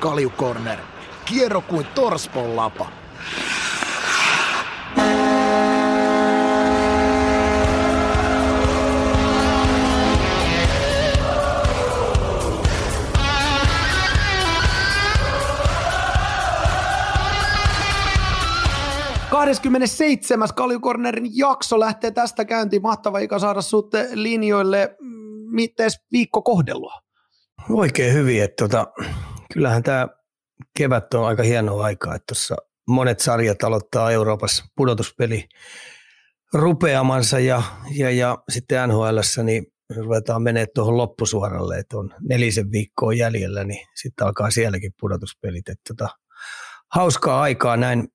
Kalju Corner. Kierro kuin torspon lapa. Kalju Cornerin jakso lähtee tästä käyntiin. Mahtava Ika saada sut linjoille. Mites viikko kohdelua? Oikein hyvin, että kyllähän tämä kevät on aika hienoa aikaa, että tuossa monet sarjat aloittaa Euroopassa pudotuspeli rupeamansa ja sitten NHL:ssä niin ruvetaan menemään tuohon loppusuoralle, että on 4 viikkoa jäljellä, niin sitten alkaa sielläkin pudotuspelit. Että hauskaa aikaa näin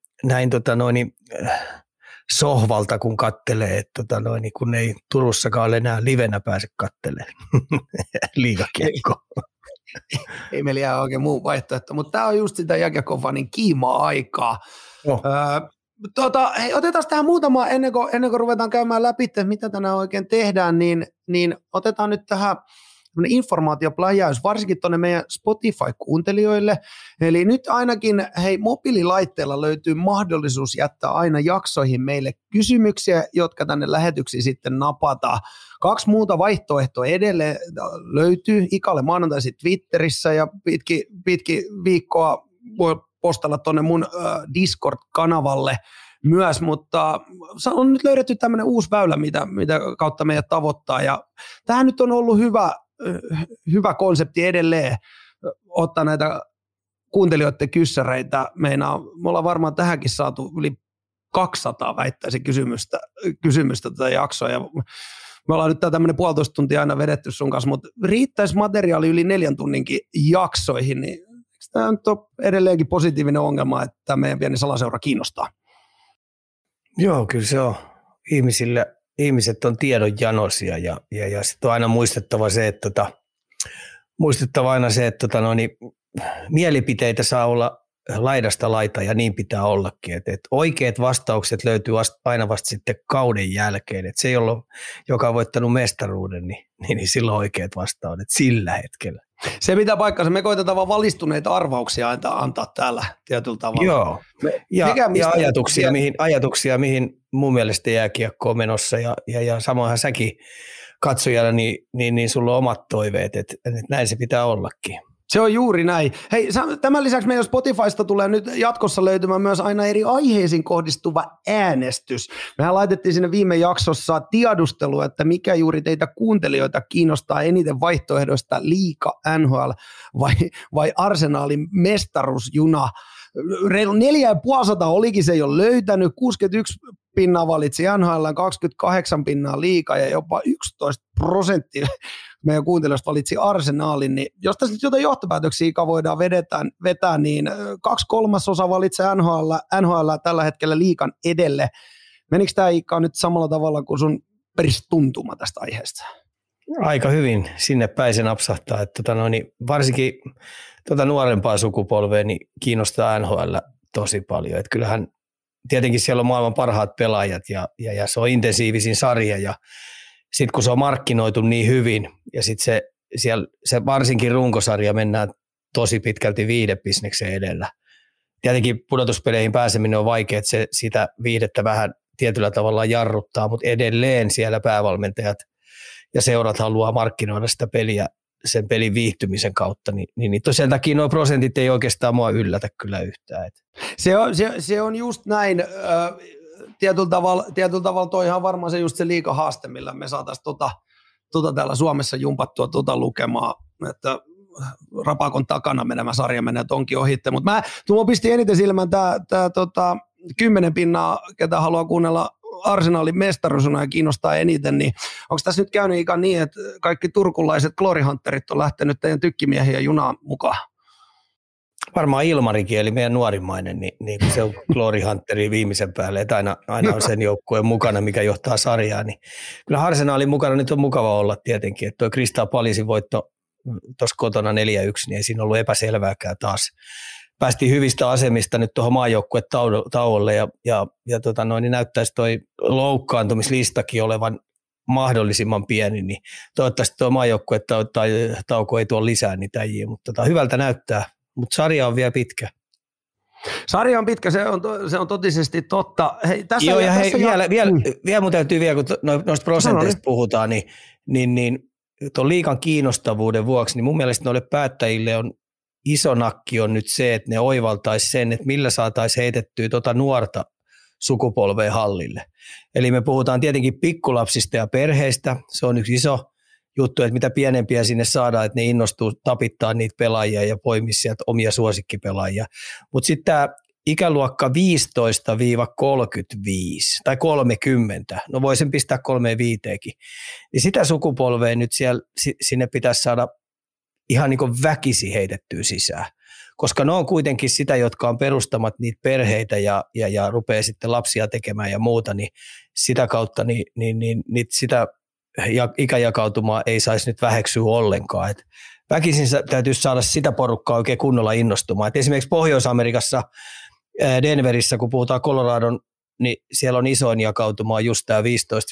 sohvalta, kun kattelee, että kun ei Turussakaan enää livenä pääse kattelemaan liigakiekkoa. Ei meillä jää oikein muu vaihtoehto, mutta tämä on just sitä jääkiekkofanin kiimaa aikaa. Oh. Hei, otetaan tähän muutama, ennen kuin ruvetaan käymään läpi, että mitä tänään oikein tehdään, niin otetaan nyt tähän informaatiopläjäys, varsinkin tuonne meidän Spotify-kuuntelijoille. Eli nyt ainakin, hei, mobiililaitteella löytyy mahdollisuus jättää aina jaksoihin meille kysymyksiä, jotka tänne lähetyksiin sitten napataan. 2 muuta vaihtoehtoa edelleen löytyy. Ikalle maanantaisin Twitterissä ja pitki viikkoa voi postalla tuonne mun Discord-kanavalle myös, mutta on nyt löydetty tämmöinen uusi väylä, mitä kautta meidät tavoittaa, ja tämähän nyt on ollut hyvä konsepti edelleen ottaa näitä kuuntelijoiden kyssäreitä. Me ollaan varmaan tähänkin saatu yli 200 väittäisi kysymystä tätä jaksoa, ja me ollaan nyt tämmöinen 1,5 tuntia aina vedetty sun kanssa, mutta riittäisi materiaali yli 4 tunninkin jaksoihin, niin tämä nyt on edelleenkin positiivinen ongelma, että tämä meidän pieni salaseura kiinnostaa. Joo, kyllä se on. Ihmiset on tiedonjanoisia ja sitten on aina muistettava se, että mielipiteitä saa olla laidasta laita ja niin pitää ollakin. Et oikeat vastaukset löytyy aina vasta sitten kauden jälkeen. Et se, joka on voittanut mestaruuden, niin sillä on oikeat vastaudet sillä hetkellä. Se pitää paikkansa. Me koitetaan vaan valistuneita arvauksia antaa täällä tietyllä tavalla. Joo, ja ajatuksia, mihin mun mielestä jääkiekko on menossa, ja samahan säkin katsojana, niin sulla on omat toiveet, että näin se pitää ollakin. Se on juuri näin. Hei, tämän lisäksi meidän Spotifysta tulee nyt jatkossa löytymään myös aina eri aiheisiin kohdistuva äänestys. Mehän laitettiin sinne viime jaksossa tiedustelua, että mikä juuri teitä kuuntelijoita kiinnostaa eniten vaihtoehdoista, liiga, NHL vai Arsenalin mestaruusjuna. Reilu 450 olikin se jo löytänyt, 61% valitsi NHL, 28% liiga ja jopa 11% meidän kuuntelijoista valitsi Arsenalin, niin jos tässä nyt jotain johtopäätöksiä voidaan vetää, niin 2/3 valitsi NHL tällä hetkellä liigan edelle. Menikö tämä Iikka nyt samalla tavalla kuin sun peristuntuma tästä aiheesta? Aika hyvin sinne päin se napsahtaa, että varsinkin nuorempaa sukupolvea niin kiinnostaa NHL tosi paljon. Että kyllähän tietenkin siellä on maailman parhaat pelaajat ja se on intensiivisin sarja, ja sitten kun se on markkinoitu niin hyvin ja sitten se varsinkin runkosarja mennään tosi pitkälti viihdebisneksen edellä. Tietenkin pudotuspeleihin pääseminen on vaikea, että se sitä viihdettä vähän tietyllä tavalla jarruttaa, mutta edelleen siellä päävalmentajat ja seurat haluaa markkinoida sitä peliä sen pelin viihtymisen kautta, niin tosiaan takia nuo prosentit ei mua yllätä kyllä yhtään. Se on just näin. Tietyllä tavalla toihan on varmaan se just se liigahaaste, millä me saataisiin täällä Suomessa jumpattua lukemaan, että rapakon takana menevä sarja menee tonkin ohitte, mutta tuo pisti eniten silmään tämä 10%, ketä haluaa kuunnella Arsenalin mestaruusjuna ja kiinnostaa eniten, niin onko tässä nyt käynyt ikään niin, että kaikki turkulaiset Glory Hunterit on lähtenyt teidän tykkimiehiä junaan mukaan? Varmaan Ilmarikin, eli meidän nuorimmainen, niin se on Glory Hunteri viimeisen päälle, että aina on sen joukkueen mukana, mikä johtaa sarjaa. Niin kyllä Arsenalin mukana nyt on mukava olla tietenkin, että tuo Crystal Palacein voitto tuossa kotona 4-1, niin ei siinä ollut epäselvääkään taas. Päästiin hyvistä asemista nyt tuohon maajoukkuetauolle ja niin näyttäisi toi loukkaantumislistakin olevan mahdollisimman pieni, niin toivottavasti tuo maajoukkuetauko ei tuo lisää niitä äijiä, mutta hyvältä näyttää mutta sarja on vielä pitkä. Sarja on pitkä, se on totisesti totta. Hei, tässä joo, ja hei, vielä mun täytyy vielä, kun noista prosenteista puhutaan, niin tuon liigan kiinnostavuuden vuoksi, niin mun mielestä noille päättäjille on iso nakki on nyt se, että ne oivaltaisi sen, että millä saataisiin heitettyä nuorta sukupolvea hallille. Eli me puhutaan tietenkin pikkulapsista ja perheistä, se on yksi iso juttu, että mitä pienempiä sinne saadaan, että ne innostuu tapittaa niitä pelaajia ja poimia sieltä omia suosikkipelaajia. Mutta sitten tämä ikäluokka 15-35 tai 30, no voisin pistää 35kin, niin sitä sukupolvea nyt sinne pitäisi saada ihan niin kuin väkisi heitettyä sisään, koska ne on kuitenkin sitä, jotka on perustamat niitä perheitä ja rupeaa sitten lapsia tekemään ja muuta, niin sitä kautta niin sitä ikäjakautumaa ei saisi nyt väheksyä ollenkaan. Et väkisin täytyisi saada sitä porukkaa oikein kunnolla innostumaan. Et esimerkiksi Pohjois-Amerikassa, Denverissä, kun puhutaan Coloradon, niin siellä on isoin jakautuma just tämä 15-30.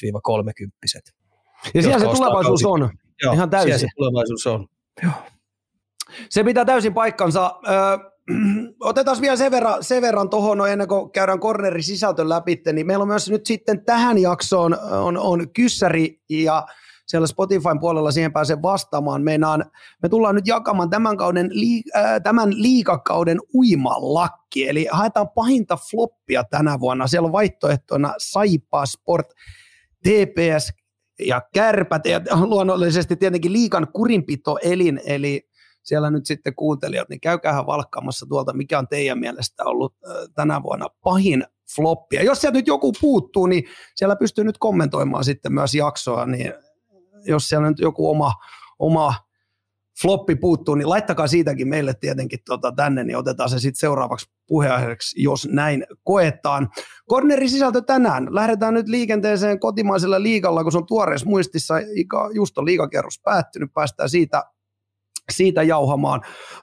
Ja siellä se tulevaisuus on. Joo, ihan täysin. Siellä se tulevaisuus on. Joo. Se pitää täysin paikkansa. Otetaan vielä sen verran tuohon, ennen kuin käydään cornerin sisältön läpi, niin meillä on myös nyt sitten tähän jaksoon on kyssäri ja siellä Spotifyn puolella siihen pääsee vastaamaan. Me tullaan nyt jakamaan tämän liigakauden uimalakki, eli haetaan pahinta floppia tänä vuonna. Siellä on vaihtoehtoina Saipa Sport, TPS ja Kärpät ja luonnollisesti tietenkin liigan kurinpitoelin, eli siellä nyt sitten kuuntelijat, niin käykäähän valkkaamassa tuolta, mikä on teidän mielestä ollut tänä vuonna pahin floppi. Ja jos sieltä nyt joku puuttuu, niin siellä pystyy nyt kommentoimaan sitten myös jaksoa, niin jos siellä nyt joku oma floppi puuttuu, niin laittakaa siitäkin meille tietenkin tänne, niin otetaan se sitten seuraavaksi puheenaiheeksi, jos näin koetaan. Cornerin sisältö tänään. Lähdetään nyt liikenteeseen kotimaisella liigalla, kun se on tuoreessa muistissa, just on liigakierros päättynyt, päästään siitä jauhamaan.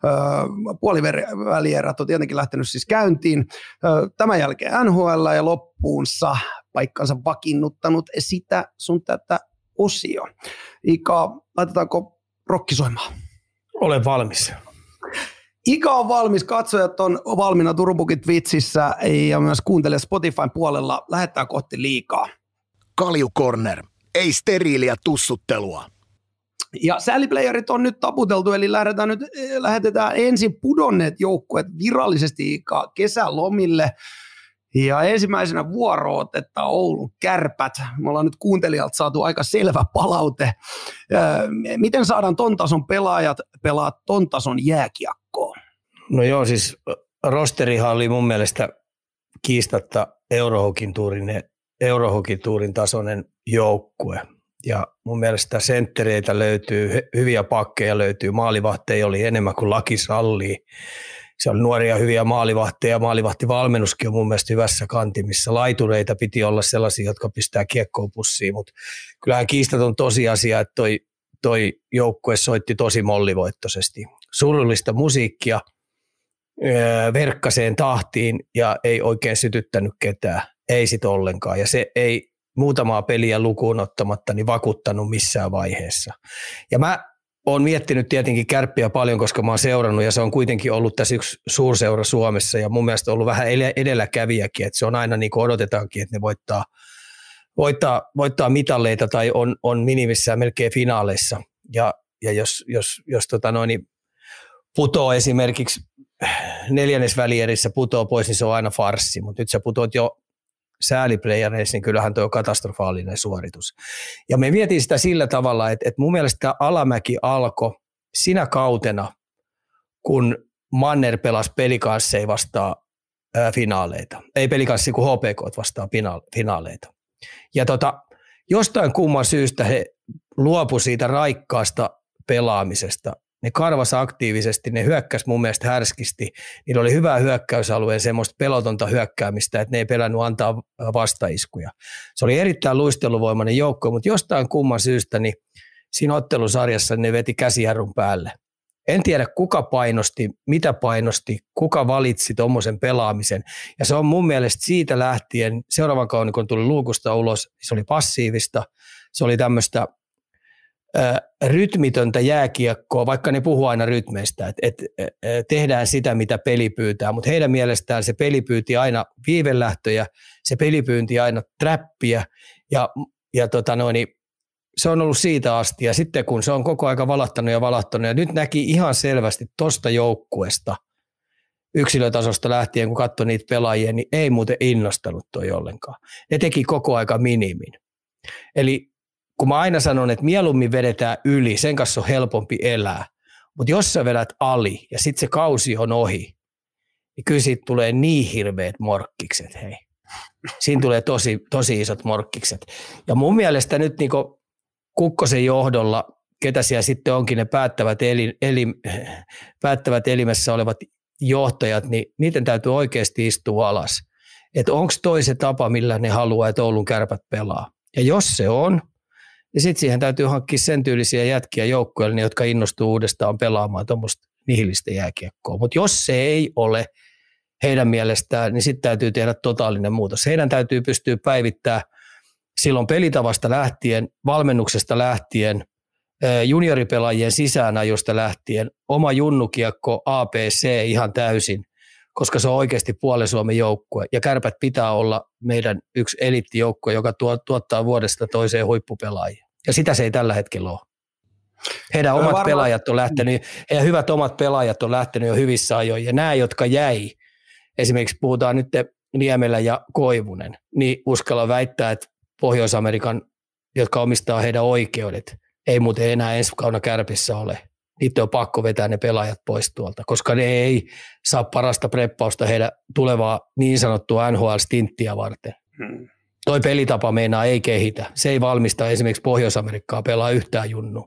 Puolivälierät on tietenkin lähtenyt siis käyntiin. Tämän jälkeen NHL ja loppuunsa paikkansa vakiinnuttanut sitä sun tätä osio. Ika, laitetaanko rokki soimaan? Olen valmis. Ika on valmis, katsojat on valmiina Turupukit Vitsissä ja myös kuuntelee Spotifyn puolella. Lähdetään kohti liigaa. Kalju Corner. Ei steriiliä tussuttelua. Ja sääliplayerit on nyt taputeltu, eli lähetetään ensin pudonneet joukkueet virallisesti kesälomille. Ja ensimmäisenä vuoro otetaan Oulun Kärpät. Me ollaan nyt kuuntelijalta saatu aika selvä palaute. Miten saadaan ton tason pelaajat pelaa ton tason jääkiekkoa? No joo, siis rosterihan oli mun mielestä kiistatta Eurohockey Tourin tasoinen joukkue. Ja mun mielestä senttereitä löytyy, hyviä pakkeja löytyy, maalivahteja oli enemmän kuin laki sallii. Se on nuoria hyviä maalivahteja, maalivahtivalmennuskin on mun mielestä hyvässä kantimissa. Laitureita piti olla sellaisia, jotka pistää kiekkoon pussiin, mutta kyllähän kiistaton tosiasia, että toi joukkue soitti tosi mollivoittoisesti. Surullista musiikkia verkkaseen tahtiin ja ei oikein sytyttänyt ketään, ei sit ollenkaan. Ja se ei muutamaa peliä lukuun ottamatta niin vakuuttanut missään vaiheessa. Ja mä oon miettinyt tietenkin Kärppiä paljon, koska mä oon seurannut ja se on kuitenkin ollut tässä yksi suurseura Suomessa ja mun mielestä on ollut vähän edelläkävijäkin, että se on aina niin kuin odotetaankin, että ne voittaa mitalleita tai on minimissään melkein finaaleissa. Ja jos putoo esimerkiksi neljännesvälierissä putoo pois, niin se on aina farssi, mutta nyt sä putoat jo sääliplayereissa, niin kyllähän tuo on katastrofaalinen suoritus. Ja me mietin sitä sillä tavalla, että mun mielestä tämä alamäki alkoi sinä kautena, kun Manner pelasi Pelikansseja vastaan finaaleita. Ei Pelikanssi, kun HPK vastaan finaaleita. Ja jostain kumman syystä he luopu siitä raikkaasta pelaamisesta. Ne karvas aktiivisesti, ne hyökkäsi mun mielestä härskisti. Niillä oli hyvää hyökkäysalueen semmoista pelotonta hyökkäämistä, että ne ei pelännyt antaa vastaiskuja. Se oli erittäin luisteluvoimainen joukko, mutta jostain kumman syystä niin siinä ottelusarjassa ne veti käsijarrun päälle. En tiedä kuka painosti, mitä painosti, kuka valitsi tuommoisen pelaamisen. Ja se on mun mielestä siitä lähtien, seuraavan kauden kun tuli luukusta ulos, se oli passiivista, se oli tämmöistä rytmitöntä jääkiekkoa, vaikka ne puhuu aina rytmeistä, että tehdään sitä, mitä peli pyytää, mutta heidän mielestään se peli pyyti aina viivelähtöjä, se peli pyynti aina trappia, ja se on ollut siitä asti, ja sitten kun se on koko aika valahtanut, ja nyt näki ihan selvästi tuosta joukkuesta, yksilötasosta lähtien, kun katsoi niitä pelaajia, niin ei muuten innostanut toi ollenkaan. Ne teki koko aika minimin. Eli kun mä aina sanon, että mieluummin vedetään yli, sen kanssa on helpompi elää, mutta jos sä vedät ali ja sitten se kausi on ohi, niin kyllä siitä tulee niin hirveät morkkikset, hei. Siinä tulee tosi isot morkkikset. Ja mun mielestä nyt niinku Kukkosen johdolla, ketä siellä sitten onkin ne päättävät elimessä olevat johtajat, niin niiden täytyy oikeasti istua alas. Että onko toi se tapa, millä ne haluaa, että Oulun Kärpät pelaa. Ja jos se on, niin sitten siihen täytyy hankkia sen tyylisiä jätkiä joukkueelle, jotka innostuu uudestaan pelaamaan tuommoista nihilistä jääkiekkoa. Mutta jos se ei ole heidän mielestään, niin sitten täytyy tehdä totaalinen muutos. Heidän täytyy pystyä päivittämään silloin pelitavasta lähtien, valmennuksesta lähtien, junioripelaajien sisäänajosta lähtien, oma junnukiekko APC ihan täysin, koska se on oikeasti puolen Suomen joukkue. Ja Kärpät pitää olla meidän yksi eliittijoukkue, joka tuottaa vuodesta toiseen huippupelaajia. Ja sitä se ei tällä hetkellä ole. Heidän omat pelaajat on lähtenyt, heidän hyvät omat pelaajat on lähtenyt jo hyvissä ajoin. Ja nämä, jotka jäi, esimerkiksi puhutaan nyt Niemelä ja Koivunen, niin uskalla väittää, että Pohjois-Amerikan, jotka omistaa heidän oikeudet, ei muuten enää ensi kauna Kärpissä ole. Niitä on pakko vetää ne pelaajat pois tuolta, koska ne ei saa parasta preppausta heidän tulevaa niin sanottua NHL-stinttiä varten. Toi pelitapa meinaa ei kehitä. Se ei valmista esimerkiksi Pohjois-Amerikkaa pelaa yhtään junnu.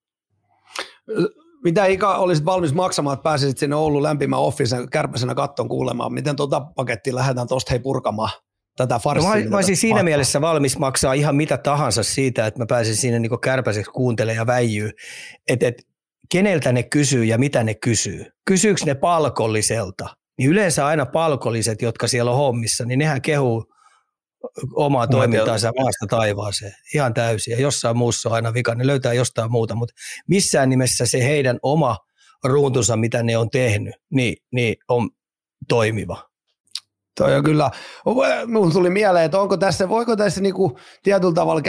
Mitä Ika olisit valmis maksamaan, että pääsisit sinne Oulun lämpimän offisen Kärpäsenä katton kuulemaan? Miten tuota pakettia lähdetään tuosta purkamaan? Tätä farssia, mä olisin siinä mielessä valmis maksaa ihan mitä tahansa siitä, että mä pääsin sinne niin kärpäiseksi kuuntelemaan ja väijyy. Että keneltä ne kysyy ja mitä ne kysyy. Kysyykö ne palkolliselta? Niin yleensä aina palkolliset, jotka siellä on hommissa, niin nehän kehuu omaa toimintaansa maasta taivaaseen. Ihan täysin. Ja jossain muussa on aina vika. Ne löytää jostain muuta, mutta missään nimessä se heidän oma ruutunsa, mitä ne on tehnyt, niin on toimiva. Toi on kyllä, minulle tuli mieleen, että voiko tässä niinku tietyllä tavalla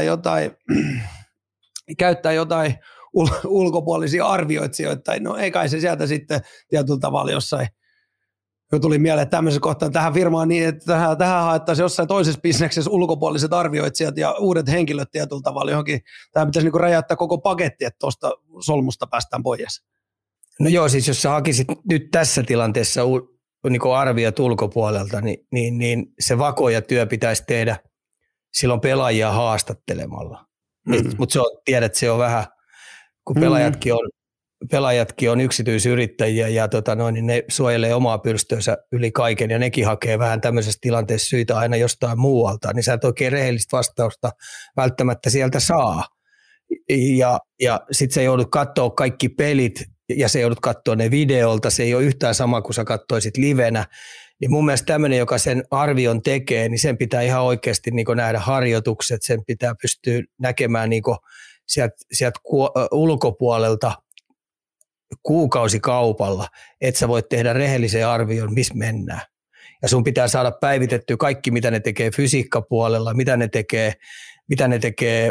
käyttää jotain ulkopuolisia arvioitsijoita, no ei kai se sieltä sitten tietyllä tavalla jossain, jo tuli mieleen, että tämmöisessä kohtaan tähän firmaan niin, että tähän haettaisiin jossain toisessa bisneksessä ulkopuoliset arvioitsijat ja uudet henkilöt tietyllä tavalla johonkin, tähän pitäisi niinku räjäyttää koko paketti, että tuosta solmusta päästään pois. No joo, siis jos sä hakisit nyt tässä tilanteessa niin arviot ulkopuolelta, niin se vakoja työ pitäisi tehdä silloin pelaajia haastattelemalla. Mutta tiedät, se on vähän, kun pelaajatkin on yksityisyrittäjiä ja niin ne suojelee omaa pyrstöönsä yli kaiken ja nekin hakee vähän tämmöisessä tilanteessa syitä aina jostain muualta, niin sä et oikein rehellistä vastausta välttämättä sieltä saa. Ja sit sä joudut katsoa kaikki pelit ja se joudut katsoa ne videolta, se ei ole yhtään sama kuin sä katsoisit livenä, niin mun mielestä tämmöinen, joka sen arvion tekee, niin sen pitää ihan oikeasti niin nähdä harjoitukset, sen pitää pystyä näkemään niin sieltä ulkopuolelta kuukausikaupalla, että sä voit tehdä rehellisen arvion, missä mennään. Ja sun pitää saada päivitettyä kaikki, mitä ne tekee fysiikkapuolella, mitä ne tekee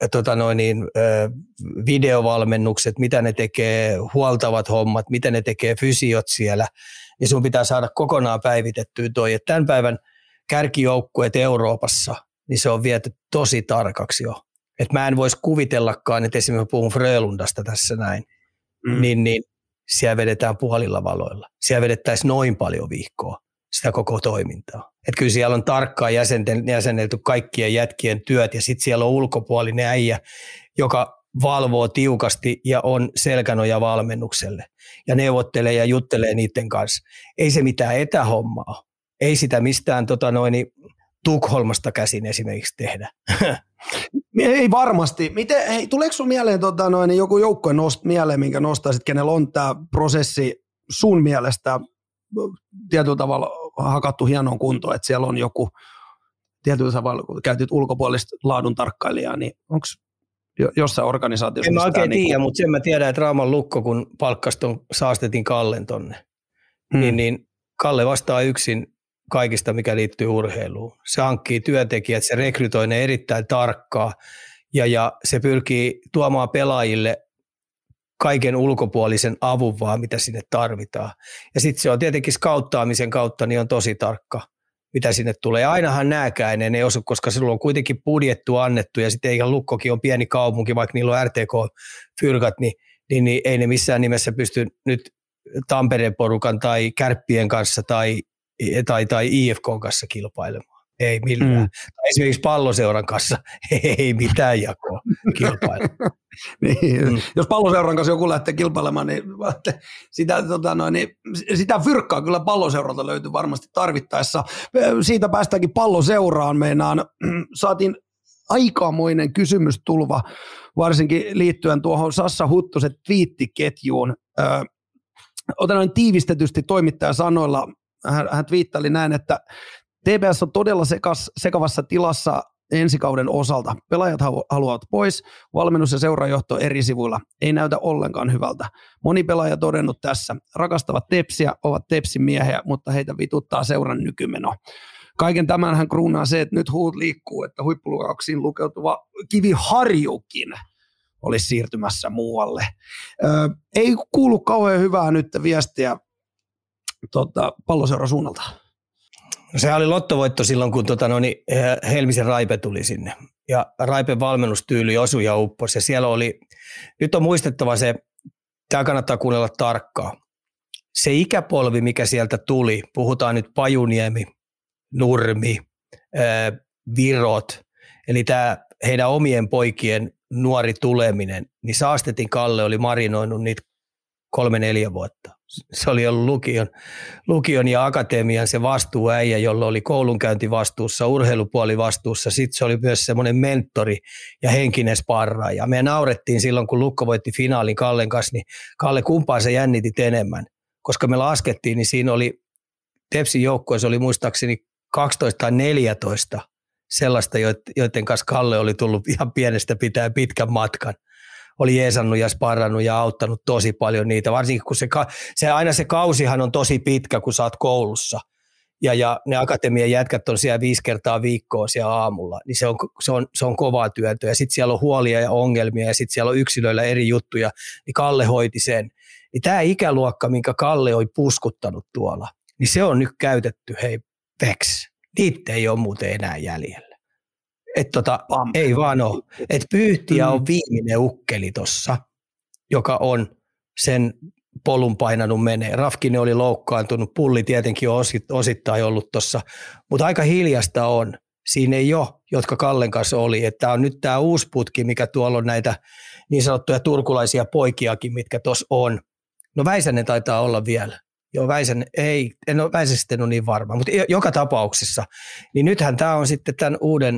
videovalmennukset, mitä ne tekee huoltavat hommat, mitä ne tekee fysiot siellä, niin sun pitää saada kokonaan päivitettyä toi. Että tämän päivän kärkijoukkueet Euroopassa, niin se on viety tosi tarkaksi jo. Että mä en voisi kuvitellakaan, että esimerkiksi puhun Frölundasta tässä näin, niin siellä vedetään puolilla valoilla. Siellä vedettäisiin noin paljon vihkoa sitä koko toimintaa. Että kyllä siellä on tarkkaan jäsennelty kaikkien jätkien työt ja sitten siellä on ulkopuolinen äijä, joka valvoo tiukasti ja on selkänoja valmennukselle ja neuvottelee ja juttelee niiden kanssa. Ei se mitään etähommaa. Ei sitä mistään Tukholmasta käsin esimerkiksi tehdä. Ei varmasti. Tuleeko sinulle mieleen joku joukkue mieleen, minkä nostaisit, kenellä on tämä prosessi sun mielestä tietyllä tavalla hakattu hienoon kuntoon, että siellä on joku tietyllä tavalla, kun käytit ulkopuolista laadun tarkkailijaa, niin onko jossain organisaatiossa. En mä oikein tiedä, mutta sen mä tiedän, että Rauman Lukko, kun palkkasi ton Saastetin Kallen tonne, niin Kalle vastaa yksin kaikista, mikä liittyy urheiluun. Se hankkii työntekijät, se rekrytoi ne erittäin tarkkaa ja se pyrkii tuomaan pelaajille kaiken ulkopuolisen avun vaan, mitä sinne tarvitaan. Ja sitten se on tietenkin skauttaamisen kautta, niin on tosi tarkka, mitä sinne tulee. Ja ainahan nääkään ei osu, koska silloin on kuitenkin budjettu annettu ja sitten eikä Lukkokin on pieni kaupunki, vaikka niillä on RTK-fyrkat, niin ei ne missään nimessä pysty nyt Tampereen porukan tai Kärppien kanssa tai IFK:n kanssa kilpailemaan. Ei millään. Tai esimerkiksi Palloseuran kanssa ei mitään jakoa kilpailemaan. Niin, jos Palloseuran kanssa joku lähtee kilpailemaan, niin sitä fyrkkaa kyllä Palloseuralta löytyy varmasti tarvittaessa. Siitä päästäänkin Palloseuraan. Meinaan saatiin aikamoinen kysymystulva, varsinkin liittyen tuohon Sassa Huttusen twiittiketjuun. Otan tiivistetysti toimittajan sanoilla. Hän twiittaili näin, että TPS on todella sekavassa tilassa ensi kauden osalta. Pelaajat haluavat pois, valmennus ja seurajohto eri sivuilla. Ei näytä ollenkaan hyvältä. Moni pelaaja todennut tässä. Rakastavat Tepsiä, ovat Tepsin miehiä, mutta heitä vituttaa seuran nykymeno. Kaiken tämän hän kruunaa se, että nyt huut liikkuu, että huippulukauksiin lukeutuva Kivi Harjukin olisi siirtymässä muualle. Ei kuulu kauhean hyvää nyt viestiä Palloseuran suunnalta. No sehän oli lottovoitto silloin, kun Helmisen Raipe tuli sinne. Ja Raipen valmennustyyli osui ja upposi. Ja siellä oli, nyt on muistettava se, tämä kannattaa kuunnella tarkkaan. Se ikäpolvi, mikä sieltä tuli, puhutaan nyt Pajuniemi, Nurmi, Virot, eli tämä heidän omien poikien nuori tuleminen, niin Saastetin Kalle oli marinoinut niitä 3-4 vuotta. Se oli ollut lukion ja akatemian se vastuuäijä, jolla oli koulunkäynti vastuussa, urheilupuoli vastuussa. Sitten se oli myös semmoinen mentori ja henkinen sparraaja. Me naurettiin silloin, kun Lukko voitti finaalin Kallen kanssa, niin Kalle, kumpaa sä jännitit enemmän? Koska me laskettiin, niin siinä oli Tepsin joukkueessa oli muistaakseni 12 tai 14 sellaista, joiden kanssa Kalle oli tullut ihan pienestä pitää pitkän matkan. Oli jeesannut ja sparrannut ja auttanut tosi paljon niitä, varsinkin kun aina se kausihan on tosi pitkä, kun sä oot koulussa. Ja ne akatemian jätkät on siellä 5 kertaa viikkoa siellä aamulla, niin se on kovaa työtä. Ja sitten siellä on huolia ja ongelmia ja sitten siellä on yksilöillä eri juttuja, niin Kalle hoiti sen. Niin tämä ikäluokka, minkä Kalle oli puskuttanut tuolla, niin se on nyt käytetty, hei, veks. Niitä ei ole muuten enää jäljellä. Ei vaan ole. Että Pyyhtiä on viimeinen ukkeli tuossa, joka on sen polun painanut menee. Rafkinen oli loukkaantunut, Pulli tietenkin on osittain ollut tuossa, mutta aika hiljasta on. Siinä ei ole, jotka Kallen kanssa oli. Että on nyt tämä uusi putki, mikä tuolla on näitä niin sanottuja turkulaisia poikiakin, mitkä tuossa on. No Väisänen taitaa olla vielä. Joo, Väisänen, en ole Väisästä niin varma, mutta joka tapauksessa. Niin nythän tämä on sitten tämän uuden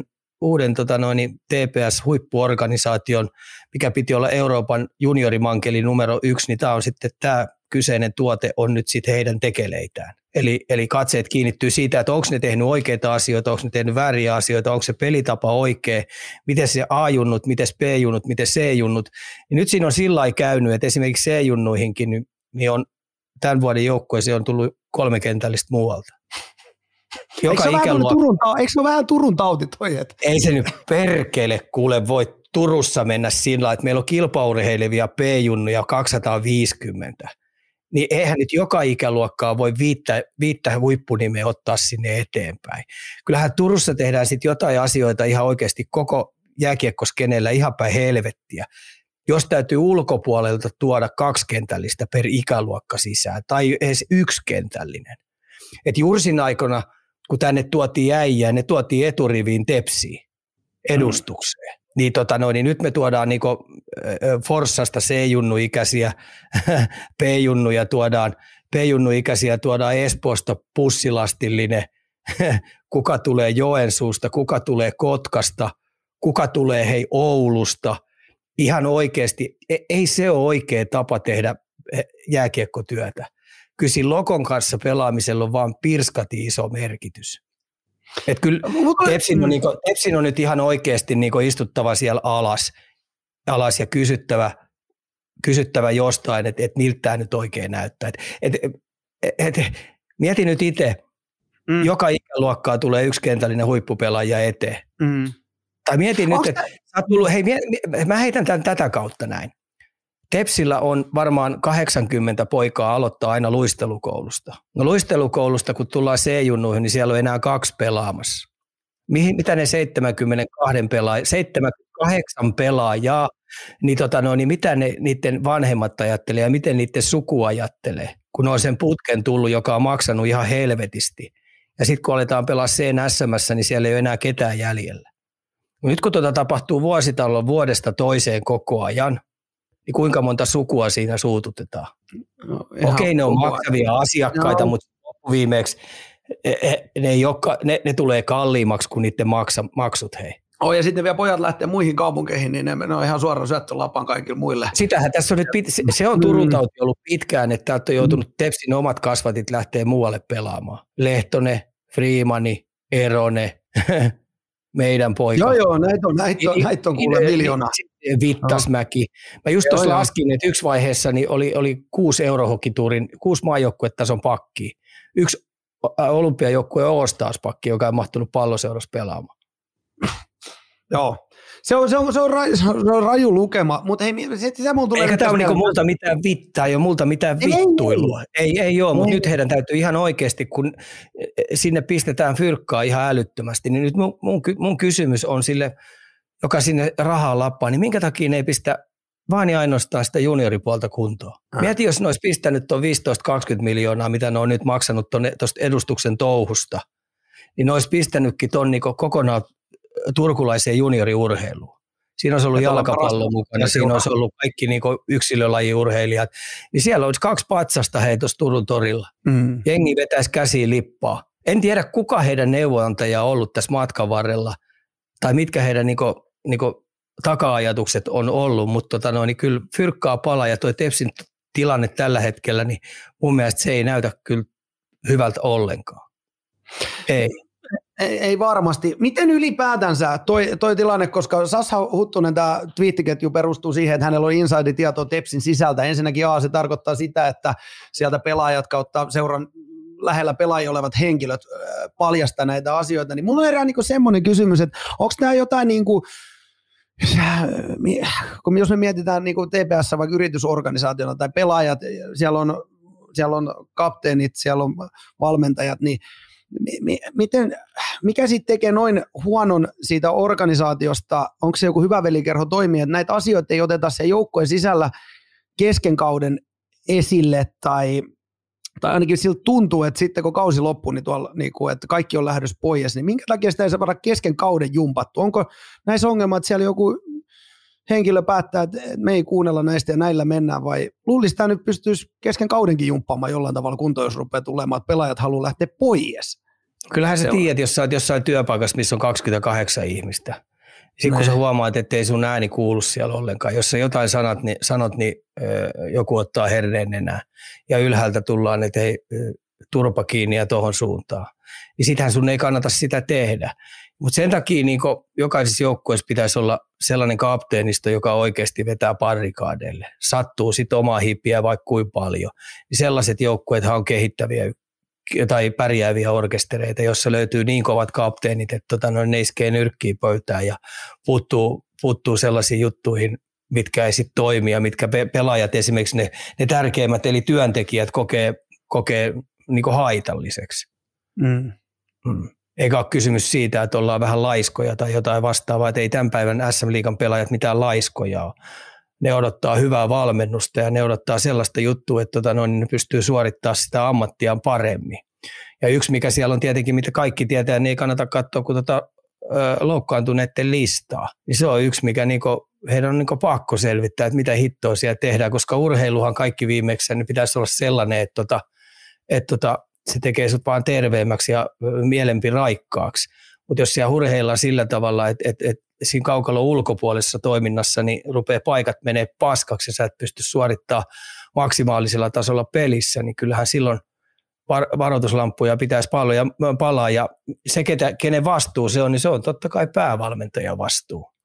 TPS-huippuorganisaation, mikä piti olla Euroopan juniorimankeli numero 1, niin tämä on sitten tämä kyseinen tuote on nyt sitten heidän tekeleitään. Eli katseet kiinnittyy siitä, että onko ne tehnyt oikeita asioita, onko ne tehnyt vääriä asioita, onko se pelitapa oikea, miten se A-junnut, miten B-junnut, miten C-junnut. Ja nyt siinä on sillä lailla käynyt, että esimerkiksi C-junnuihinkin niin on tämän vuoden joukkueeseen on tullut 3 kentällistä muualta. Eikö se ole vähän Turun tauti toi? Että? Ei se nyt perkele kuule voi Turussa mennä sillä lailla, että meillä on kilpaurheilevia P-junnuja 250. Niin eihän nyt joka ikäluokkaa voi viittä huippunimeä ottaa sinne eteenpäin. Kyllähän Turussa tehdään sitten jotain asioita ihan oikeasti koko jääkiekkoskenellä ihan päin helvettiä. Jos täytyy ulkopuolelta tuoda 2 kentällistä per ikäluokka sisään tai edes 1 kentällinen. Et Jursin aikana, kun tänne tuotiin äijää, ne tuotiin eturiviin Tepsiin edustukseen. Niin, niin nyt me tuodaan niinku Forssasta C-junnu-ikäisiä, P-junnu-ikäisiä tuodaan Espoosta pussilastillinen, kuka tulee Joensuusta, kuka tulee Kotkasta, kuka tulee Oulusta. Ihan oikeasti, ei se ole oikea tapa tehdä jääkiekkotyötä. Kyllä siinä Lokon kanssa pelaamisella on vaan pirskati iso merkitys. Että kyllä Tepsin on nyt ihan oikeasti istuttava siellä alas alas ja kysyttävä jostain, että miltä tämä nyt oikein näyttää. Mieti nyt itse, joka ikäluokkaa tulee yksi kentällinen huippupelaaja eteen. Tai mietin nyt, että mä heitän tämän tätä kautta näin. Tepsillä on varmaan 80 poikaa aloittaa aina luistelukoulusta. No luistelukoulusta, kun tullaan C-junnuihin, niin siellä on enää 2 pelaamassa. Mitä ne 78 pelaajaa, niin mitä niiden vanhemmat ajattelee ja miten niiden suku ajattelee, kun on sen putken tullut, joka on maksanut ihan helvetisti. Ja sitten kun aletaan pelaa CNSM:ssä, niin siellä ei ole enää ketään jäljellä. Nyt kun tapahtuu vuositalolla vuodesta toiseen koko ajan, niin kuinka monta sukua siinä suututetaan? No, okei, ne on maksavia asiakkaita, mutta viimeeksi ne tulee kalliimmaksi kuin niiden maksut, hei. Ja sitten vielä pojat lähtee muihin kaupunkeihin, niin ne on ihan suoraan syöttölapan kaikille muille. Sitähän tässä on nyt, se on Turun tauti ollut pitkään, että täältä on joutunut Tepsin omat kasvatit lähtee muualle pelaamaan. Lehtonen, Freemani, Erone, meidän poika. Joo, näitä on kuule miljoona. Vittasmäki. Mä just tuossa laskin, että yksi vaiheessa niin oli 6 Eurohockey-tuurin, 6 maajoukkuetason pakkia. 1 olympiajoukkueen All-Stars-pakki, joka ei mahtunut palloseurassa pelaamaan. Joo. Se on raju lukema, mutta hei, se mun tulee... Eikä tämä ole multa mitään vittaa, ei ole multa mitään vittuilua. Ei ole, mutta nyt heidän täytyy ihan oikeasti, kun sinne pistetään fyrkkaa ihan älyttömästi, niin nyt mun kysymys on sille, joka sinne rahaa lappaa, niin minkä takia ne ei pistä vaan ja ainoastaan sitä junioripuolta kuntoon? Mieti, jos ne olisi pistänyt tuon 15-20 miljoonaa, mitä ne on nyt maksanut tuosta edustuksen touhusta, niin ne olisi pistänytkin tuon niin kokonaan turkulaiseen junioriurheiluun. Siinä olisi ollut jalkapallo mukana, siinä olisi ollut kaikki niin yksilölajiurheilijat. Niin siellä olisi 2 patsasta tuossa Turun torilla. Jengi vetäisi käsiin lippaa. En tiedä, kuka heidän neuvonantaja on ollut tässä matkan varrella, tai mitkä heidän taka-ajatukset on ollut, mutta niin kyllä fyrkkaa palaa, ja tuo Tepsin tilanne tällä hetkellä, niin mun mielestä se ei näytä kyllä hyvältä ollenkaan. Ei. Ei varmasti. Miten ylipäätänsä toi tilanne, koska Sassa Huttunen tämä twiittiketju perustuu siihen, että hänellä on inside-tietoa Tepsin sisältä. Ensinnäkin se tarkoittaa sitä, että sieltä pelaajat kautta seuran lähellä pelaajia olevat henkilöt paljastaa näitä asioita. Niin mulla on erään niin semmoinen kysymys, että onko tämä jotain niin kuin, jos me mietitään niin kuin TPS vaikka yritysorganisaationa tai pelaajat, siellä on kapteenit, siellä on valmentajat, niin mikä sitten tekee noin huonon siitä organisaatiosta, onko se joku hyvä velikerho toimia, että näitä asioita ei oteta sen joukkojen sisällä kesken kauden esille, tai ainakin siltä tuntuu, että sitten kun kausi loppuu, niin tuolla, että kaikki on lähdössä pois, niin minkä takia sitä ei saa kesken kauden jumpattu? Onko näissä ongelmat, että siellä joku henkilö päättää, että me ei kuunnella näistä ja näillä mennään, vai luulisi tämä nyt pystyisi kesken kaudenkin jumppaamaan jollain tavalla kuntoon, jos rupeaa tulemaan, että pelaajat haluaa lähteä pois? Kyllähän sä tiedät, jos sä oot jossain työpaikassa, missä on 28 ihmistä. Sitten kun sä huomaat, että ei sun ääni kuulu siellä ollenkaan. Jos sä jotain sanot, niin joku ottaa herneen nenää. Ja ylhäältä tullaan, että hei, turpa kiinni ja tohon suuntaan. Niin sitähän sun ei kannata sitä tehdä. Mutta sen takia niin jokaisessa joukkueessa pitäisi olla sellainen kapteenisto, joka oikeasti vetää barrikaadeille. Sattuu sitten omaa hiippiä vaikka kuin paljon. Niin sellaiset joukkueethan on kehittäviä tai pärjääviä orkestereita, jossa löytyy niin kovat kapteenit, että ne iskee nyrkkiä pöytään ja puuttuu sellaisiin juttuihin, mitkä ei sitten toimi ja mitkä pelaajat esimerkiksi ne tärkeimmät eli työntekijät kokee niin haitalliseksi. Eikä ole kysymys siitä, että ollaan vähän laiskoja tai jotain vastaavaa, että ei tämän päivän SM-liigan pelaajat mitään laiskoja ole. Ne odottaa hyvää valmennusta ja ne odottaa sellaista juttua, että ne pystyy suorittamaan sitä ammattiaan paremmin. Ja yksi, mikä siellä on tietenkin, mitä kaikki tietää, niin ei kannata katsoa, kun loukkaantuneiden listaa. Niin se on yksi, mikä heidän on pakko selvittää, että mitä hittoa siellä tehdään, koska urheiluhan kaikki viimeksi niin pitäisi olla sellainen, että se tekee sut vaan terveemmäksi ja mielempi raikkaaksi. Mutta jos siellä urheillaan sillä tavalla, että siinä kaukalon ulkopuolisessa toiminnassa niin rupeaa paikat menee paskaksi ja sä et pysty suorittamaan maksimaalisella tasolla pelissä, niin kyllähän silloin varoituslampuja pitäisi palaa ja se, kenen vastuu se on, niin se on totta kai päävalmentajan vastuu.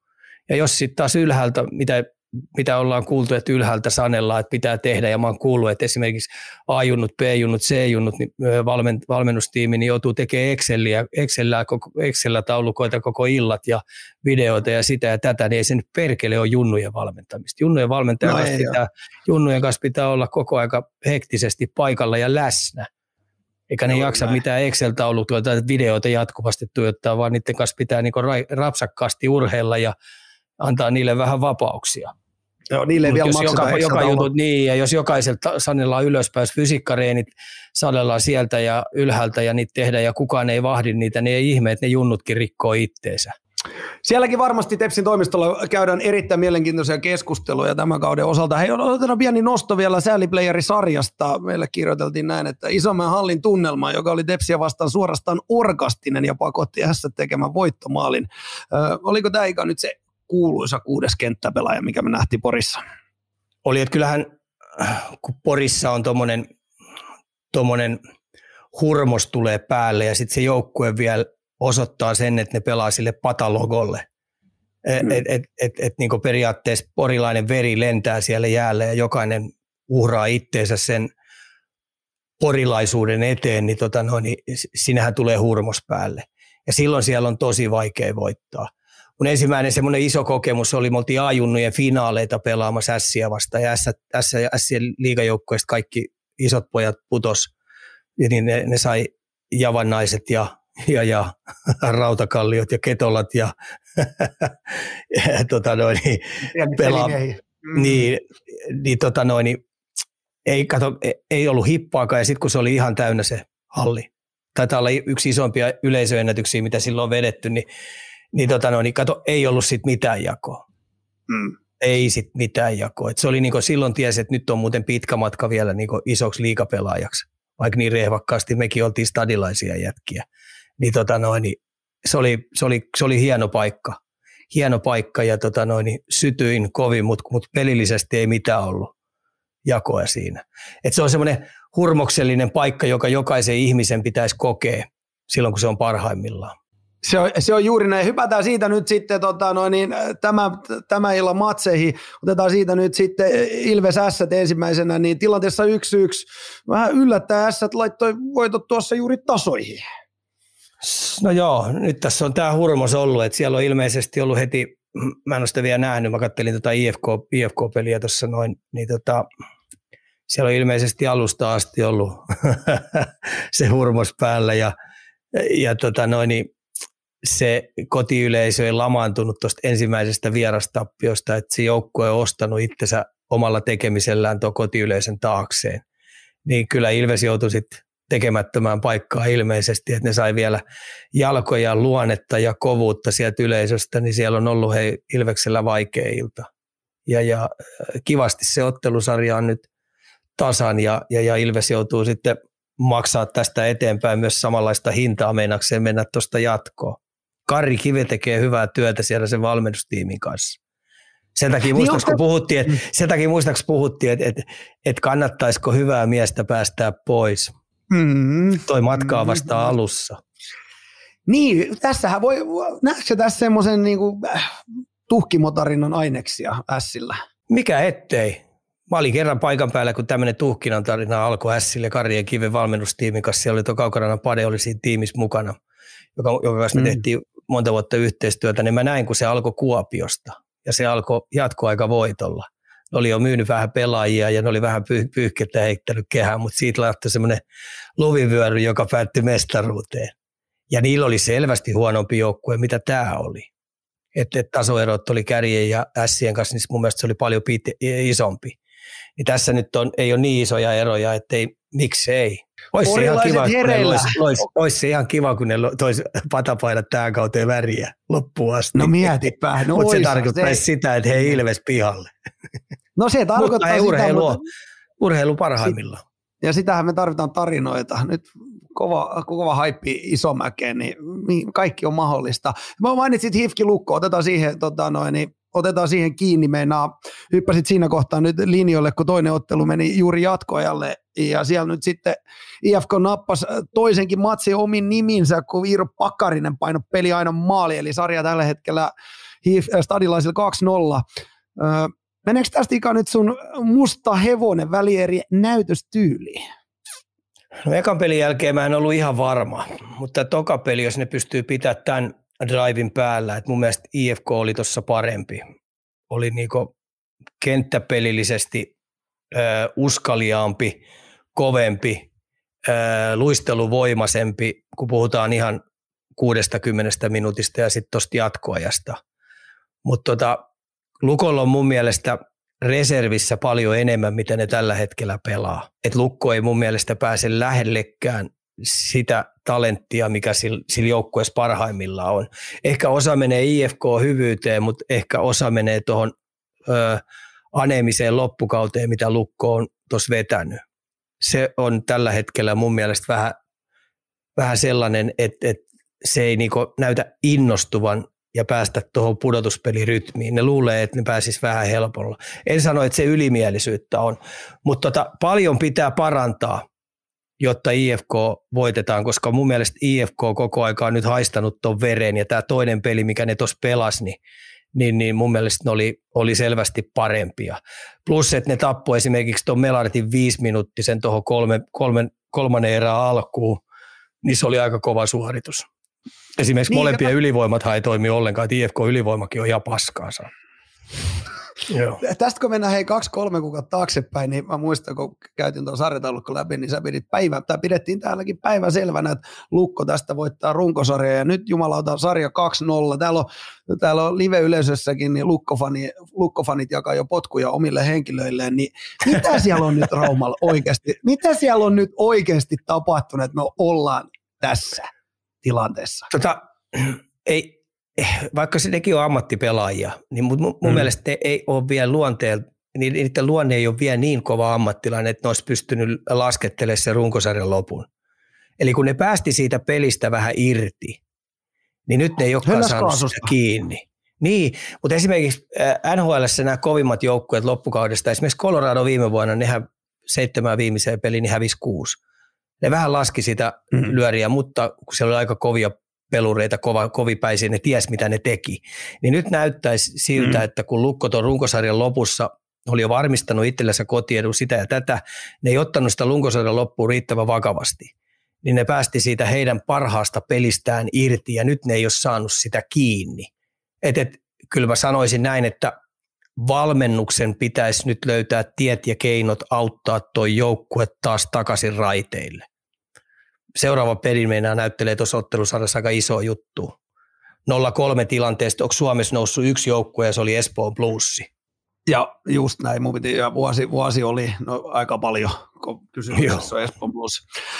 Ja jos sitten taas ylhäältä, mitä ollaan kuultu, että ylhäältä sanellaan, että pitää tehdä, ja mä oon kuullut, että esimerkiksi A-junnut, B-junnut, C-junnut, niin valmennustiimi niin joutuu tekemään Excel-taulukoita koko illat ja videoita ja sitä ja tätä, niin ei se nyt perkele ole junnujen valmentamista. Junnujen kanssa pitää olla koko aika hektisesti paikalla ja läsnä. Eikä ne jaksa mitään Excel-taulukoita tai videoita jatkuvasti tuijottaa, vaan niiden kanssa pitää niinku rapsakkaasti urheilla ja antaa niille vähän vapauksia. Joo, niille ei vielä makseta joka jutut, niin, ja jos jokaiselta sanellaan ylöspäin, fysiikkareenit sanellaan sieltä ja ylhäältä ja niitä tehdään ja kukaan ei vahdi niitä, niin ei ihme, että ne junnutkin rikkoo itteensä. Sielläkin varmasti Tepsin toimistolla käydään erittäin mielenkiintoisia keskusteluja tämän kauden osalta. Hei, otetaan pieni nosto vielä Sääliplayeri-sarjasta. Meille kirjoiteltiin näin, että Isomäen hallin tunnelma, joka oli Tepsiä vastaan suorastaan orgastinen ja pakotti Ässät tekemään voittomaalin. Oliko tämä Ika nyt se kuuluisa 6. kenttäpelaaja, mikä me nähtiin Porissa? Oli, että kyllähän kun Porissa on tommonen hurmos tulee päälle ja sitten se joukkue vielä osoittaa sen, että ne pelaa sille patalogolle. Et niinku periaatteessa porilainen veri lentää siellä jäällä ja jokainen uhraa itteensä sen porilaisuuden eteen, niin, niin sinähän tulee hurmos päälle. Ja silloin siellä on tosi vaikea voittaa. Mun ensimmäinen semmoinen iso kokemus oli, me oltiin A-junnujen finaaleita pelaamassa Ässiä vastaan, ja Ässien liigajoukkueesta kaikki isot pojat putos, ja niin ne sai javannaiset ja rautakalliot ja ketolat ja pelaa. Ei ollut hippaakaan, ja sitten kun se oli ihan täynnä se halli, taitaa olla yksi isompia yleisöennätyksiä, mitä silloin on vedetty, niin ei ollut sit mitään jakoa. Ei sit mitään jakoa. Et se oli niinku, silloin tiesi, että nyt on muuten pitkä matka vielä niinku isoksi liigapelaajaksi, vaikka niin rehvakkaasti mekin oltiin stadilaisia jätkiä. Niin, se oli hieno paikka. Hieno paikka ja sytyin kovin, mutta pelillisesti ei mitään ollut jakoa siinä. Et se on semmoinen hurmoksellinen paikka, joka jokaisen ihmisen pitäisi kokea silloin, kun se on parhaimmillaan. Se on juuri näin. Hypätään siitä nyt sitten tämä illan matseihin. Otetaan siitä nyt sitten Ilves Ässät ensimmäisenä, niin tilanteessa 1-1. Vähän yllättää Ässät laittoi voitot tuossa juuri tasoihin. No joo, nyt tässä on tämä hurmos ollut, että siellä on ilmeisesti ollut heti, mä en ole sitä vielä nähnyt, mä kattelin IFK-peliä tuossa noin, niin siellä on ilmeisesti alusta asti ollut se hurmos päällä ja niin se kotiyleisö ei lamaantunut tuosta ensimmäisestä vierastappiosta, että se joukkue on ostanut itsensä omalla tekemisellään tuon kotiyleisön taakseen. Niin kyllä Ilves joutui sitten tekemättömään paikkaa ilmeisesti, että ne sai vielä jalkoja, luonnetta ja kovuutta sieltä yleisöstä, niin siellä on ollut Ilveksellä vaikea ilta. Ja kivasti se ottelusarja on nyt tasan ja Ilves joutuu sitten maksaa tästä eteenpäin myös samanlaista hintaa meinakseen mennä tuosta jatkoon. Kari Kive tekee hyvää työtä siellä sen valmennustiimin kanssa. Sen takia muistaakseni puhuttiin, että kannattaisiko hyvää miestä päästää pois. Toi matkaa vasta alussa. Niin, tässähän näetkö tässä semmoisen niinku tuhkimotarinnan aineksia Ässillä? Mikä ettei? Mä olin kerran paikan päällä, kun tämmöinen tuhkinan tarina alkoi Ässille Kari ja Kiven valmennustiimin kanssa. Siellä oli tuo Kaukaranan Pade oli siinä tiimissä mukana, joka kanssa me tehtiin monta vuotta yhteistyötä. Niin mä näin, kun se alkoi Kuopiosta ja se alkoi jatkoaikavoitolla. Ne oli jo myynyt vähän pelaajia ja ne oli vähän pyyhkettä heittänyt kehään, mutta siitä lähti semmoinen luvivyöry, joka päättyi mestaruuteen. Ja niillä oli selvästi huonompi joukkue, mitä tämä oli. Että tasoerot oli Kärjen ja Ässien kanssa, niin mun mielestä se oli paljon isompi. Niin tässä nyt ei ole niin isoja eroja, että miksei. Olisi se ihan kiva, kun ne toisi patapainat tähän kauteen väriä loppuun asti. No mietipä. No mutta se tarkoittaisi sitä, että hei Ilves pihalle. No se tarkoittaa sitä. Urheilu parhaimmillaan. Ja sitähän me tarvitaan tarinoita. Nyt kova haippi Isomäkeen, niin kaikki on mahdollista. Mä mainitsit HIFK Lukko, otetaan siihen kiinni. Meinaa hyppäsit siinä kohtaa nyt linjoille, kun toinen ottelu meni juuri jatkoajalle. Ja siellä nyt sitten IFK nappasi toisenkin matsin omin niminsä, kun Iiro Pakarinen painoi peli aina maali. Eli sarja tällä hetkellä stadilaisilla 2-0. Meneekö tästä Ika nyt sun musta hevonen välieri näytöstyyliin? No ekan pelin jälkeen mä en ollut ihan varma, mutta toka peli, jos ne pystyy pitämään tämän driven päällä, että mun mielestä IFK oli tuossa parempi. Oli niinku kenttäpelillisesti uskaliaampi, kovempi, luisteluvoimaisempi, kun puhutaan ihan 60 minuutista ja sitten tuosta jatkoajasta. Mutta Lukolla on mun mielestä reservissä paljon enemmän, mitä ne tällä hetkellä pelaa. Et Lukko ei mun mielestä pääse lähellekään sitä talenttia, mikä sillä joukkueessa parhaimmillaan on. Ehkä osa menee IFK-hyvyyteen, mutta ehkä osa menee tuohon aneemiseen loppukauteen, mitä Lukko on tuossa vetänyt. Se on tällä hetkellä mun mielestä vähän sellainen, että se ei niinku näytä innostuvan ja päästä tuohon pudotuspelirytmiin. Ne luulee, että ne pääsisi vähän helpolla. En sano, että se ylimielisyyttä on, mutta paljon pitää parantaa, jotta IFK voitetaan, koska mun mielestä IFK koko aika on nyt haistanut ton veren, ja tämä toinen peli, mikä ne tuossa pelasi, niin mun mielestä ne oli selvästi parempia. Plus, että ne tappoi esimerkiksi tuon Melartin 5-minuuttisen tuohon kolmannen erään alkuun, niin se oli aika kova suoritus. Esimerkiksi molempia ylivoimathan ei toimi ollenkaan, että IFK-ylivoimakin on ihan paskaansa. Tästä kun mennään 2-3 kuukautta taaksepäin, niin mä muistan, kun käytin tuon sarjataulukko läpi, niin sä pidettiin täälläkin päivä selvänä, että Lukko tästä voittaa runkosarja, ja nyt jumalauta sarja 2-0. Täällä on live-yleisössäkin, niin Lukkofanit jakaa jo potkuja omille henkilöilleen, niin mitä siellä on nyt Raumalla oikeasti? Mitä siellä on nyt oikeasti tapahtunut, että me ollaan tässä tilanteessa? Vaikka nekin on ammattipelaajia, niin mun mielestä ne ei ole vielä niiden luonne ei ole vielä niin kova ammattilainen, että ne olisi pystynyt laskettelemaan sen runkosarjan lopun. Eli kun ne päästi siitä pelistä vähän irti, niin nyt ne ei olekaan saanut sitä kiinni. Niin, mutta esimerkiksi NHL:ssä nämä kovimmat joukkueet loppukaudesta, esimerkiksi Colorado viime vuonna, nehän 7 viimeiseen peliin, niin hävisi 6. Ne vähän laski sitä lyöriä, mutta kun siellä oli aika kovia pelureita, kovipäisiä, ne ties mitä ne teki. Niin nyt näyttäisi siltä, että kun Lukko tuon runkosarjan lopussa oli jo varmistanut itsellensä kotiedun sitä ja tätä, ne ei ottanut sitä runkosarjan loppuun riittävän vakavasti. Niin ne päästi siitä heidän parhaasta pelistään irti ja nyt ne ei ole saanut sitä kiinni. Kyllä mä sanoisin näin, että valmennuksen pitäisi nyt löytää tiet ja keinot auttaa tuo joukkue taas takaisin raiteille. Seuraava pelin meinaa näyttelee tuossa ottelusarjassa aika iso juttu. 0-3 tilanteesta, onko Suomessa noussut yksi joukkue ja se oli Espoon Bluesi? Ja just näin, mun piti, ja vuosi oli aika paljon, kun kysymys on Espoon Blues.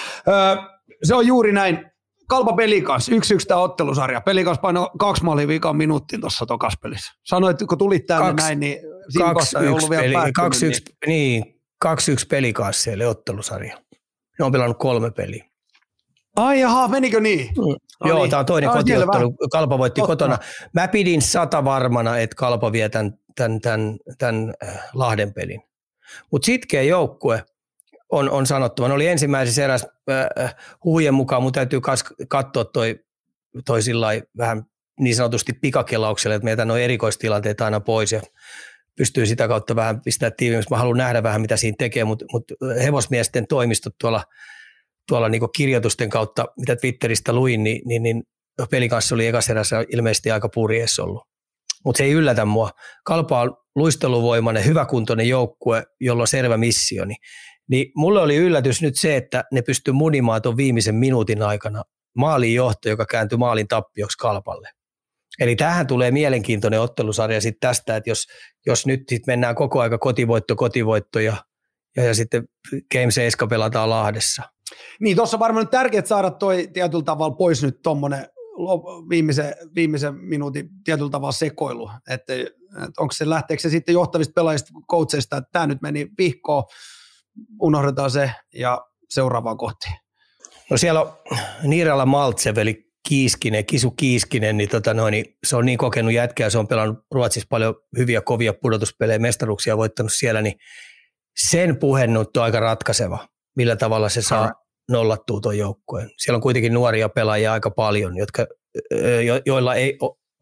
Se on juuri näin. Kalpa Pelikans, 1-1 tämä ottelusarja. Pelikans painoi 2 maalia viikaan minuuttiin tuossa tokas pelissä. Sanoit, kun tulit tänne näin, niin siinä kohtaa ei ollut vielä päättynyt. 2-1 Pelikans siellä ottelusarja. Ne on pelannut 3 peliä. Ai jaha, menikö niin? Joo, niin. Tämä on toinen kotiottelu. Kalpa voitti kotona. Mä pidin 100 varmana, että Kalpa vie tämän Lahden pelin. Mutta sitkeä joukkue on sanottava. Ne oli ensimmäisessä eräs huhujen mukaan, mutta täytyy katsoa toi sillai vähän niin sanotusti pikakelaukselle, että meiltä nuo erikoistilanteet aina pois ja pystyy sitä kautta vähän pistää tiiviimmäksi. Mä haluan nähdä vähän, mitä siinä tekee, mutta hevosmiesten toimistot tuolla niin kirjoitusten kautta, mitä Twitteristä luin, niin pelin kanssa oli ekas erässä ilmeisesti aika purjeessa ollut. Mutta se ei yllätä mua. Kalpa on luisteluvoimainen, hyväkuntoinen joukkue, jolla on selvä missio. Niin mulle oli yllätys nyt se, että ne pystyy munimaan tuon viimeisen minuutin aikana maalin johto, joka kääntyi maalin tappioksi Kalpalle. Eli tähän tulee mielenkiintoinen ottelusarja sitten tästä, että jos nyt sit mennään koko aika kotivoitto ja sitten Game 7 pelataan Lahdessa. Niin, tuossa on varmaan tärkeää saada toi tietyllä tavalla pois nyt tuommoinen viimeisen minuutin tietyllä tavalla sekoilu, että onko se, lähteekö se sitten johtavista pelaajista, coacheista, että tämä nyt meni vihkoon, unohdetaan se ja seuraavaan kohtiin. No siellä on Niirala Maltsev, eli Kisu Kiiskinen, niin, se on niin kokenut jätkä ja se on pelannut Ruotsissa paljon hyviä kovia pudotuspelejä, mestaruuksia voittanut siellä, niin sen puhennut on aika ratkaiseva, millä tavalla se saa nollattua tuon joukkueen. Siellä on kuitenkin nuoria pelaajia aika paljon, joilla ei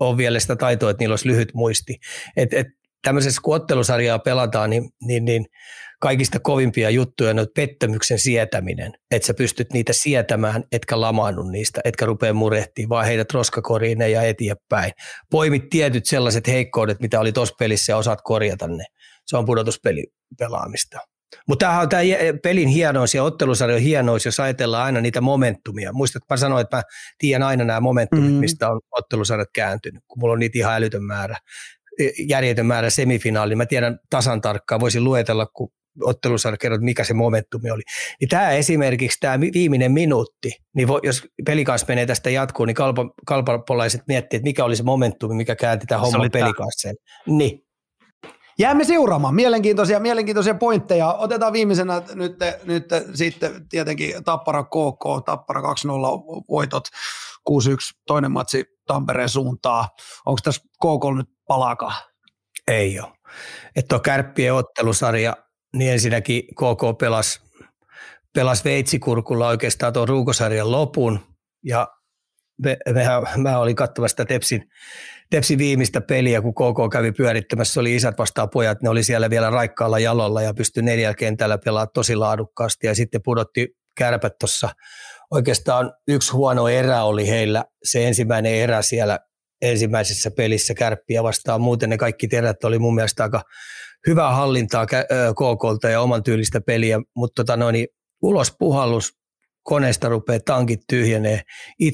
ole vielä sitä taitoa, että niillä olisi lyhyt muisti. Tämmöisessä kun ottelusarjaa pelataan, niin kaikista kovimpia juttuja on pettymyksen sietäminen, että sä pystyt niitä sietämään, etkä lamaannu niistä, etkä rupea murehtimaan, vaan heidät roskakoriin ja eteenpäin. Poimit tietyt sellaiset heikkoudet, mitä oli tuossa pelissä ja osaat korjata ne. Se on pudotuspelipelaamista. Mutta tämähän on tämä pelin hienous ja ottelusarjan hienous, jos ajatellaan aina niitä momentumia. Muistatko, mä sanoin, että mä tiedän aina nämä momentumit, mistä on ottelusarjat kääntynyt, kun mulla on niitä ihan älytön määrä, järjetön määrä semifinaali. Mä tiedän tasan tarkkaan, voisin luetella, kun ottelusarja kerrot, mikä se momentumi oli. Niin tämä esimerkiksi, tämä viimeinen minuutti, niin jos peli kanssa menee tästä jatkuu, niin kalpalaiset miettii, että mikä oli se momentumi, mikä käänti tämän homman peli kanssa. Niin. Jäämme seuraamaan. Mielenkiintoisia pointteja. Otetaan viimeisenä nyt sitten tietenkin Tappara KK, Tappara 2-0 voitot, 6-1 toinen matsi Tampereen suuntaan. Onko tässä KK nyt palaakaan? Ei ole. Että on Kärppien ottelusarja, niin ensinnäkin KK pelasi veitsikurkulla oikeastaan tuon ruukosarjan lopun, ja mä olin katsomassa sitä Tepsin viimeistä peliä, kun KK kävi pyörittämässä, se oli isät vastaan pojat, ne oli siellä vielä raikkaalla jalolla ja pystyi 4 kentällä pelaamaan tosi laadukkaasti, ja sitten pudotti Kärpät tuossa. Oikeastaan yksi huono erä oli heillä, se ensimmäinen erä siellä ensimmäisessä pelissä Kärppiä vastaan, muuten ne kaikki terät oli mun mielestä aika hyvää hallintaa KK:lta ja oman tyylistä peliä, mutta ulos puhallus, koneesta rupeaa tankit tyhjenee,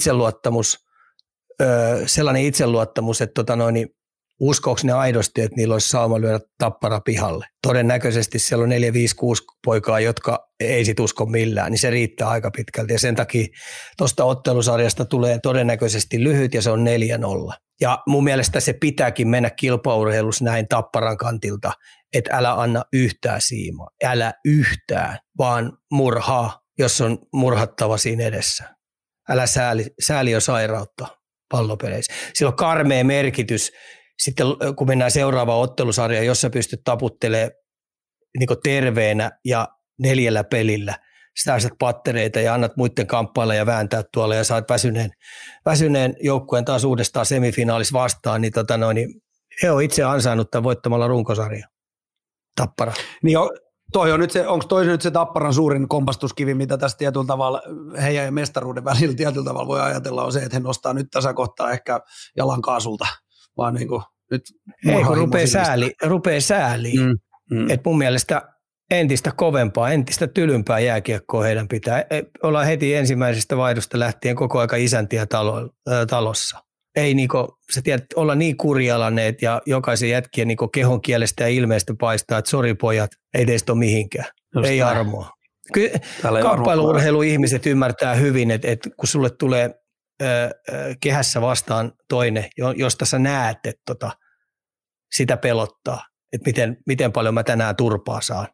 sellainen itseluottamus, että uskoako ne aidosti, että niillä olisi sauma lyödä Tappara pihalle. Todennäköisesti siellä on 4, 5, 6 poikaa, jotka ei sit usko millään, niin se riittää aika pitkälti. Ja sen takia tuosta ottelusarjasta tulee todennäköisesti lyhyt ja se on 4-0. Ja mun mielestä se pitääkin mennä kilpaurheilussa näin Tapparan kantilta, että älä anna yhtään siimaa. Älä yhtään, vaan murhaa, jos on murhattava siinä edessä. Älä sääli jo sairautta pallopeleissä. Sillä on karmea merkitys. Sitten kun mennään seuraavaan ottelusarjaan, jos sä pystyt taputtelemaan niin terveenä ja 4 pelillä, säästät pattereita ja annat muiden kamppailla ja vääntää tuolla ja saat väsyneen joukkueen taas uudestaan semifinaalissa vastaan, niin, he on itse ansainnut tämän voittamalla runkosarjaa. Tappara. Niin onko toi nyt se Tapparan suurin kompastuskivi, mitä tässä tietyllä tavalla heidän ja mestaruuden välillä tietyllä tavalla voi ajatella, on se, että he nostaa nyt tässä kohtaa ehkä jalan kaasulta, vaan niin kuin nyt ei, kun rupeaa sääliin. Että mun mielestä entistä kovempaa, entistä tylympää jääkiekkoa heidän pitää. Olla heti ensimmäisestä vaihdosta lähtien koko aika isäntiä talossa. Ei sä tiedät, olla niin kurialaneet ja jokaisen jätkien kehon kielestä ja ilmeestä paistaa, että sori pojat, ei teistä ole mihinkään. Just ei näin. Armoa. Kamppailu-urheilu-ihmiset ymmärtää hyvin, että kun sulle tulee kehässä vastaan toinen, josta sä näet, että sitä pelottaa, että miten paljon mä tänään turpaa saan.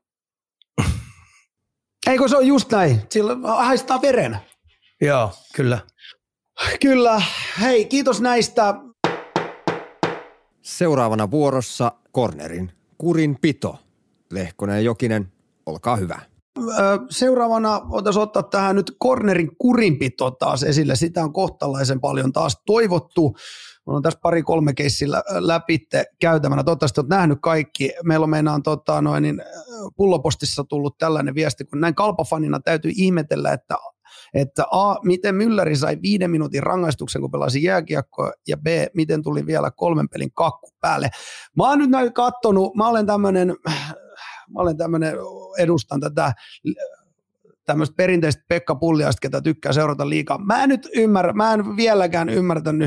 Eikö se on just näin? Sillä haistaa veren. Joo, kyllä. Kyllä. Hei, kiitos näistä. Seuraavana vuorossa Cornerin kurinpito. Lehkonen ja Jokinen, olkaa hyvä. Seuraavana voitaisiin ottaa tähän nyt Cornerin kurinpito taas esille. Sitä on kohtalaisen paljon taas toivottu. Meillä on tässä 2-3 keissiä läpi käytävänä. Toivottavasti olet nähnyt kaikki. Meillä on pullopostissa tullut tällainen viesti, kun näin Kalpa-fanina täytyy ihmetellä, että A, miten Mylläri sai 5 minuutin rangaistuksen, kun pelasi jääkiekkoa, ja B, miten tuli vielä 3 pelin kakku päälle. Mä oon nyt näin kattonut, mä olen tämmönen, edustan tätä tämmöistä perinteistä Pekka Pulliaista, ketä tykkää seurata liikaa. Mä en vieläkään ymmärtänyt,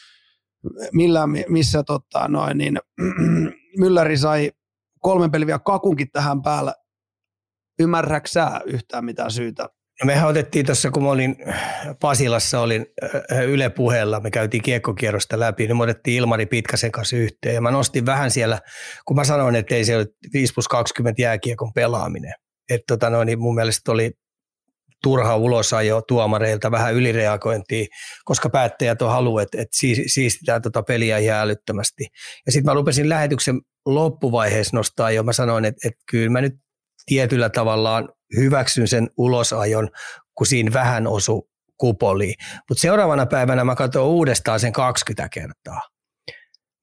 missä Mylläri sai 3 peliä vielä kakunkin tähän päällä. Ymmärrätkö sä yhtään mitään syytä? Mehän otettiin tuossa, kun mä olin Pasilassa, olin Yle Puheella, me käytiin kiekkokierrosta läpi, niin me otettiin Ilmari Pitkäsen kanssa yhteen. Ja mä nostin vähän siellä, kun mä sanoin, että ei se ole 5+20 jääkiekon pelaaminen. Että mun mielestä oli turha ulosajo tuomareilta, vähän ylireagointia, koska päättäjät on halunnut, että siistitään peliä ihan älyttömästi. Ja sitten mä rupesin lähetyksen loppuvaiheessa nostaa jo, mä sanoin, että kyllä mä nyt tietyllä tavallaan hyväksyn sen ulosajon, kun siinä vähän osui kupoliin. Mutta seuraavana päivänä mä katsoin uudestaan sen 20 kertaa.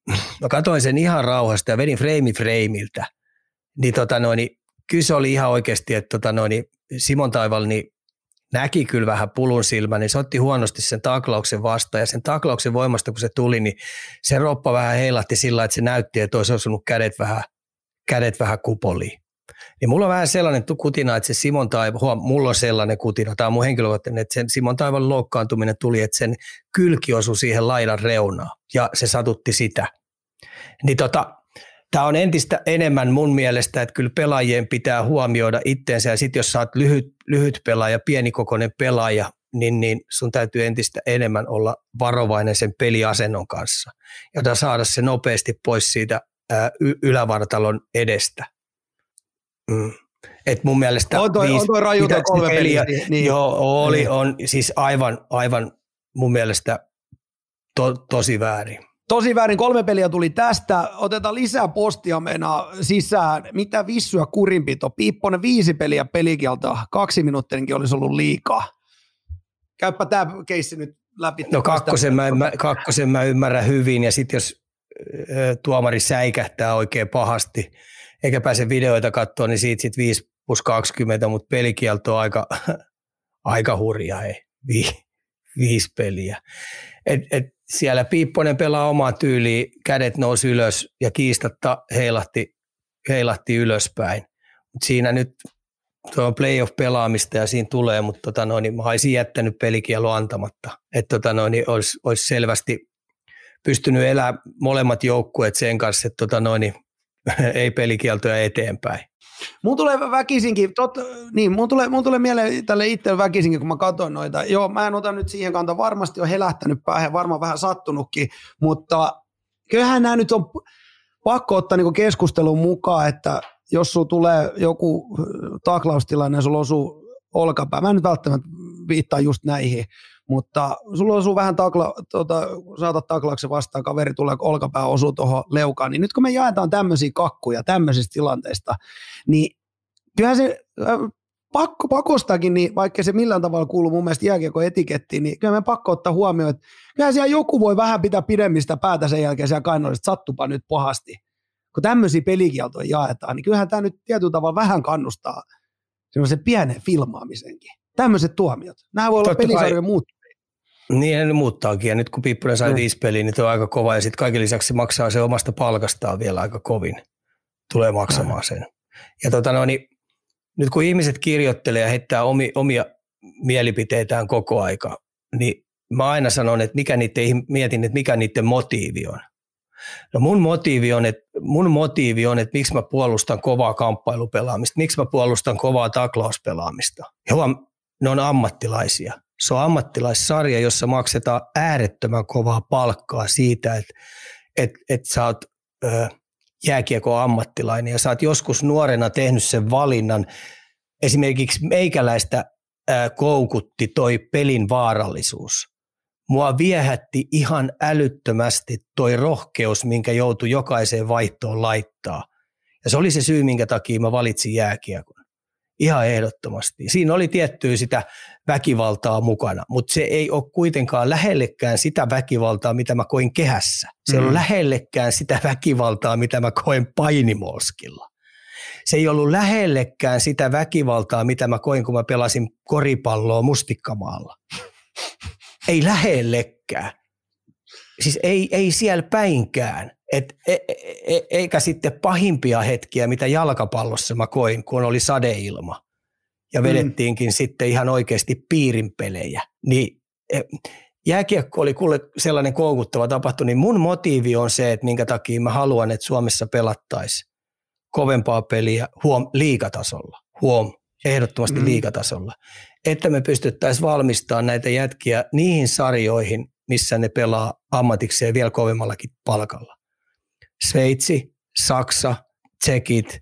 mä katsoin sen ihan rauhasta ja vedin freimiltä. Niin, kyllä se oli ihan oikeasti, että Simon Taival niin näki kyllä vähän pulun silmän, niin se otti huonosti sen taklauksen vastaan ja sen taklauksen voimasta, kun se tuli, niin se roppa vähän heilahti sillä, että se näytti, että olisi osunut kädet vähän kupoliin. Niin mulla on vähän sellainen kutina, että se Simon Taival, mulla on sellainen kutina, tämä on mun henkilökohtainen, että sen Simon Taivalin loukkaantuminen tuli, että sen kylki osui siihen laidan reunaan ja se satutti sitä. Niin tämä on entistä enemmän mun mielestä, että kyllä pelaajien pitää huomioida itteensä ja sitten jos sä oot lyhyt pelaaja, pienikokoinen pelaaja, niin sun täytyy entistä enemmän olla varovainen sen peliasennon kanssa, jota saada se nopeasti pois siitä ylävartalon edestä. Et mun mielestä on toi rajuuta 3 peliä. Niin. Joo, on siis aivan mun mielestä tosi väärin. Tosi väärin, 3 peliä tuli tästä. Otetaan lisää postia meinaa sisään. Mitä vissuja kurinpito? Piipponen 5 peliä pelikieltoa. 2 minuuttiinkin olisi ollut liikaa. Käypä tämä keissi nyt läpi. No kakkosen mä ymmärrän hyvin ja sitten jos tuomari säikähtää oikein pahasti eikä pääse videoita katsoa, niin siitä sitten 5+20, mutta pelikielto on aika hurja. 5 peliä. Siellä Piipponen pelaa omaa tyyliin, kädet nousi ylös ja kiistatta heilahti ylöspäin. Mut siinä nyt tuo on playoff-pelaamista ja siinä tulee, mutta mä olisin jättänyt pelikielon antamatta. Että olisi selvästi pystynyt elämään molemmat joukkueet sen kanssa, että ei pelikieltoja eteenpäin. Mun tulee väkisinkin, mun tulee mieleen tälle itselle väkisinkin, kun mä katson noita. Joo, mä en ota nyt siihen kantaa, varmasti on helähtänyt päähän, varmaan vähän sattunutkin, mutta kyllähän nämä nyt on pakko ottaa niinku keskustelun mukaan, että jos sulla tulee joku taklaustilanne ja sulla osuu olkapää, mä en nyt välttämättä viittaa just näihin, mutta sulla osuu vähän saatat taklauksen vastaan, kaveri tulee olkapää osuu tuohon leukaan, niin nyt kun me jaetaan tämmöisiä kakkuja tämmöisistä tilanteista, niin kyllähän se pakostakin, niin vaikka se millään tavalla kuuluu mun mielestä jääkiekon etikettiin, niin kyllä me pakko ottaa huomioon, että kyllähän siellä joku voi vähän pitää pidemmistä päätä sen jälkeen siellä kainalossa, sattupa nyt pahasti. Kun tämmöisiä pelikieltoja jaetaan, niin kyllähän tämä nyt tietyllä tavalla vähän kannustaa semmoisen pienen filmaamisenkin. Tämmöiset tuomiot. Nämä voi olla pelisarjoja muuttua. Niin, ne muuttaakin. Ja nyt kun Piipponen sai 5 peliä, niin se on aika kova. Ja sitten kaiken lisäksi se maksaa se omasta palkastaan vielä aika kovin. Tulee maksamaan sen. Ja nyt kun ihmiset kirjoittelee ja heittää omia mielipiteitään koko aika, niin mä aina sanon, että mietin, että mikä niiden motiivi on. No mun motiivi on, että miksi mä puolustan kovaa kamppailupelaamista, miksi mä puolustan kovaa taklauspelaamista. Ja ne on ammattilaisia. Se on ammattilaissarja, jossa maksetaan äärettömän kovaa palkkaa siitä, että sä oot jääkiekon ammattilainen ja sä oot joskus nuorena tehnyt sen valinnan. Esimerkiksi meikäläistä koukutti toi pelin vaarallisuus. Mua viehätti ihan älyttömästi toi rohkeus, minkä joutui jokaiseen vaihtoon laittaa. Ja se oli se syy, minkä takia mä valitsin jääkiekon. Ihan ehdottomasti. Siinä oli tiettyä sitä väkivaltaa mukana, mutta se ei ole kuitenkaan lähellekään sitä väkivaltaa, mitä mä koin kehässä. Se ei ollut lähellekään sitä väkivaltaa, mitä mä koin painimolskilla. Se ei ollut lähellekään sitä väkivaltaa, mitä mä koin, kun mä pelasin koripalloa Mustikkamaalla. Ei lähellekään. Siis ei siellä päinkään. Eikä sitten pahimpia hetkiä, mitä jalkapallossa mä koin, kun oli sadeilma. Ja vedettiinkin sitten ihan oikeasti piirinpelejä. Niin jääkiekko oli kuule sellainen koukuttava tapahtuma, niin mun motiivi on se, että minkä takia mä haluan, että Suomessa pelattaisiin kovempaa peliä liigatasolla. Ehdottomasti liigatasolla. Että me pystyttäisiin valmistamaan näitä jätkiä niihin sarjoihin, missä ne pelaa ammatikseen vielä kovemmallakin palkalla. Sveitsi, Saksa, Tsekit,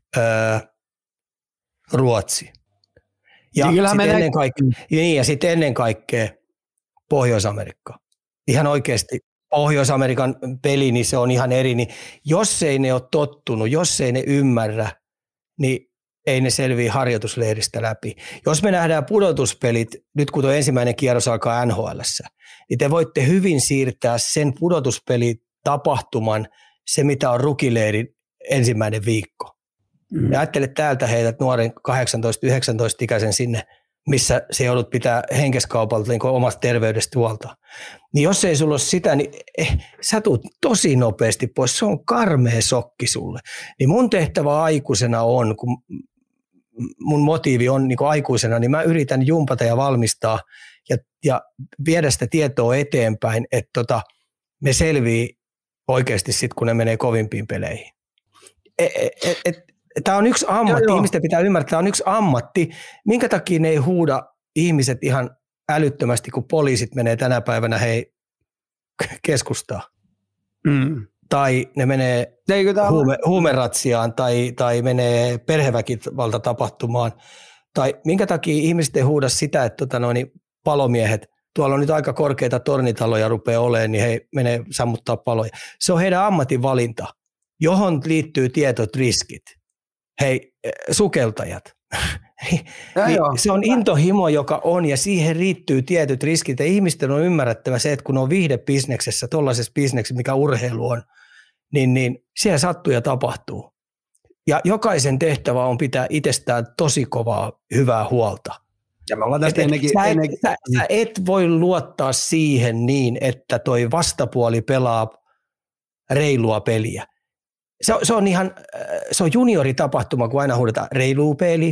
Ruotsi. Ja sitten ennen kaikkea Pohjois-Amerikka. Ihan oikeasti Pohjois-Amerikan peli, niin se on ihan eri. Niin jos ei ne ole tottunut, jos ei ne ymmärrä, niin ei ne selviä harjoituslehdistä läpi. Jos me nähdään pudotuspelit, nyt kun tuo ensimmäinen kierros alkaa NHL:ssä, niin te voitte hyvin siirtää sen pudotuspelitapahtuman se, mitä on rukileirin ensimmäinen viikko. Ja ajattele täältä heidät nuoren 18-19-ikäisen sinne, missä se joudut pitää henkeskaupalta niin omasta terveydestä huolta. Niin jos ei sulla ole sitä, niin sä tulet tosi nopeasti pois. Se on karmea sokki sulle. Niin mun tehtävä aikuisena on, kun mun motiivi on niin aikuisena, niin mä yritän jumpata ja valmistaa ja viedä sitä tietoa eteenpäin, että me selvii oikeasti sitten, kun ne menee kovimpiin peleihin. Tämä on yksi ammatti, ihmisten pitää ymmärtää, tämä on yksi ammatti. Minkä takia ne ei huuda ihmiset ihan älyttömästi, kun poliisit menee tänä päivänä keskustaan? Tai ne menee huumeratsiaan tai menee perheväkivaltatapahtumaan. Tai minkä takia ihmiset ei huuda sitä, että palomiehet, tuolla on nyt aika korkeita tornitaloja rupeaa olemaan, niin he menee sammuttaa paloja. Se on heidän ammatinvalinta, johon liittyy tietot riskit. Hei, sukeltajat. Se on intohimo, joka on, ja siihen liittyy tietyt riskit, ja ihmisten on ymmärrettävä se, että kun on viihdebisneksessä, tuollaisessa bisneksessä, mikä urheilu on, niin siellä sattuu ja tapahtuu. Ja jokaisen tehtävä on pitää itsestään tosi kovaa, hyvää huolta. Ja me ollaan tästä sä et voi luottaa siihen niin, että toi vastapuoli pelaa reilua peliä. Se on junioritapahtuma, kun aina huudetaan reiluu peli,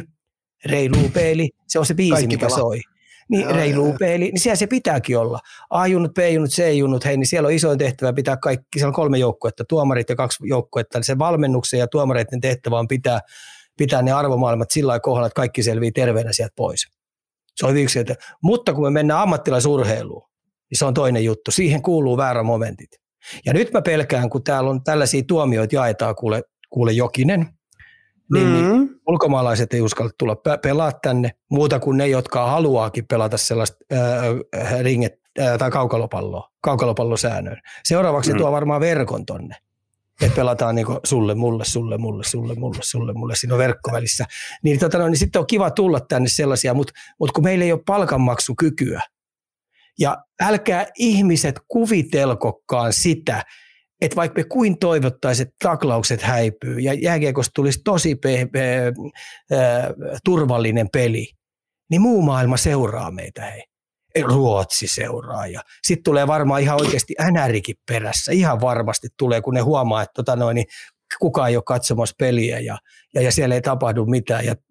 se on se biisi, kaikki mikä soi. Niin reiluu peli, niin siellä se pitääkin olla. A-junnut, B-junnut, C-junnut, hei, niin siellä on isoin tehtävä pitää kaikki, siellä on 3 joukkuetta, tuomarit ja 2 joukkuetta, niin se valmennuksen ja tuomareiden tehtävä on pitää ne arvomaailmat sillä lailla kohdalla, että kaikki selvii terveenä sieltä pois. Se on yksi, mutta kun me mennään ammattilaisurheiluun, niin se on toinen juttu. Siihen kuuluu väärä momentit. Ja nyt mä pelkään, kun täällä on tällaisia tuomioita jaetaan, kuule Jokinen, niin ulkomaalaiset ei uskalla tulla pelaa tänne, muuta kuin ne, jotka haluaakin pelata sellaista tai kaukalopallosäännöön. Seuraavaksi tuo varmaan verkon tonne, että pelataan niin sulle, mulle, siinä on verkko välissä. Niin sitten on kiva tulla tänne sellaisia, mutta kun meillä ei ole palkanmaksukykyä, ja älkää ihmiset kuvitelkokaan sitä, että vaikka me kuin toivottaisiin, että taklaukset häipyy ja jääkiekosta tulisi tosi turvallinen peli, niin muu maailma seuraa meitä. Hei. Ruotsi seuraa ja sitten tulee varmaan ihan oikeasti NRikin perässä. Ihan varmasti tulee, kun ne huomaa, että kukaan ei ole katsomassa peliä ja siellä ei tapahdu mitään ja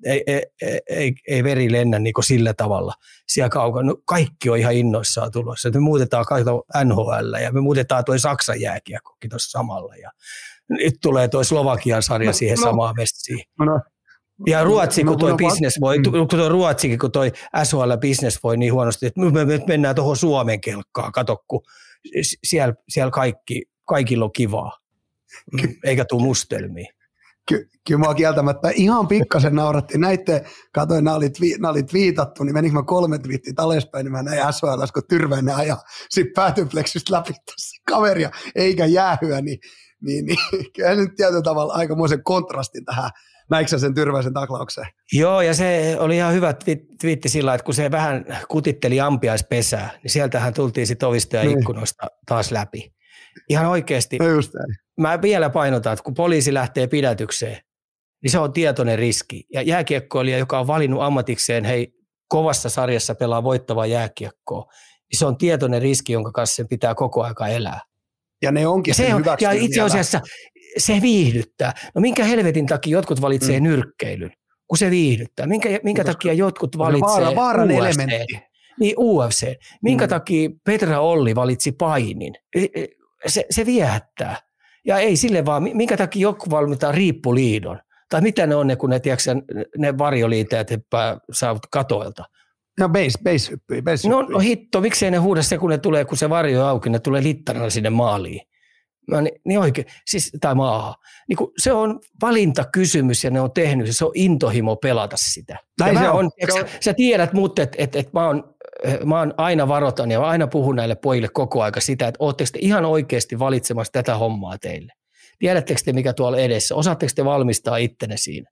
ei veri lennä niin kuin sillä tavalla siellä kaukana. No, kaikki on ihan innoissaan tulossa. Me muutetaan NHL ja me muutetaan toi Saksan jääkiekkokin tuossa samalla ja nyt tulee toi Slovakian sarja siihen samaan messiin. Ja Ruotsi, kun toi business voi, Ruotsikin, kun toi SHL business voi niin huonosti, että me mennään tuohon Suomen kelkkaan, kato, kun siellä kaikilla on kivaa. Eikä tule mustelmiin. Kyllä mua kieltämättä ihan pikkasen nauratti. Katoin, nämä oli twiitattu, niin menikö mä 3 twiittiä alaspäin, niin mä näin SHL:ssä, kun Tyrväinen ajaa sitten päätyplexistä läpi tässä kaveria, eikä jäähyä, niin kyllä nyt tietyllä tavalla aikamoisen kontrastin tähän. Näikö sä sen Tyrväisen taklaukseen? Joo, ja se oli ihan hyvä twiitti sillä, että kun se vähän kutitteli ampiaispesää, niin sieltähän tultiin sitten ovista ja ikkunoista taas läpi. Ihan oikeasti. Mä vielä painotan, että kun poliisi lähtee pidätykseen, niin se on tietoinen riski. Ja jääkiekkoilija, joka on valinnut ammatikseen, kovassa sarjassa pelaa voittavaa jääkiekkoa, niin se on tietoinen riski, jonka kanssa sen pitää koko aika elää. Ja ne onkin sen hyväksynyt. Ja itse asiassa se viihdyttää. No minkä helvetin takia jotkut valitsee nyrkkeilyn, kun se viihdyttää? Minkä takia jotkut valitsee vaaran elementti. Niin UFC. Minkä takia Petra Olli valitsi painin? Se viehättää. Ja ei sille vaan, minkä takia joku valmitaa riippuliidon. Tai mitä ne on ne, kun ne varjoliiteet saavat katoilta. No base hyppyy. No hitto, miksei ne huuda se, kun ne tulee, kun se varjo auki, ne tulee littaralla sinne maaliin. No, niin oikein, siis, tai maahan. Niin se on valintakysymys ja ne on tehnyt, se on intohimo pelata sitä. Sä tiedät mut, että mä oon aina varoitan ja aina puhun näille pojille koko aika sitä, että ootteko te ihan oikeasti valitsemassa tätä hommaa teille. Tiedättekö te, mikä tuolla edessä? Osaatteko te valmistaa ittenne siinä?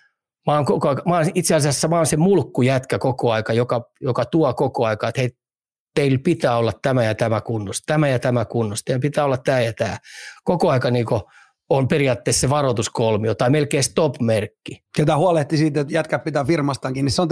Itse asiassa mä oon se mulkkujätkä koko aika, joka tuo koko aika, että hei, teillä pitää olla tämä ja tämä kunnossa, teillä pitää olla tämä ja tämä. Koko aika niin on periaatteessa se varoituskolmio tai melkein stop-merkki. Ketä huolehti siitä, että jätkät pitää firmastankin, niin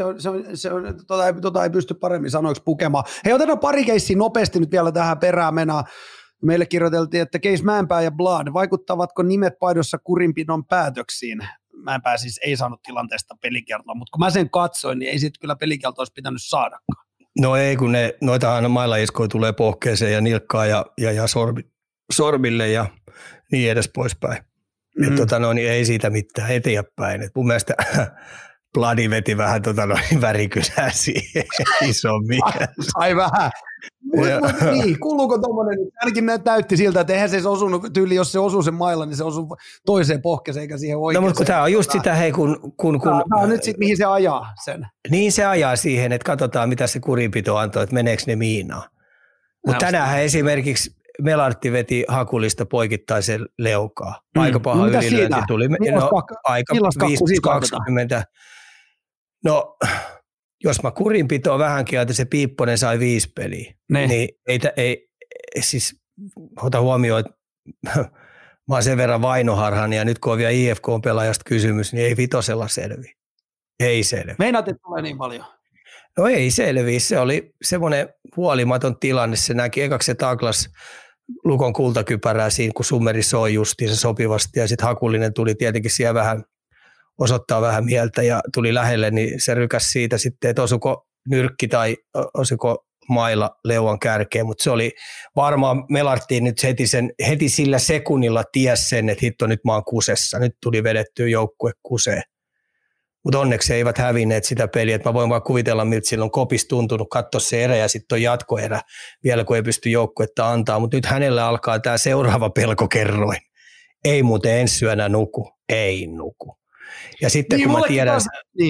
tota ei pysty paremmin sanoiksi pukemaan. Hei, otetaan pari keissiä nopeasti nyt vielä tähän perään mennään. Meille kirjoiteltiin, että Case Mäenpää ja Blood, vaikuttavatko nimet paidossa kurinpidon päätöksiin? Mäenpää siis ei saanut tilanteesta pelikieltoa, mutta kun mä sen katsoin, niin ei sitten kyllä pelikieltoa olisi pitänyt saadakaan. No ei, kun noitahan mailaiskoja tulee pohkeeseen ja nilkkaan ja sormille ja niin edes poispäin. Niin ei siitä mitään eteenpäin. Et mun mielestä Bloody veti vähän värikysää siihen isommin. Ai vähän. Niin, kuuluuko tommonen? Ainakin näytti siltä, että eihän se osunut tyyli, jos se osuu sen mailla, niin se osuu toiseen pohkeeseen eikä siihen oikeaan. No mutta kun tämä on just sitä, hei kun tämä on nyt sitten, mihin se ajaa sen. Niin se ajaa siihen, että katsotaan, mitä se kurinpito antoi, että meneekö ne miinaan. Mutta tänäänhän esimerkiksi Melartti veti Hakulista poikittaisen leukaa. Aika paha ylilyönti tuli. Aika 15-20. No, jos mä kurinpitoa vähänkin, että se Piipponen sai 5 peliä, niin ei siis ota huomioon, että mä oon sen verran vainoharhan ja nyt kun on vielä IFK-pelaajasta kysymys, niin ei vitosella selviä. Ei selviä. Meinaat, että tulee niin paljon? No ei selviä. Se oli semmoinen huolimaton tilanne. Se näki ekaksi se taklas Lukon kultakypärää siinä, kun Summeri soi justiinsa sopivasti ja sitten Hakulinen tuli tietenkin siellä vähän osoittaa vähän mieltä ja tuli lähelle, niin se rykäsi siitä sitten, että osuko nyrkki tai osuko maila leuan kärkeen, mutta se oli varmaan Melarttiin nyt heti sillä sekunnilla ties sen, että hitto nyt mä oon kusessa, nyt tuli vedettyä joukkue kuseen. Mutta onneksi eivät hävinneet sitä peliä, että mä voin vaan kuvitella, miltä silloin kopis tuntunut, katsoa se erä ja sitten on jatkoerä vielä, kun ei pysty joukkuetta antaa, mutta nyt hänellä alkaa tämä seuraava pelkokerroin. Ei muuten ensi yönä nuku, ei nuku. Ja sitten niin, kun mä tiedän,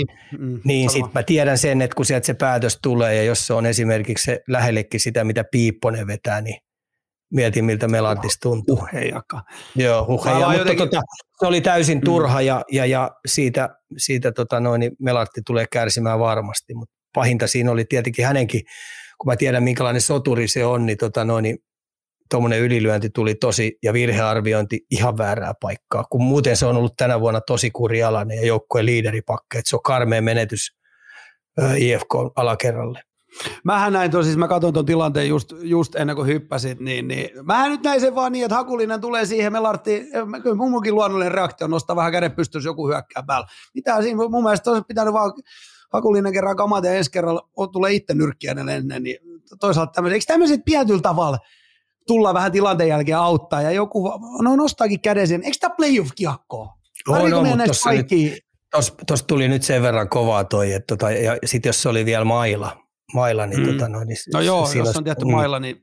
sit mä tiedän sen, että kun sieltä se päätös tulee ja jos se on esimerkiksi se lähellekin sitä, mitä Piipponen vetää, niin mietin, miltä Melartista tuntuu. Joo, mutta se oli täysin turha ja siitä Melartti tulee kärsimään varmasti, mutta pahinta siinä oli tietenkin hänenkin, kun mä tiedän minkälainen soturi se on, niin tuommoinen ylilyönti tuli ja virhearviointi ihan väärää paikkaa, kun muuten se on ollut tänä vuonna tosi kurialainen ja joukkueen liideripakke, että se on karmea menetys IFK-alakerralle. Mähän näin mä katson tuon tilanteen just ennen kuin hyppäsit, niin mähän nyt näin sen vaan niin, että Hakulinen tulee siihen, Melartti, kyllä munkin luonnollinen reaktio nostaa vähän käden pystyyn, jos joku hyökkää päällä. Mitä siinä, mun mielestä olisi pitänyt vaan Hakulinen kerran kamata ja ensi kerralla tulee itse nyrkkiä ennen, niin toisaalta tämmöiset, eikö tämmöiset tietyllä tavalla tullaan vähän tilanteen jälkeen auttaa ja joku nostaakin käden siihen, eikö tämä playoff-kiekkoa? Tuossa tuli nyt sen verran kovaa että ja sitten jos se oli vielä maila niin niin no joo, jos on tietty maila, niin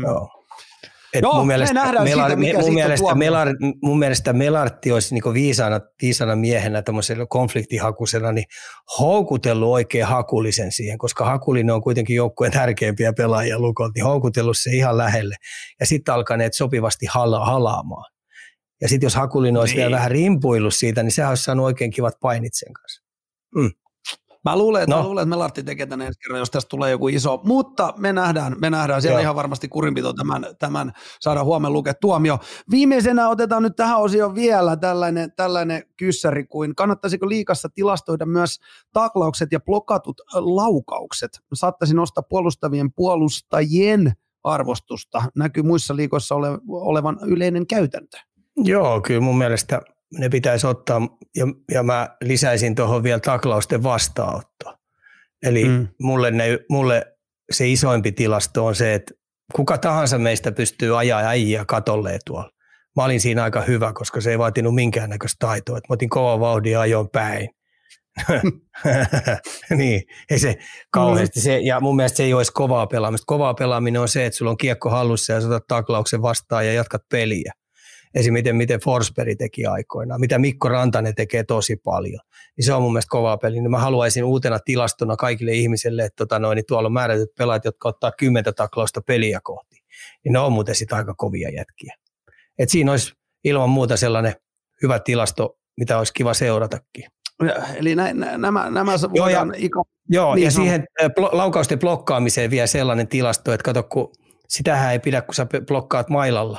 mun mielestä Melartti olisi niinku viisana miehenä tämmöisellä konfliktihakusena niin houkutellut oikein Hakulisen siihen, koska Hakulinen on kuitenkin joukkueen tärkeimpiä pelaajia Lukolta, niin houkutellut se ihan lähelle ja sitten alkaneet sopivasti halaamaan. Ja sitten jos Hakulinen olisi vielä vähän rimpuillut siitä, niin sehän olisi saanut oikein kivat painit sen kanssa. Mä luulen, että Melartti tekee tänne ensi kerran, jos tästä tulee joku iso, mutta me nähdään. Siellä ihan varmasti kurinpito tämän saadaan huomenna lukea tuomio. Viimeisenä otetaan nyt tähän osioon vielä tällainen kyssäri, kuin kannattaisiko liigassa tilastoida myös taklaukset ja blokatut laukaukset. Saattaisi nostaa puolustajien arvostusta. Näkyy muissa liigoissa olevan yleinen käytäntö. Joo, kyllä mun mielestä ne pitäisi ottaa, ja mä lisäisin tuohon vielä taklausten vastaanottoa. Eli mulle se isoimpi tilasto on se, että kuka tahansa meistä pystyy ajaa äijää katolleen tuolla. Mä olin siinä aika hyvä, koska se ei vaatinut minkäännäköistä taitoa. Mä otin kovan vauhdin ja ajoin päin. Niin, ei se kauheasti. Ja mun mielestä se ei olisi kovaa pelaamista. Kovaa pelaaminen on se, että sulla on kiekko hallussa ja sä otat taklauksen vastaan ja jatkat peliä. Esimerkiksi miten Forsberg teki aikoinaan, mitä Mikko Rantanen tekee tosi paljon. Niin se on mun mielestä kovaa peli. Niin mä haluaisin uutena tilastona kaikille ihmisille, että niin tuolla on määrätyt pelaajat, jotka ottaa 10 taklausta peliä kohti. Niin ne on muuten sitten aika kovia jätkiä. Et siinä olisi ilman muuta sellainen hyvä tilasto, mitä olisi kiva seuratakin. Eli nämä voidaan... Ja siihen laukausten blokkaamiseen vielä sellainen tilasto, että kato, kun sitähän ei pidä, kun sä blokkaat mailalla.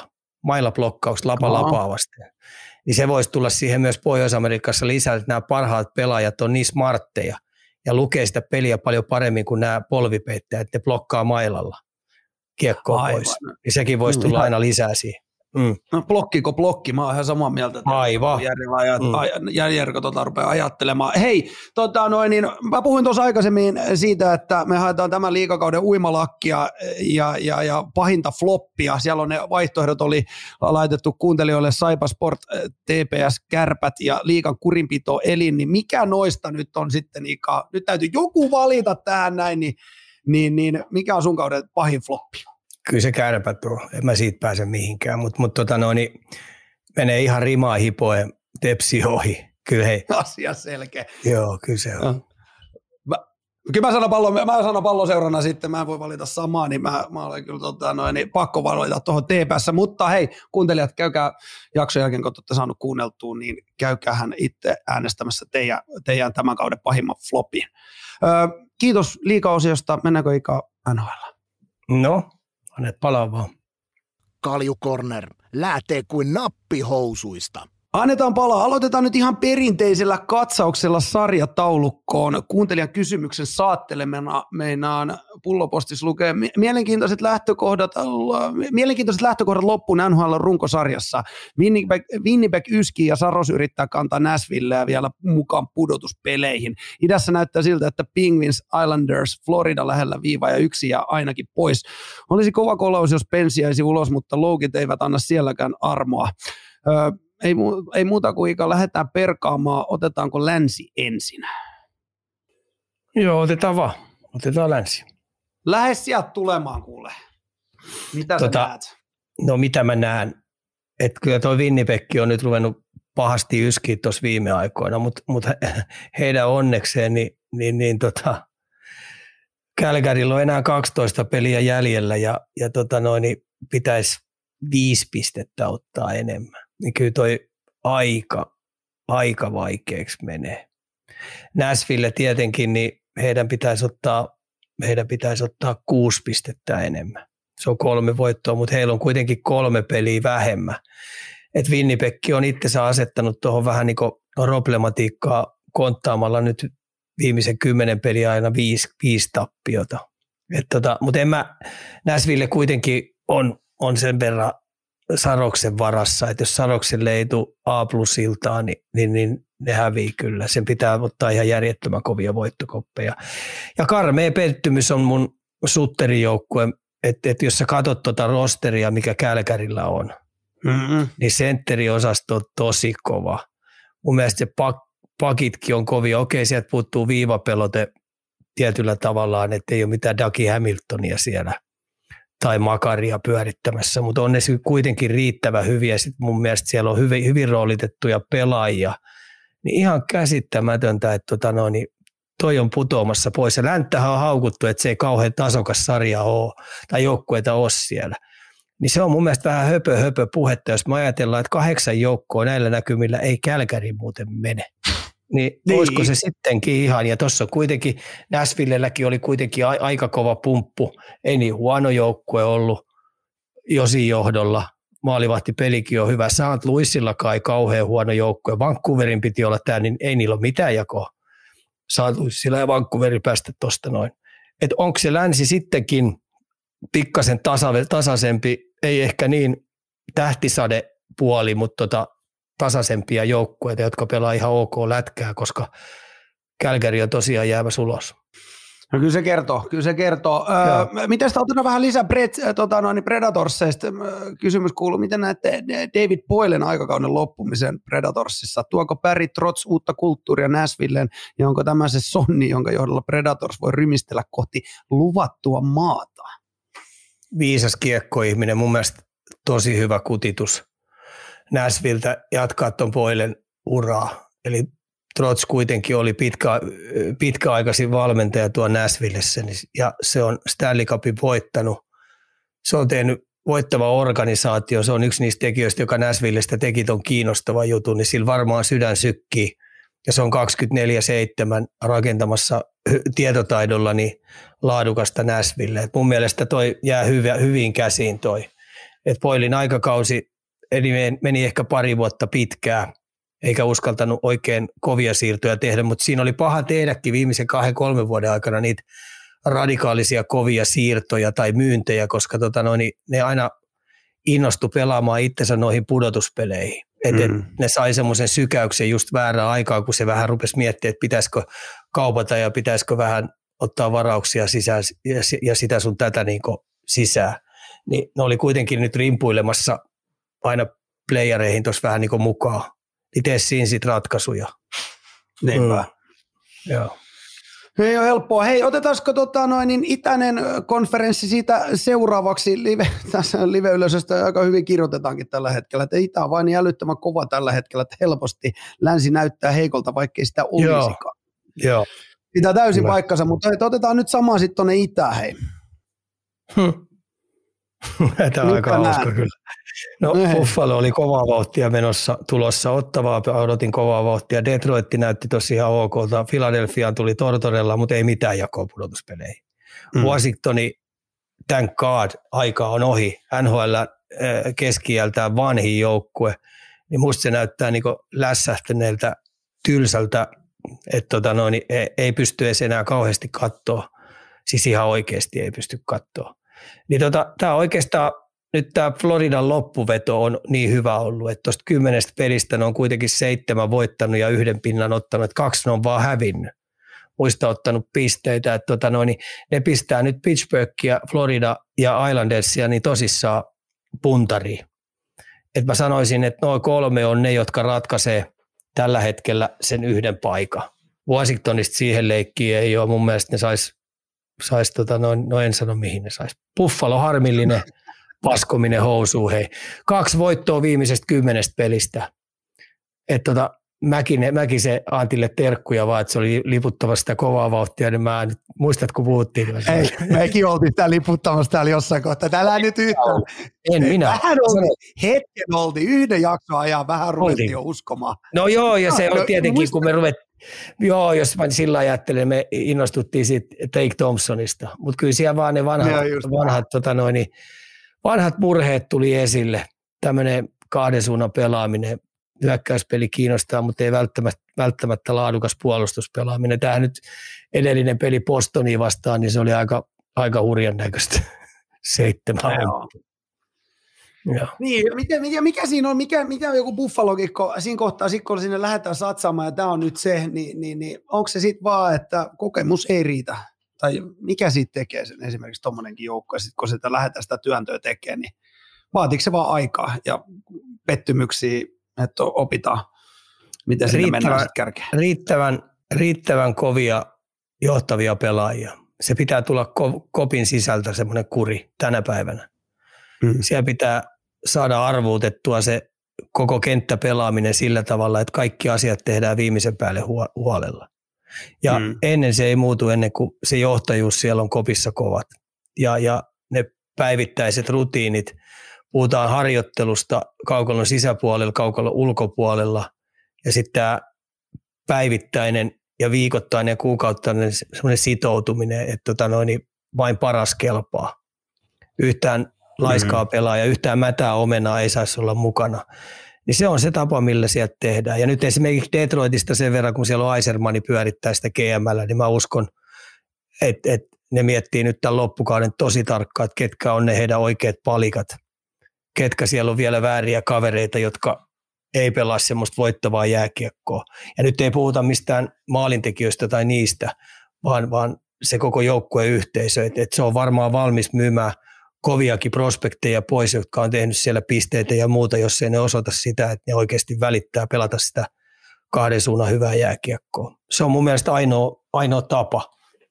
mailablokkaus lapaa vasten. Niin se voisi tulla siihen myös Pohjois-Amerikassa lisää, että nämä parhaat pelaajat on niin smartteja ja lukee sitä peliä paljon paremmin kuin nämä polvipeittäjät, että ne blokkaa mailalla kiekkoa pois. Ja sekin voisi tulla aina lisää siihen. No blokkiko blokki, mä oon ihan samaa mieltä. Aivan. Järjellä rupeaa ajattelemaan. Hei, niin mä puhuin tuossa aikaisemmin siitä, että me haetaan tämän liigakauden uimalakkia ja pahinta floppia. Siellä on ne vaihtoehdot oli laitettu kuuntelijoille Saipa Sport, TPS, Kärpät ja liigan kurinpito elin, niin mikä noista nyt on sitten, Ika? Nyt täytyy joku valita tähän näin, niin mikä on sun kauden pahin floppi? Kyllä se Kärpät on, en mä siitä pääse mihinkään, mutta menee ihan rimaa hipoen Tepsi ohi. Kyllä hei. Asia selkeä. Joo, kyllä se on. Kyllä mä sanon Palloseurana sitten, mä en voi valita samaa, niin mä olen kyllä niin pakko valita tuohon TPS, mutta hei, kuuntelijat, käykää jakson jälkeen, kun olette saanut kuunneltua, niin käykäähän itse äänestämässä teidän tämän kauden pahimman flopin. Kiitos liigaosiosta, mennäänkö Ika NHL? No, annet palaa vaan. Kalju Corner lähtee kuin nappihousuista. Annetaan palaa. Aloitetaan nyt ihan perinteisellä katsauksella sarjataulukkoon. Kuuntelijan kysymyksen saattelemana meinaan Pullopostissa lukee mielenkiintoiset lähtökohdat loppuun NHL runkosarjassa. Winnipeg yskii ja Saros yrittää kantaa Nashvilleä vielä mukaan pudotuspeleihin. Idässä näyttää siltä, että Penguins, Islanders, Florida lähellä viiva ja yksi ja ainakin pois. Olisi kova kolaus, jos Pensi jäisi ulos, mutta loukit eivät anna sielläkään armoa. Ei muuta kuin Ika, lähdetään perkaamaan. Otetaanko länsi ensin? Joo, otetaan vaan. Otetaan länsi. Lähde sieltä tulemaan, kuule. Mitä sä näet? No mitä mä näen? Että kyllä toi Winnipeg on nyt ruvennut pahasti yskiä tuossa viime aikoina, mutta heidän onnekseen Calgarylla on enää 12 peliä jäljellä ja pitäisi 5 pistettä ottaa enemmän. Niin kyllä toi aika vaikeaksi menee. Nashville tietenkin, niin heidän pitäisi ottaa 6 pistettä enemmän. Se on 3 voittoa, mutta heillä on kuitenkin 3 peliä vähemmän. Et Winnipeg on itsensä asettanut tuohon vähän niin kuin problematiikkaa konttaamalla nyt viimeisen 10 peliä aina 5 tappiota. Mutta Nashville kuitenkin on sen verran Saroksen varassa, että jos Sarokselle ei tule A+-iltaan, niin ne hävii kyllä. Sen pitää ottaa ihan järjettömän kovia voittokoppeja. Ja karmea pettymys on mun sutterijoukkue, että jos sä katsot tuota rosteria, mikä Calgarylla on, niin sentteriosasto on tosi kova. Mun mielestä se pakitkin on kovia. Okei, sieltä puuttuu viivapelote tietyllä tavallaan, että ei ole mitään Dougie Hamiltonia siellä tai Makaria pyörittämässä, mutta on ne kuitenkin riittävän hyviä. Sitten mun mielestä siellä on hyvin roolitettuja pelaajia. Niin ihan käsittämätöntä, että toi on putoamassa pois. Ja Länttähän on haukuttu, että se ei kauhean tasokas sarja ole tai joukkueita ole siellä. Niin se on mun mielestä vähän höpö puhetta, jos me ajatellaan, että 8 joukkoa näillä näkymillä ei Calgary muuten mene. Niin olisiko se sittenkin ihan, ja tuossa kuitenkin Nashvillelläkin oli kuitenkin aika kova pumppu, ei niin huono joukkue ollut Josin johdolla, maalivahtipelikin on hyvä, St. Louisillakaan ei kauhean huono joukkue, Vancouverin piti olla tämä, niin ei niillä ole mitään jakoa, St. Louisilla ja Vancouverin päästä tuosta noin. Että onko se länsi sittenkin pikkasen tasaisempi, ei ehkä niin tähtisadepuoli, mutta tasaisempia joukkueita, jotka pelaa ihan ok lätkää, koska Calgary on tosiaan jäämässä ulos. No kyllä se kertoo. Miten sitä otetaan vähän lisää Predatorsseista? Kysymys kuuluu, miten näette David Boylen aikakauden loppumisen Predatorsissa? Tuoko Barry Trotz uutta kulttuuria Nashvilleen ja onko tämä se sonni, jonka johdolla Predators voi rymistellä kohti luvattua maata? Viisas kiekkoihminen, mun mielestä tosi hyvä kutitus Nashvilleltä jatkaa tuon Boylen uraa. Eli Trotz kuitenkin oli pitkäaikaisin valmentaja tuo Nashvillessä ja se on Stanley Cupin voittanut. Se on tehnyt voittava organisaatio. Se on yksi niistä tekijöistä, joka Nashvillestä teki tuon kiinnostavan jutun, niin sillä varmaan sydän sykkii. Ja se on 24/7 rakentamassa tietotaidolla niin laadukasta Nashville. Et mun mielestä toi jää hyvin käsiin toi. Et Boylen aikakausi eli meni ehkä pari vuotta pitkään, eikä uskaltanut oikein kovia siirtoja tehdä, mutta siinä oli paha tehdäkin viimeisen 2-3 vuoden aikana niitä radikaalisia kovia siirtoja tai myyntejä, koska ne aina innostu pelaamaan itsensä noihin pudotuspeleihin. Ne sai semmoisen sykäyksen just väärään aikaan, kun se vähän rupesi miettimään, että pitäisikö kaupata ja pitäisikö vähän ottaa varauksia sisään ja sitä sun tätä niin sisään. Niin ne oli kuitenkin nyt rimpuilemassa aina playereihin tuossa vähän niin mukaan. Niin tee siinä sitten ratkaisuja. Niinpä. Joo. Ei ole helppoa. Hei, otetaanko itäinen konferenssi siitä seuraavaksi? Tässä live-yleisöstä aika hyvin kirjoitetaankin tällä hetkellä, että itä on vain niin älyttömän kova tällä hetkellä, että helposti länsi näyttää heikolta, vaikkei sitä olisikaan. Joo. Pitää täysin paikkansa, mutta otetaan nyt samaa sitten tuonne itään, hei. Tämä on aika hauska kyllä. No Buffalo oli kovaa vauhtia tulossa, Ottavaa odotin kovaa vauhtia, Detroit näytti tosi ihan okolta, Philadelphiaan tuli Tortorella, mutta ei mitään jakoa pudotuspeleihin. Washingtoni, thank God, aika on ohi, NHL keski-iältään vanhin joukkue, niin musta se näyttää niin lässähtäneeltä tylsältä, että ei pysty edes enää kauheasti katsoa, siis ihan oikeasti ei pysty katsoa. Niin tämä oikeastaan nyt tämä Floridan loppuveto on niin hyvä ollut, että tuosta 10 pelistä ne on kuitenkin 7 voittanut ja 1 pinnan ottanut, että 2 ne on vaan hävinnyt. Muista ottanut pisteitä, että ne pistää nyt Pittsburghia, Florida ja Islandersia niin tosissaan puntariin. Et mä sanoisin, että noin 3 on ne, jotka ratkaisee tällä hetkellä sen 1 paikan. Washingtonista siihen leikkiin ei ole, mun mielestä ne sais en sano mihin ne sais. Buffalo harmillinen paskominen housuun, hei. 2 voittoa viimeisestä 10 pelistä. Että Mäkisen Antille terkkuja vaan, että se oli liputtamassa sitä kovaa vauhtia, niin mä nyt, muistat kun puhuttiin. Ei, mekin oltiin sitä liputtamassa täällä jossain kohtaa. Täällä nyt yhtään. En minä. Vähän hetken oltiin, 1 jakson ajan vähän ruvettiin jo uskomaan. No joo, ja se on tietenkin, kun me ruvettiin. Joo, jos mä sillä ajattelen, me innostuttiin siitä Take Thompsonista, mutta kyllä siellä vaan ne vanhat murheet tuli esille. Tämmöinen 2 suunnan pelaaminen, hyökkäyspeli kiinnostaa, mutta ei välttämättä laadukas puolustuspelaaminen. Tämähän nyt edellinen peli Bostonia vastaan, niin se oli aika hurjan näköistä 7. Joo. Niin, mikä siinä on, mikä on joku Buffalo-kikko siinä kohtaa, kun sinne lähdetään satsaamaan ja tämä on nyt se, niin onko se sitten vaan, että kokemus ei riitä? Tai mikä siitä tekee sen esimerkiksi tuommoinenkin joukko, ja sitten kun sitä lähdetään sitä työntöä tekemään, niin vaatiiko se vaan aikaa ja pettymyksiä, että opitaan, miten sinne mennään sitten kärkeen? Riittävän kovia johtavia pelaajia. Se pitää tulla kopin sisältä semmoinen kuri tänä päivänä. Siellä pitää saada arvuutettua se koko kenttäpelaaminen sillä tavalla, että kaikki asiat tehdään viimeisen päälle huolella. Ja ennen se ei muutu ennen kuin se johtajuus siellä on kopissa kovat. Ja ne päivittäiset rutiinit, puhutaan harjoittelusta kaukalon sisäpuolella, kaukalon ulkopuolella ja sitten tämä päivittäinen ja viikoittainen ja kuukauttainen semmoinen sitoutuminen, että vain paras kelpaa. Yhtään laiskaa pelaaja, yhtään mätää omenaa ei saisi olla mukana. Niin se on se tapa, millä sieltä tehdään. Ja nyt esimerkiksi Detroitista sen verran, kun siellä on Eisermani pyörittää sitä GM:llä, niin mä uskon, että ne miettii nyt tämän loppukauden tosi tarkkaan, että ketkä on ne heidän oikeat palikat. Ketkä siellä on vielä vääriä kavereita, jotka ei pelaa semmoista voittavaa jääkiekkoa. Ja nyt ei puhuta mistään maalintekijöistä tai niistä, vaan se koko joukkueen yhteisö. Että se on varmaan valmis myymään koviakin prospekteja pois, jotka on tehnyt siellä pisteitä ja muuta, jos ei ne osoita sitä, että ne oikeasti välittää pelata sitä 2 suunnan hyvää jääkiekkoa. Se on mun mielestä ainoa tapa.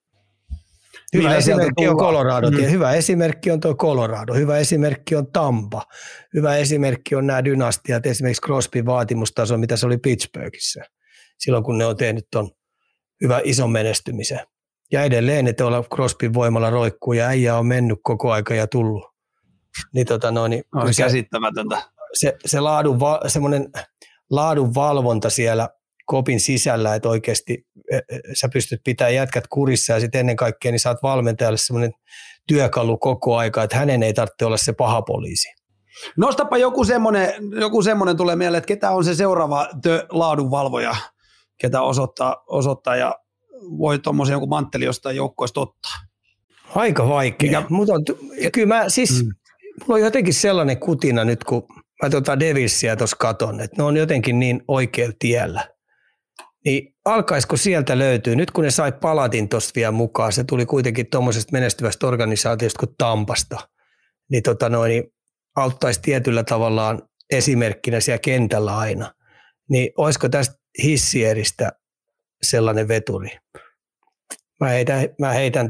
Hyvä esimerkki on Colorado. Hyvä esimerkki on tuo Colorado. Hyvä esimerkki on Tampa. Hyvä esimerkki on nämä dynastiat, esimerkiksi Crosbyn vaatimustaso, mitä se oli Pittsburghissa. Silloin kun ne on tehnyt tuon hyvän ison menestymisen. Ja edelleen ne tuolla Crosbyn voimalla roikkuu ja äijä on mennyt koko aika ja tullut. Niin, on käsittämätöntä. Se semmoinen laadun valvonta siellä kopin sisällä, että oikeasti sä pystyt pitämään jätkät kurissa ja sitten ennen kaikkea niin saat valmentajalle semmoinen työkalu koko aika, että hänen ei tarvitse olla se paha poliisi. Nostapa joku semmoinen tulee mieleen, että ketä on se seuraava laadunvalvoja, ketä osoittaa ja voi tuommoisen jonkun mantteli jostain joukkoista ottaa. Aika vaikea. Kyllä mulla on jotenkin sellainen kutina nyt, kun mä Devilsia tuossa katon, että ne on jotenkin niin oikealla tiellä. Niin alkaisiko sieltä löytyy, nyt kun ne sai Palatin tuosta vielä mukaan, se tuli kuitenkin tuommoisesta menestyvästä organisaatiosta kuin Tampasta, niin, niin auttaisi tietyllä tavallaan esimerkkinä siellä kentällä aina. Niin olisiko tästä Hissieristä sellainen veturi? Mä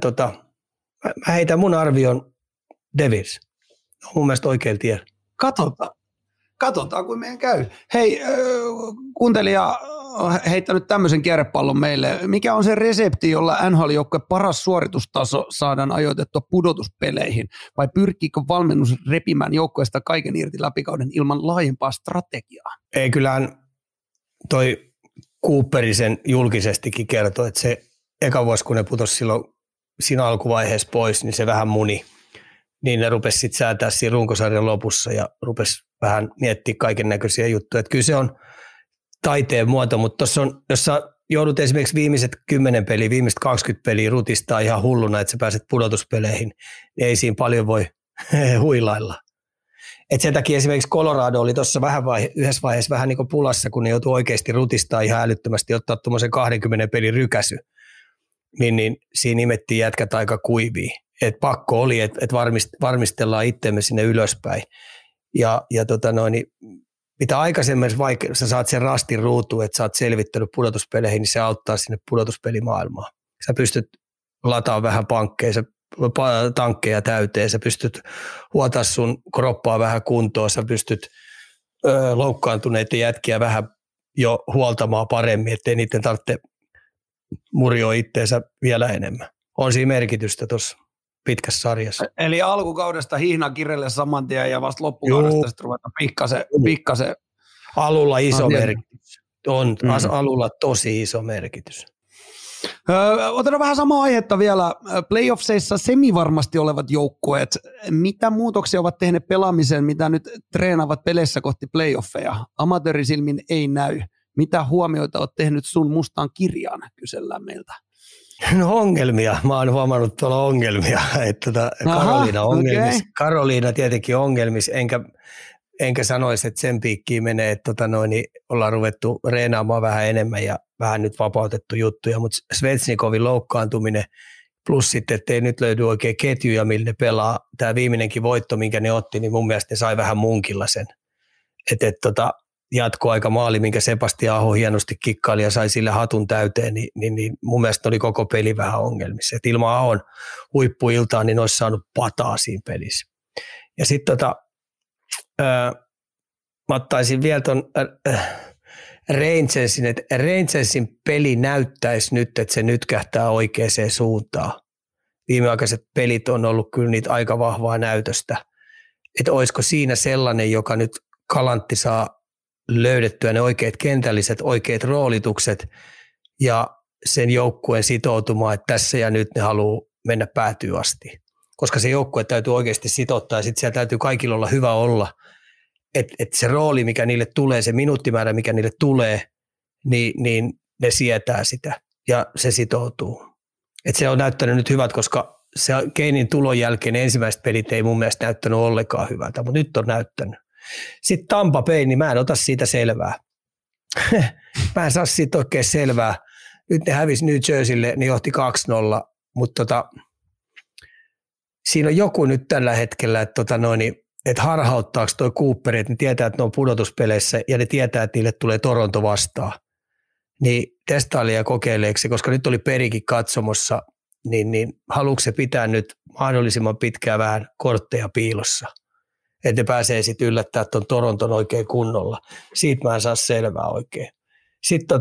heitän mun arvion Devils. On mun mielestä oikealla tiellä. Katsotaan, kun meidän käy. Hei, kuuntelija heittänyt tämmöisen kierrepallon meille. Mikä on se resepti, jolla NHL-joukkueen paras suoritustaso saadaan ajoitettua pudotuspeleihin? Vai pyrkiikö valmennus repimään joukkueesta kaiken irti läpikauden ilman laajempaa strategiaa? Ei, kyllähän toi Cooperi sen julkisestikin kertoi, että se eka vuosi, kun ne putosi silloin siinä alkuvaiheessa pois, niin se vähän muni. Niin ne rupesi sitten säätää siinä runkosarjan lopussa ja rupesi vähän miettiä kaiken näköisiä juttuja. Että kyllä se on taiteen muoto, mutta tuossa on, jos sä joudut esimerkiksi viimeiset 10 peliä, viimeiset 20 peliä rutistaa ihan hulluna, että sä pääset pudotuspeleihin, niin ei siinä paljon voi huilailla. Et sen takia esimerkiksi Colorado oli tuossa yhdessä vaiheessa vähän niin kuin pulassa, kun ne joutui oikeasti rutistaa ihan älyttömästi, ottaa tuommoisen 20 pelin rykäsy, niin siinä nimettiin jätkät aika kuivia. Et pakko oli, että varmistellaan itseämme sinne ylöspäin. Ja mitä aikaisemmin sä saat sen rastin ruutuun, että sä oot selvittänyt pudotuspeleihin, niin se auttaa sinne pudotuspelimaailmaan. Sä pystyt lataamaan vähän tankkeja täyteen, sä pystyt huotaa sun kroppaa vähän kuntoon, sä pystyt loukkaantuneita jätkiä vähän jo huoltamaan paremmin, ettei niiden tarvitse murjoa itteensä vielä enemmän. On siinä merkitystä tuossa pitkässä sarjassa. Eli alkukaudesta hihna kirjalle saman tien ja vasta loppukaudesta sitten ruvetaan pikkasen. Alulla iso merkitys. On alulla tosi iso merkitys. Otetaan vähän samaa aihetta vielä. Playoffseissa semivarmasti olevat joukkueet. Mitä muutoksia ovat tehneet pelaamiseen, mitä nyt treenaavat peleissä kohti playoffeja? Amatöörisilmin ei näy. Mitä huomioita olet tehnyt sun mustaan kirjaan, kysellään meiltä? No ongelmia. Mä oon huomannut tuolla ongelmia. Karoliina ongelmissa. Okay. Karoliina tietenkin ongelmissa, enkä sanoisi, että sen piikkiin menee, että ollaan ruvettu reenaamaan vähän enemmän ja vähän nyt vapautettu juttuja, mutta Svechnikovin loukkaantuminen plus sitten, ettei nyt löydy oikein ketjuja, millä ne pelaa. Tämä viimeinenkin voitto, minkä ne otti, niin mun mielestä ne sai vähän munkilla sen. Jatkoaika maali, minkä Sebastian Aho hienosti kikkaili ja sai sille hatun täyteen, niin mun mielestä oli koko peli vähän ongelmissa. Et ilman Ahon huippuiltaa, niin olisi saanut pataa siinä pelissä. Ja sitten mä ottaisin vielä ton Rangersin, että Rangersin peli näyttäisi nyt, että se nytkähtää oikeaan suuntaan. Viimeaikaiset pelit on ollut kyllä niitä aika vahvaa näytöstä. Että olisiko siinä sellainen, joka nyt Kalantti saa löydettyä ne oikeat kentälliset, oikeat roolitukset ja sen joukkueen sitoutumaan, että tässä ja nyt ne haluaa mennä päätyyn asti. Koska se joukkue täytyy oikeasti sitouttaa ja sitten siellä täytyy kaikilla olla hyvä olla, että se rooli, mikä niille tulee, se minuuttimäärä, mikä niille tulee, niin ne sietää sitä ja se sitoutuu. Et se on näyttänyt nyt hyvät, koska se Keinin tulon jälkeen ensimmäiset pelit ei mun mielestä näyttänyt ollenkaan hyvältä, mutta nyt on näyttänyt. Sitten Tampa Bay, niin mä en ota siitä selvää. Mä en saa siitä oikein selvää. Nyt ne hävisi New Jerseylle, ne johti 2-0, mutta siinä on joku nyt tällä hetkellä, että harhauttaako toi Cooperi, että ne tietää, että ne on pudotuspeleissä ja ne tietää, että niille tulee Toronto vastaan. Niin testaili ja kokeileeko se, koska nyt oli Perikin katsomossa, niin haluatko se pitää nyt mahdollisimman pitkään vähän kortteja piilossa? Että ne pääsee sitten yllättämään tuon Toronton oikein kunnolla. Siitä mä en saa selvää oikein. Sitten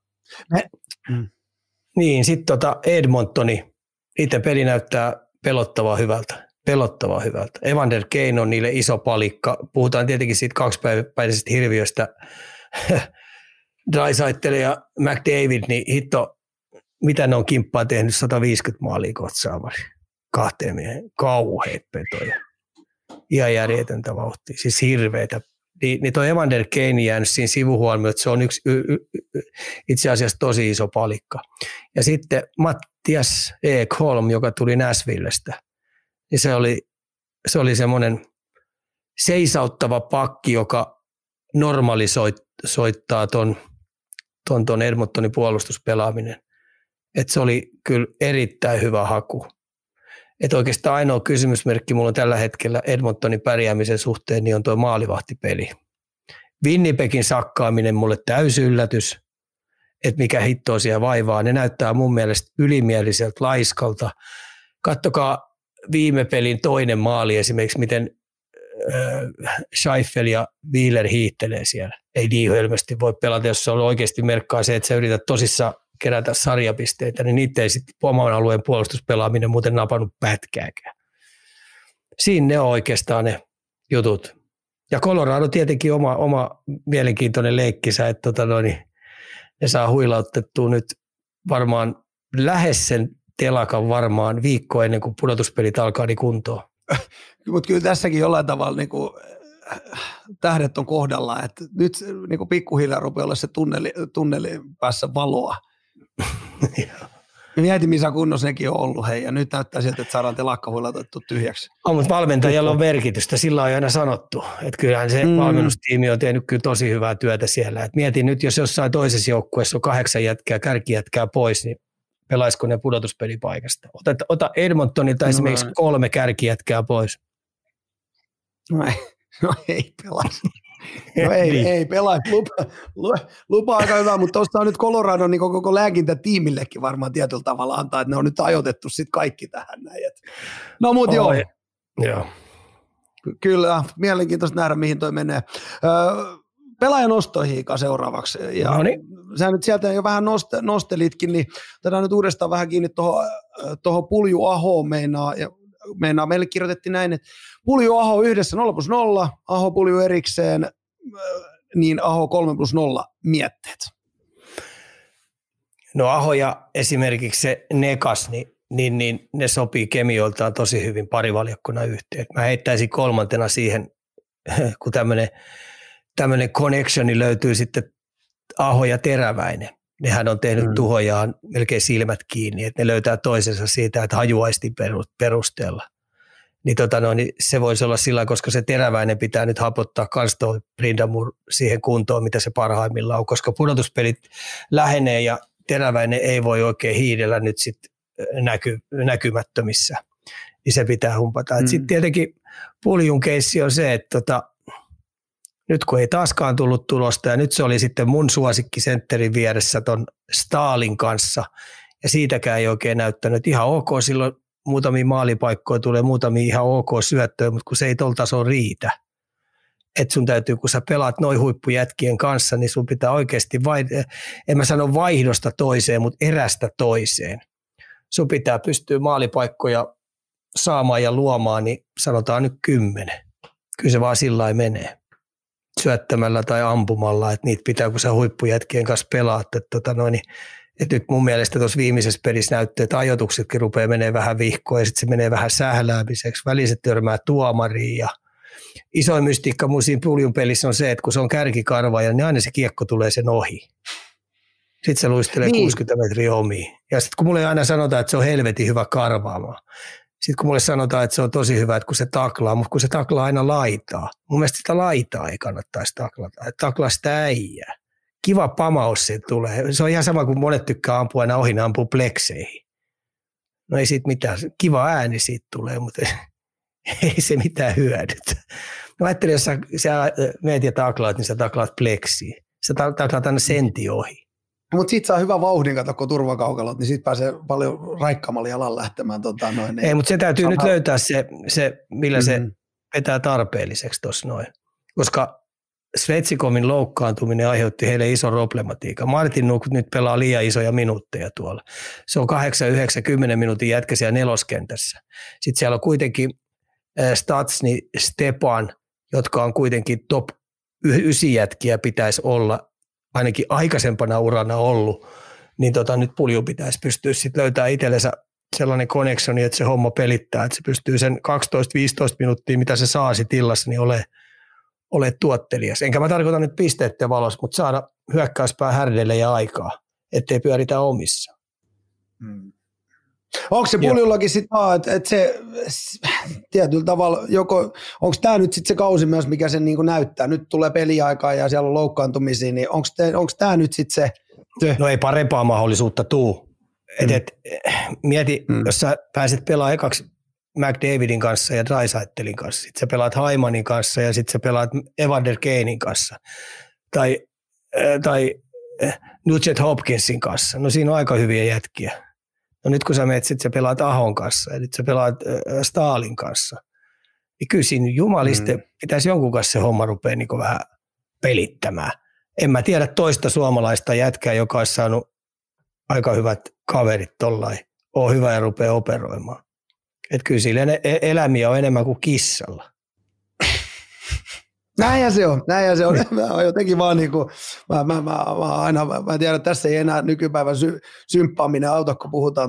Edmontoni, niiden peli näyttää pelottavaa hyvältä. Evander Kane on niille iso palikka. Puhutaan tietenkin siitä kaksipäiväisestä hirviöstä. Draisaitl ja McDavid, niin hitto, mitä ne on kimppaa tehnyt 150 maalia kohta saamari. 2 miehen kauheat petoja. Ihan järjetöntä vauhtia, siis hirveätä. Niin toi Evander Kane jäänyt siinä sivuhuomioon, että se on itse asiassa tosi iso palikka. Ja sitten Mattias Ekholm, joka tuli Nashvillestä, niin se oli semmoinen seisauttava pakki, joka normalisoittaa ton Edmontonin puolustuspelaaminen. Et se oli kyllä erittäin hyvä haku. Et oikeastaan ainoa kysymysmerkki mulla on tällä hetkellä Edmontonin pärjäämisen suhteen, niin on tuo maalivahtipeli. Winnipegin sakkaaminen mulle täysi yllätys, että mikä hittoa siellä vaivaa. Ne näyttää mun mielestä ylimieliseltä laiskalta. Kattokaa viime pelin toinen maali esimerkiksi, miten Scheifele ja Wheeler hiittelee siellä. Ei niin hölmästi voi pelata, jos se on oikeasti merkkaa se, että sä yrität tosissaan kerätä sarjapisteitä, niin niitä ei sitten oman alueen puolustuspelaaminen muuten napannut pätkääkään. Siinä ne on oikeastaan ne jutut. Ja Colorado tietenkin oma mielenkiintoinen leikkisä, että ne saa huilautettua nyt varmaan lähes sen telakan varmaan viikko ennen kuin pudotuspelit alkaa niin kuntoon. Mutta kyllä tässäkin jollain tavalla niin kuin, tähdet on kohdalla, että nyt niin kuin pikkuhiljaa rupeaa olla se tunneli päässä valoa. Mietin, missä kunnossa nekin on ollut, hei, ja nyt näyttää siltä, että saadaan telakka huilautettu tyhjäksi. Mutta valmentajalla on merkitystä, sillä on aina sanottu, että kyllähän se valmennustiimi on tehnyt kyllä tosi hyvää työtä siellä. Et mietin nyt, jos jossain toisessa joukkueessa on 8 kärkijätkää pois, niin pelaisiko ne pudotuspelipaikasta? Ota Edmontonilta esimerkiksi 3 kärkijätkää pois. No ei pelaisi. No ei pelaa. Lupa aika hyvä, mutta tuossa on nyt Colorado niin koko lääkintätiimillekin varmaan tietyllä tavalla antaa, että ne on nyt ajoitettu sitten kaikki tähän näin. No mutta joo. Kyllä, mielenkiintoista nähdä, mihin toi menee. Pelaajan ostoihin seuraavaksi. Ja sä nyt sieltä jo vähän nostelitkin, niin otetaan nyt uudestaan vähän kiinni tuohon Pulju Ahoon meinaa. Meille kirjoitettiin näin, että Pulju Aho yhdessä 0+0, Aho Pulju erikseen, niin Aho 3+0 mietteet. No Aho ja esimerkiksi se Nekas, niin ne sopii kemioiltaan tosi hyvin parivaljakkona yhteen. Mä heittäisin 3. siihen, kun tämmöinen connectioni löytyy sitten Aho ja Teräväinen. Nehän on tehnyt tuhojaan melkein silmät kiinni, että ne löytää toisensa siitä, että hajuaistin perusteella. Niin, niin se voisi olla sillä, koska se Teräväinen pitää nyt hapottaa kans tuo Brindamur siihen kuntoon, mitä se parhaimmillaan on, koska pudotuspelit lähenee ja Teräväinen ei voi oikein hiidellä nyt sitten näkymättömissä, niin se pitää humpata. Sitten tietenkin Puljun keissi on se, että nyt kun ei taaskaan tullut tulosta ja nyt se oli sitten mun suosikkisentterin vieressä ton Staalin kanssa ja siitäkään ei oikein näyttänyt. Ihan ok, silloin muutamia maalipaikkoja tulee, muutamia ihan ok syöttöjä, mutta kun se ei tuolla tasolla riitä. Että sun täytyy, kun sä pelaat noin huippujätkien kanssa, niin sun pitää oikeasti, en mä sano vaihdosta toiseen, mutta erästä toiseen. Sun pitää pystyä maalipaikkoja saamaan ja luomaan, niin sanotaan nyt 10. Kyllä se vaan sillä lailla menee. Syöttämällä tai ampumalla, että niitä pitää, kun sä huippujätkien kanssa pelaat. Että nyt mun mielestä tuossa viimeisessä pelissä näyttää, että ajoituksetkin rupeaa menee vähän vihkoon ja sitten se menee vähän sähläämiseksi. Väliset törmää tuomariin ja isoin mystiikka mun siinä Puljun pelissä on se, että kun se on kärkikarvaaja, niin aina se kiekko tulee sen ohi. Sitten se luistelee 60 metriä omiin. Ja sitten kun mulle aina sanotaan, että se on helvetin hyvä karvaamaan. Sitten kun mulle sanotaan, että se on tosi hyvä, että kun se taklaa, mutta kun se taklaa aina laitaa. Mun mielestä sitä laitaa ei kannattaisi taklata. Taklaa sitä äijää. Kiva pamaus siitä tulee. Se on ihan sama kuin monet tykkää ampua aina ohi, ne ampuu plekseihin. No ei siitä mitään. Kiva ääni siitä tulee, mutta ei se mitään hyödytä. No ajattelin, jos sä meet ja taklaat, niin sä taklaat pleksiin. Sä taklaat aina sentin ohi. Mutta sit saa hyvä vauhdin, kato, kun turvakaukalot, niin sit pääsee paljon raikkaamalla jalan lähtemään. Ei, mutta se täytyy nyt löytää se millä se vetää tarpeelliseksi tuossa noin. Koska Svetsikomin loukkaantuminen aiheutti heille ison problematiikan. Martin Nuk nyt pelaa liian isoja minuutteja tuolla. Se on 8-9-10 minuutin jätkä siellä neloskentässä. Sitten siellä on kuitenkin Statsni, Stepan, jotka on kuitenkin top 9 jätkiä pitäisi olla, ainakin aikaisempana urana ollut, niin nyt Pulju pitäisi pystyä sitten löytämään itsellensä sellainen koneksoni, että se homma pelittää, että se pystyy sen 12-15 minuuttia, mitä se saa sit illassa, niin ole tuottelias. Enkä mä tarkoita nyt pisteiden valossa, mutta saada hyökkäyspää härdeille ja aikaa, ettei pyöritä omissa. Onko se Puljullakin sitten vaan, että se tietyllä tavalla, onko tämä nyt sitten se kausi myös, mikä sen niinku näyttää? Nyt tulee peliaikaa ja siellä on loukkaantumisia, niin onko tämä nyt sitten se? No ei parempaa mahdollisuutta tuu. Mieti, jos sä pääset pelaamaan ekaksi McDavidin kanssa ja Draisaitlin kanssa, sitten sä pelaat Haimanin kanssa ja sitten sä pelaat Evander Kanein kanssa tai Nugent Hopkinsin kanssa. No siinä on aika hyviä jätkiä. No nyt kun sä menet, sitten sä pelaat Ahon kanssa ja nyt sä pelaat Stalin kanssa, niin kyllä siinä jumaliste pitäisi jonkun kanssa se homma rupea niin vähän pelittämään. En mä tiedä toista suomalaista jätkää, joka olisi saanut aika hyvät kaverit tollain. On hyvä ja rupeaa operoimaan. Että kyllä sillä elämiä on enemmän kuin kissalla. Näinhän se on. Mä jotenkin vaan niinku, mä tiedän, että tässä ei enää nykypäivän symppaaminen auta, kun puhutaan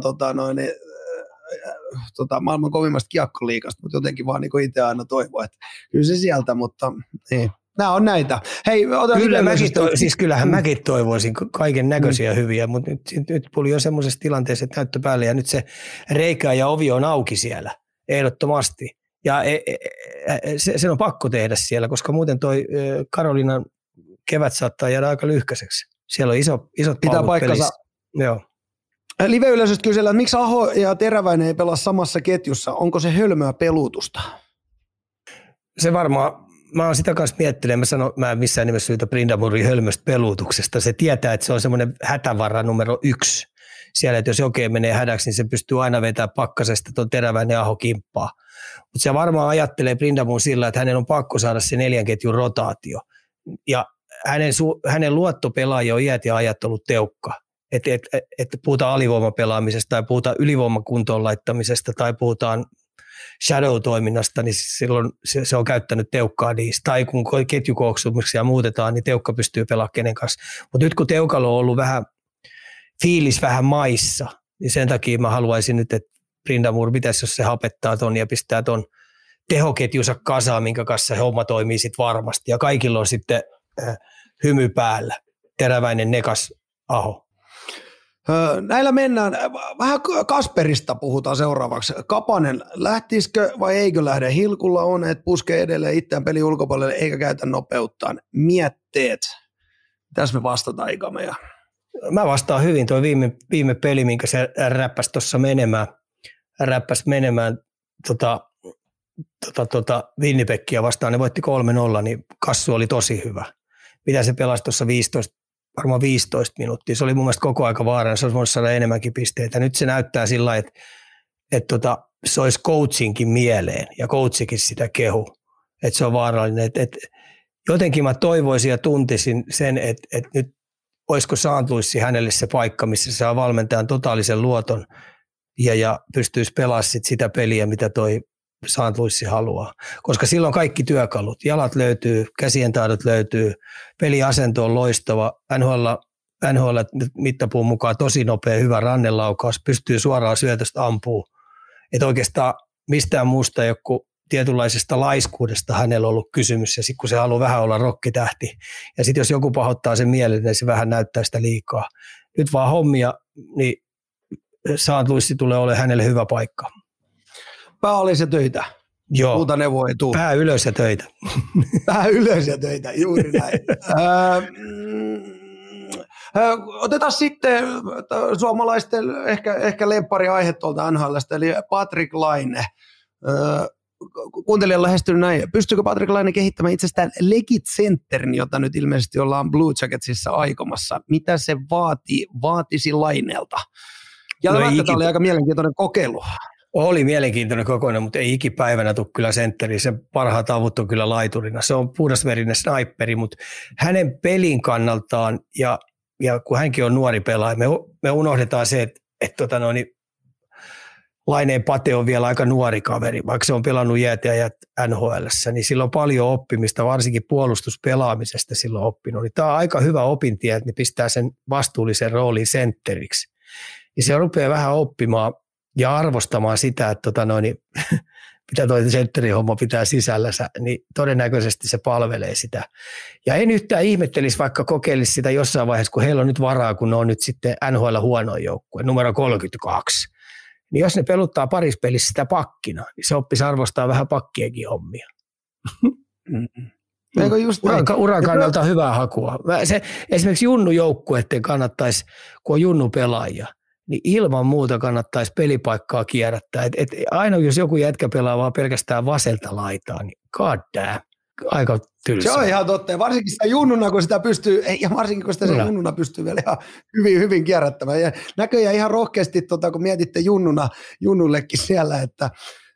maailman kovimmasta kiekkoliigasta, mutta jotenkin vaan niinku itse aina toivoo, että kyllä se sieltä, mutta niin. Nämä on näitä. Hei, kyllähän mäkin toivoisin kaiken näköisiä hyviä, mutta nyt Pulju on semmoisessa tilanteessa, että näyttö päälle ja nyt se reikä ja ovi on auki siellä, ehdottomasti. Ja se on pakko tehdä siellä, koska muuten toi Karoliinan kevät saattaa jäädä aika lyhkäiseksi. Siellä on isot paukut pelissä. Joo. Live-yleisöstä kysellään, että miksi Aho ja Teräväinen ei pelaa samassa ketjussa? Onko se hölmöä peluutusta? Se varmaan. Mä oon sitä kanssa miettinyt, mä en missään nimessä syytä Brindamurin hölmöstä peluutuksesta. Se tietää, että se on semmoinen hätävarra numero 1. Siellä, että jos jokin menee hädäksi, niin se pystyy aina vetämään pakkasesta tuon Teräväinen ja Aho kimppaa. Mutta se varmaan ajattelee Brindamur sillä, että hänen on pakko saada se 4 ketjun rotaatio. Ja hänen luottopelaaja on iät ja ajat ollut teukka. Että puhutaan alivoimapelaamisesta tai puhutaan ylivoimakuntoon laittamisesta tai puhutaan shadow-toiminnasta, niin silloin se on käyttänyt teukkaa niistä. Tai kun ketjukoksumuksia muutetaan, niin teukka pystyy pelaamaan kenen kanssa. Mutta nyt kun teukalla on ollut fiilis vähän maissa, niin sen takia mä haluaisin nyt, että Brindamur pitäisi, jos se hapettaa ton ja pistää ton tehoketjunsa kasaan, minkä kanssa se homma toimii sitten varmasti. Ja kaikilla on sitten hymy päällä. Teräväinen, Nekas, Aho. Näillä mennään. Vähän Kasperista puhutaan seuraavaksi. Kapanen, lähtisikö vai eikö lähde? Hilkulla on, että puskee edelleen itseään pelin ulkopuolelle eikä käytä nopeuttaan. Mietteet. Mitäs me vastataan, Ikameja? Mä vastaan hyvin. Tuo viime peli, minkä se räppäsi tuossa menemään Winnipeggia vastaan. Ne voitti 3-0, niin kassu oli tosi hyvä. Mitä se pelasi tuossa 15 minuuttia. Se oli mun mielestä koko aika vaarana. Se olisi voinut saada enemmänkin pisteitä. Nyt se näyttää sillä lailla, että se olisi coachinkin mieleen ja coachikin sitä kehu, että se on vaarallinen. Jotenkin mä toivoisin ja tuntisin sen, että nyt olisiko Saantluissi hänelle se paikka, missä se saa valmentajan totaalisen luoton ja pystyisi pelaamaan sitä peliä, mitä toi Saantluissi haluaa. Koska silloin kaikki työkalut, jalat löytyy, käsien taidot löytyy, peliasento on loistava, NHL mittapuun mukaan tosi nopea, hyvä rannelaukaus, pystyy suoraan syötöstä ampuu. Että oikeastaan mistään muusta ei ole kuin tietynlaisesta laiskuudesta hänellä on ollut kysymys, ja sitten kun se haluaa vähän olla rokkitähti, ja sitten jos joku pahoittaa sen mielen, niin se vähän näyttää sitä liikaa. Nyt vaan hommia, niin Saantluissi tulee olemaan hänelle hyvä paikka. Pää oli se töitä. Joo. Muuta neuvoa ei tule. Pää ylös ja töitä. Pää ylös ja töitä, juuri näin. Otetaan sitten suomalaisten ehkä lemppariaihe tuolta NHL:stä, eli Patrik Laine. Kuuntelijan lähestynyt näin. Pystyykö Patrik Laine kehittämään itsestään legit centerin, jota nyt ilmeisesti ollaan Blue Jacketsissa aikomassa? Mitä se vaatisi Laineelta? Ja tämä oli aika mielenkiintoinen kokeilu. Oli mielenkiintoinen kokoinen, mutta ei ikipäivänä tule kyllä sentteri. Sen parhaat avut on kyllä laiturina. Se on puhdasverinen sniperi, mutta hänen pelin kannaltaan ja kun hänkin on nuori pelaaja, me unohdetaan se, että Laineen Pate on vielä aika nuori kaveri, vaikka se on pelannut jäätäjät NHL:ssä, niin sillä on paljon oppimista, varsinkin puolustuspelaamisesta sillä on oppinut. Niin tämä on aika hyvä opintie, että ne pistää sen vastuullisen roolin sentteriksi. Ja se rupeaa vähän oppimaan ja arvostamaan sitä, että mitä toi sentterin homma pitää sisällänsä, niin todennäköisesti se palvelee sitä. Ja en yhtään ihmettelisi, vaikka kokeilisi sitä jossain vaiheessa, kun heillä on nyt varaa, kun ne on nyt sitten NHL huonoin joukkue, numero 32. Niin jos ne peluttaa parissa pelissä sitä pakkina, niin se oppisi arvostaa vähän pakkienkin hommia. Uran kannalta hyvää hakua. Esimerkiksi junnujoukkueiden kannattaisi, kun on junnu pelaajia, niin ilman muuta kannattaisi pelipaikkaa kierrättää. Aina jos joku jätkä pelaa vaan pelkästään vaselta laitaa, niin god damn, aika tylsää. Se on ihan totta. Ja varsinkin sitä junnuna, kun sitä pystyy, ja varsinkin kun sitä junnuna pystyy vielä ihan hyvin kierrättämään. Ja näköjään ihan rohkeasti, kun mietitte junnullekin siellä, että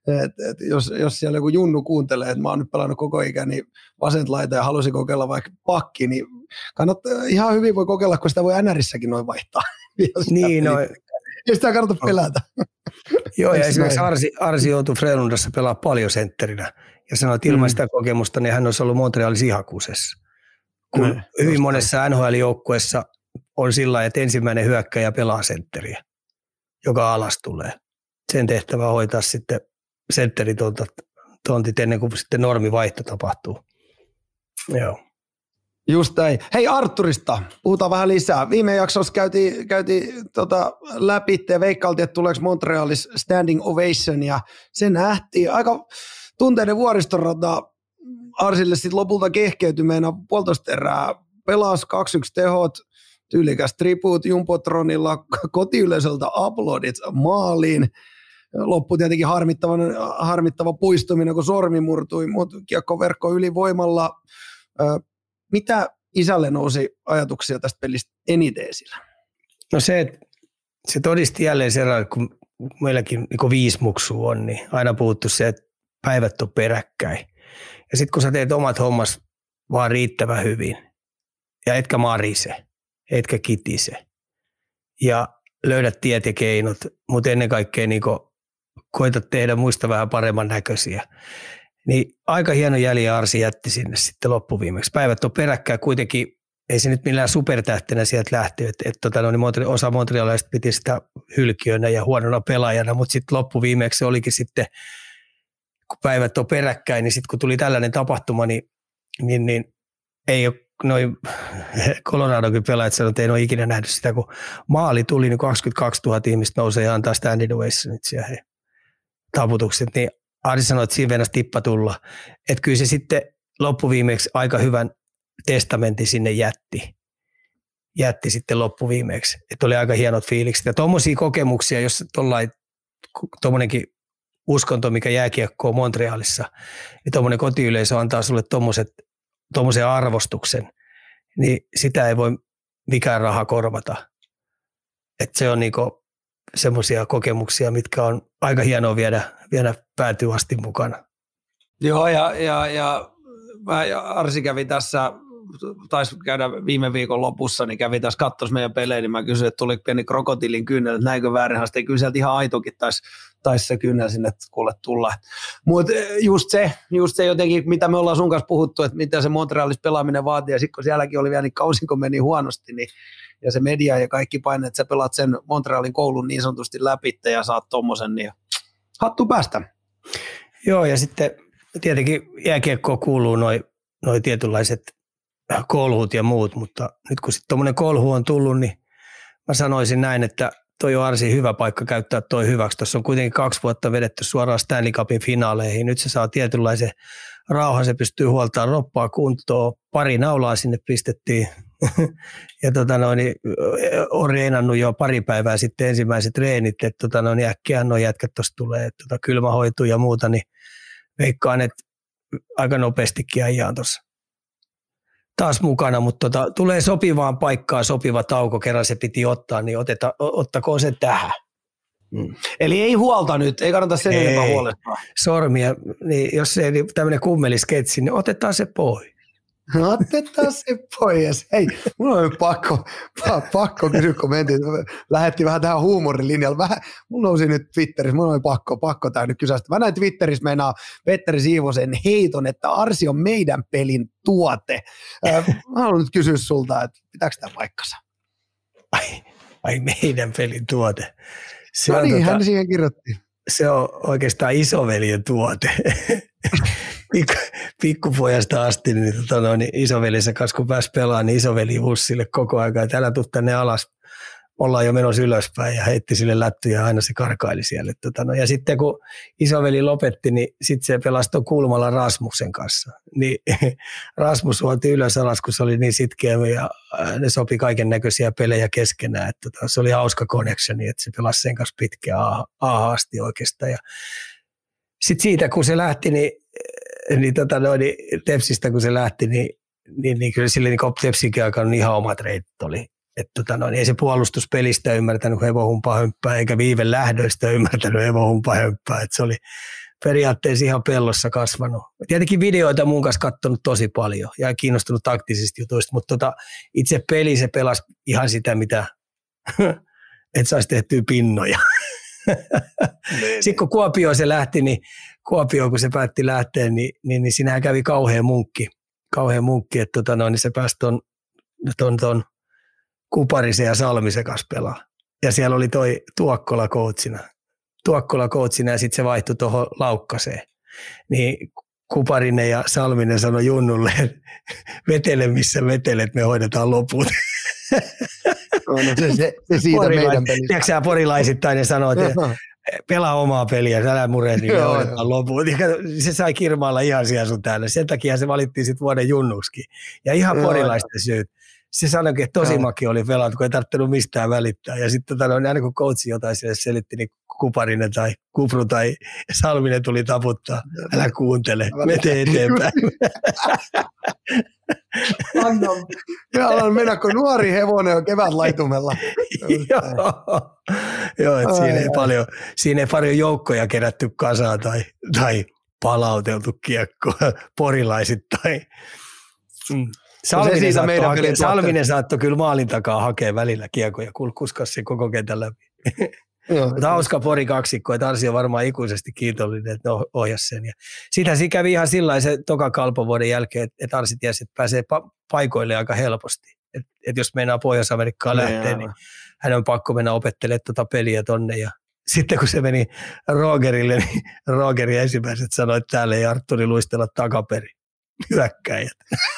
jos siellä joku junnu kuuntelee, että mä oon nyt pelannut koko ikäni vasenta laita ja halusin kokeilla vaikka pakki, niin kannattaa, ihan hyvin voi kokeilla, kun sitä voi NRissäkin noin vaihtaa. Niin, ja sitä kannattaa pelätä. Joo, ja esimerkiksi Arsi joutui Frölundassa pelaa paljon sentterinä ja sanoi, että ilman sitä kokemusta niin hän olisi ollut Montrealissa ihakuusessa. Kun hyvin monessa NHL-joukkueessa on sillä lailla, että ensimmäinen hyökkäjä pelaa sentteriä, joka alas tulee. Sen tehtävä hoitaa sitten sentteritontit ennen kuin sitten normivaihto tapahtuu. Joo. Just näin. Hei, Artturista, puhutaan vähän lisää. Viime jaksossa käytiin läpi ja veikkailtiin, että tuleeko Montrealissa standing ovation, ja se nähtiin. Aika tunteiden vuoristorata Arsille sitten lopulta kehkeytymeenä 1,5 erää. Pelasi 2-1 tehot, tyylikäs tribute Jumbotronilla, kotiyleisöltä aplodit maaliin. Loppu tietenkin harmittava puistuminen, kun sormi murtui, mutta kiekkoverkko ylivoimalla. Mitä isälle nousi ajatuksia tästä pelistä eniten esillä? No se todisti jälleen sen, kun meilläkin niin 5 muksua on, niin aina puhuttu se, että päivät on peräkkäin. Ja sitten kun sä teet omat hommas vaan riittävän hyvin, ja etkä marise, etkä kitise, ja löydät tiet ja keinot, mutta ennen kaikkea niin koitat tehdä muista vähän paremman näköisiä, niin aika hieno jäljen Arsi jätti sinne sitten loppuviimeksi. Päivät on peräkkäin kuitenkin, ei se nyt millään supertähtenä sieltä lähti, että osa montrealaisista piti sitä hylkiönä ja huonona pelaajana, mutta sitten loppuviimeksi se olikin sitten, kun päivät on peräkkäin, niin sitten kun tuli tällainen tapahtuma, niin ei ole noin Coloradokin pelaajat sanoivat, että ei ole ikinä nähnyt sitä, kun maali tuli, niin 22 000 ihmistä nousee ja antaa standing ovationit siellä taputukset, niin Arsi sanoi, että siinä venässä tippa tulla. Että kyllä se sitten loppuviimeksi aika hyvän testamentin sinne jätti sitten loppuviimeksi. Että oli aika hienot fiilikset. Ja tuommoisia kokemuksia, jos tuommoinenkin uskonto, mikä jääkiekko on Montrealissa, niin tuommoinen kotiyleisö antaa sulle tuommoisen arvostuksen, niin sitä ei voi mikään raha korvata. Että se on niinku semmoisia kokemuksia, mitkä on aika hienoa viedä päätyyn asti mukana. Joo, ja Arsi kävi tässä, taisi käydä viime viikon lopussa, niin kävi tässä katsossa meidän pelejä, niin mä kysyin, että tuli pieni krokotiilin kynnel, että näinkö väärin haasteen. Kyllä sieltä ihan aitokin taisi se kynnel sinne kuule tulla. Mutta just se jotenkin, mitä me ollaan sun kanssa puhuttu, että mitä se Montrealissa pelaaminen vaatii, ja sitten kun sielläkin oli vielä niin kausin, kun meni huonosti, niin ja se media ja kaikki paineet, että sä pelaat sen Montrealin koulun niin sanotusti läpi ja saat tommosen, niin hattu päästä. Joo, ja sitten tietenkin jääkiekkoon kuuluu noi tietynlaiset kolhut ja muut, mutta nyt kun sitten tuommoinen kolhu on tullut, niin mä sanoisin näin, että toi on Arsin hyvä paikka käyttää toi hyväksi. Tuossa on kuitenkin 2 vuotta vedetty suoraan Stanley Cupin finaaleihin. Nyt se saa tietynlaisen rauhan, se pystyy huoltamaan roppaa kuntoon. 2 naulaa sinne pistettiin. Ja on reenannut jo 2 päivää sitten ensimmäiset treenit, että äkkiä nuo jätkät tuossa tulee, että kylmähoituu ja muuta, niin veikkaan, että aika nopeastikin äijään tuossa taas mukana, mutta tulee sopivaan paikkaan sopiva tauko, kerran se piti ottaa, niin ottakoon se tähän. Eli ei huolta nyt, ei kannata sen enempää huolestaa. Sormia, niin jos ei niin tämmöinen kummelisketsi, niin otetaan se pois. Otetaan se pois. Hei, mulla on pakko kysyä, kun lähdettiin vähän tähän huumorilinjalle. Mulla nousi nyt Twitterissä, mulla oli pakko tää nyt kysästä. Mä näin Twitterissä meinaa Petteri Siivosen heiton, että Arsi on meidän pelin tuote. Mä haluan nyt kysyä sulta, että pitääkö tämä paikkansa? Ai meidän pelin tuote. No niin, hän siihen kirjoitti. Se on oikeastaan isoveljen tuote. Pikkupojasta asti niin, isoveljensä kanssa, kun pääsi pelaamaan, niin isoveli hussille koko ajan, että älä tuu tänne alas. Ollaan jo menossa ylöspäin ja heitti sille lättyjä ja aina se karkaili siellä. Ja sitten kun isoveli lopetti, niin sitten se pelasi tuon kulmalla Rasmuksen kanssa. Niin Rasmus huolti ylös alas, kun se oli niin sitkeä ja ne sopi kaiken näköisiä pelejä keskenään. Että se oli hauska connectioni, että se pelasi sen kanssa pitkään asti oikeastaan. Ja sitten siitä, kun se lähti, niin Tepsistä kun se lähti, niin kyllä sille niin Tepsikin aikaan ihan omat reitit oli. Että ei se puolustuspelistä ymmärtänyt hevohumpahömppää, eikä viive lähdöistä ymmärtänyt hevohumpahömppää. Että se oli periaatteessa ihan pellossa kasvanut. Tietenkin videoita mun kanssa katsonut tosi paljon ja kiinnostunut taktisista jutuista, mutta itse peli se pelasi ihan sitä, mitä et saisi tehtyä pinnoja. Sitten kun Kuopioon se lähti, niin Kuopioon kun se päätti lähteä, niin siinähän kävi kauhea munkki, että niin se pääsi ton Kuparisen ja Salmisen kanssa pelaa. Ja siellä oli toi Tuokkola coachina ja sitten se vaihtui tuohon Laukkaseen. Niin Kuparinen ja Salminen sanoi Junnulle, että vetele missä vetelet, me hoidetaan loput. No, se siitä meidän pelissä. Tiedätkö sä porilaisittain ne sanoo, että pelaa omaa peliä, älä muree, niin me hoidetaan loput. Se sai kirmailla ihan siellä sun täällä. Sen takia se valittiin sitten vuoden junnuksikin. Ja ihan porilaisten syyt. Se sanoikin, että Tosimaki oli pelannut, kun ei tarvittanut mistään välittää. Ja sitten aina kun coachi jotain sille selitti, niin Kuparinen tai Kupru tai Salminen tuli taputtaa. Älä kuuntele, mene eteenpäin. Anna mennä, kun nuori hevonen on kevätlaitumella. Joo, että siinä ei paljon joukkoja kerätty kasaan tai palauteltu kiekkoa porilaisittain. Salminen saattoi kyllä maalin takaa hakea välillä kiekoja, kuskas se koko kentän läpi. Mutta hauska Pori kaksikko, että Arsi on varmaan ikuisesti kiitollinen, että ne ohjasi sen. Siitähän siinä kävi ihan sillä se toka kalpovuoden jälkeen, että Arsi tiesi, että pääsee paikoille aika helposti. Että jos meinaa Pohjois-Amerikkaan lähteä, niin hän on pakko mennä opettelemaan tuota peliä tonne. Ja sitten kun se meni Rogerille, niin Rogeri ensimmäiset sanoi, että täällä ei Arturi luistella takaperin. Hyökkäjät.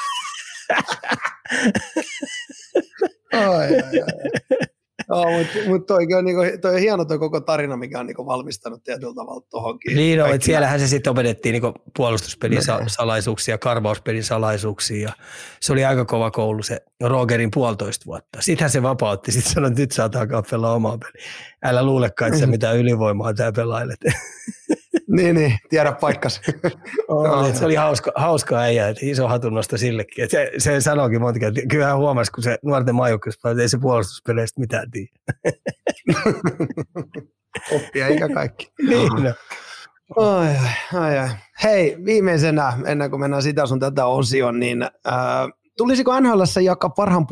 Mutta toi on hieno toi koko tarina, mikä on niinku valmistanut tietyllä tavalla tuohonkin. Niin on, että siellähän se sitten opetettiin niinku puolustuspelin salaisuuksia, karvauspelin salaisuuksia. Ja se oli aika kova koulu se Rogerin 1,5 vuotta. Sittenhän se vapautti. Sitten sanoi, että nyt saa takaa pelaa omaa peliä. Älä luulekaan, että sä mitään ylivoimaa tää pelailet. Niin, tiedä paikkas. Se oli hauska äijä, että iso hatunnosto sillekin. Se sanoikin monta kertaa, että kyllähän huomasi, kun se nuorten maajoukkueessa ei se puolustuspeleistä mitään tiedä. Oppia eikä kaikki. Niin, no. Ai. Hei, viimeisenä, ennen kuin mennään sitä sun tätä osioon, niin tulisiko NHL:ssä jakaa parhaan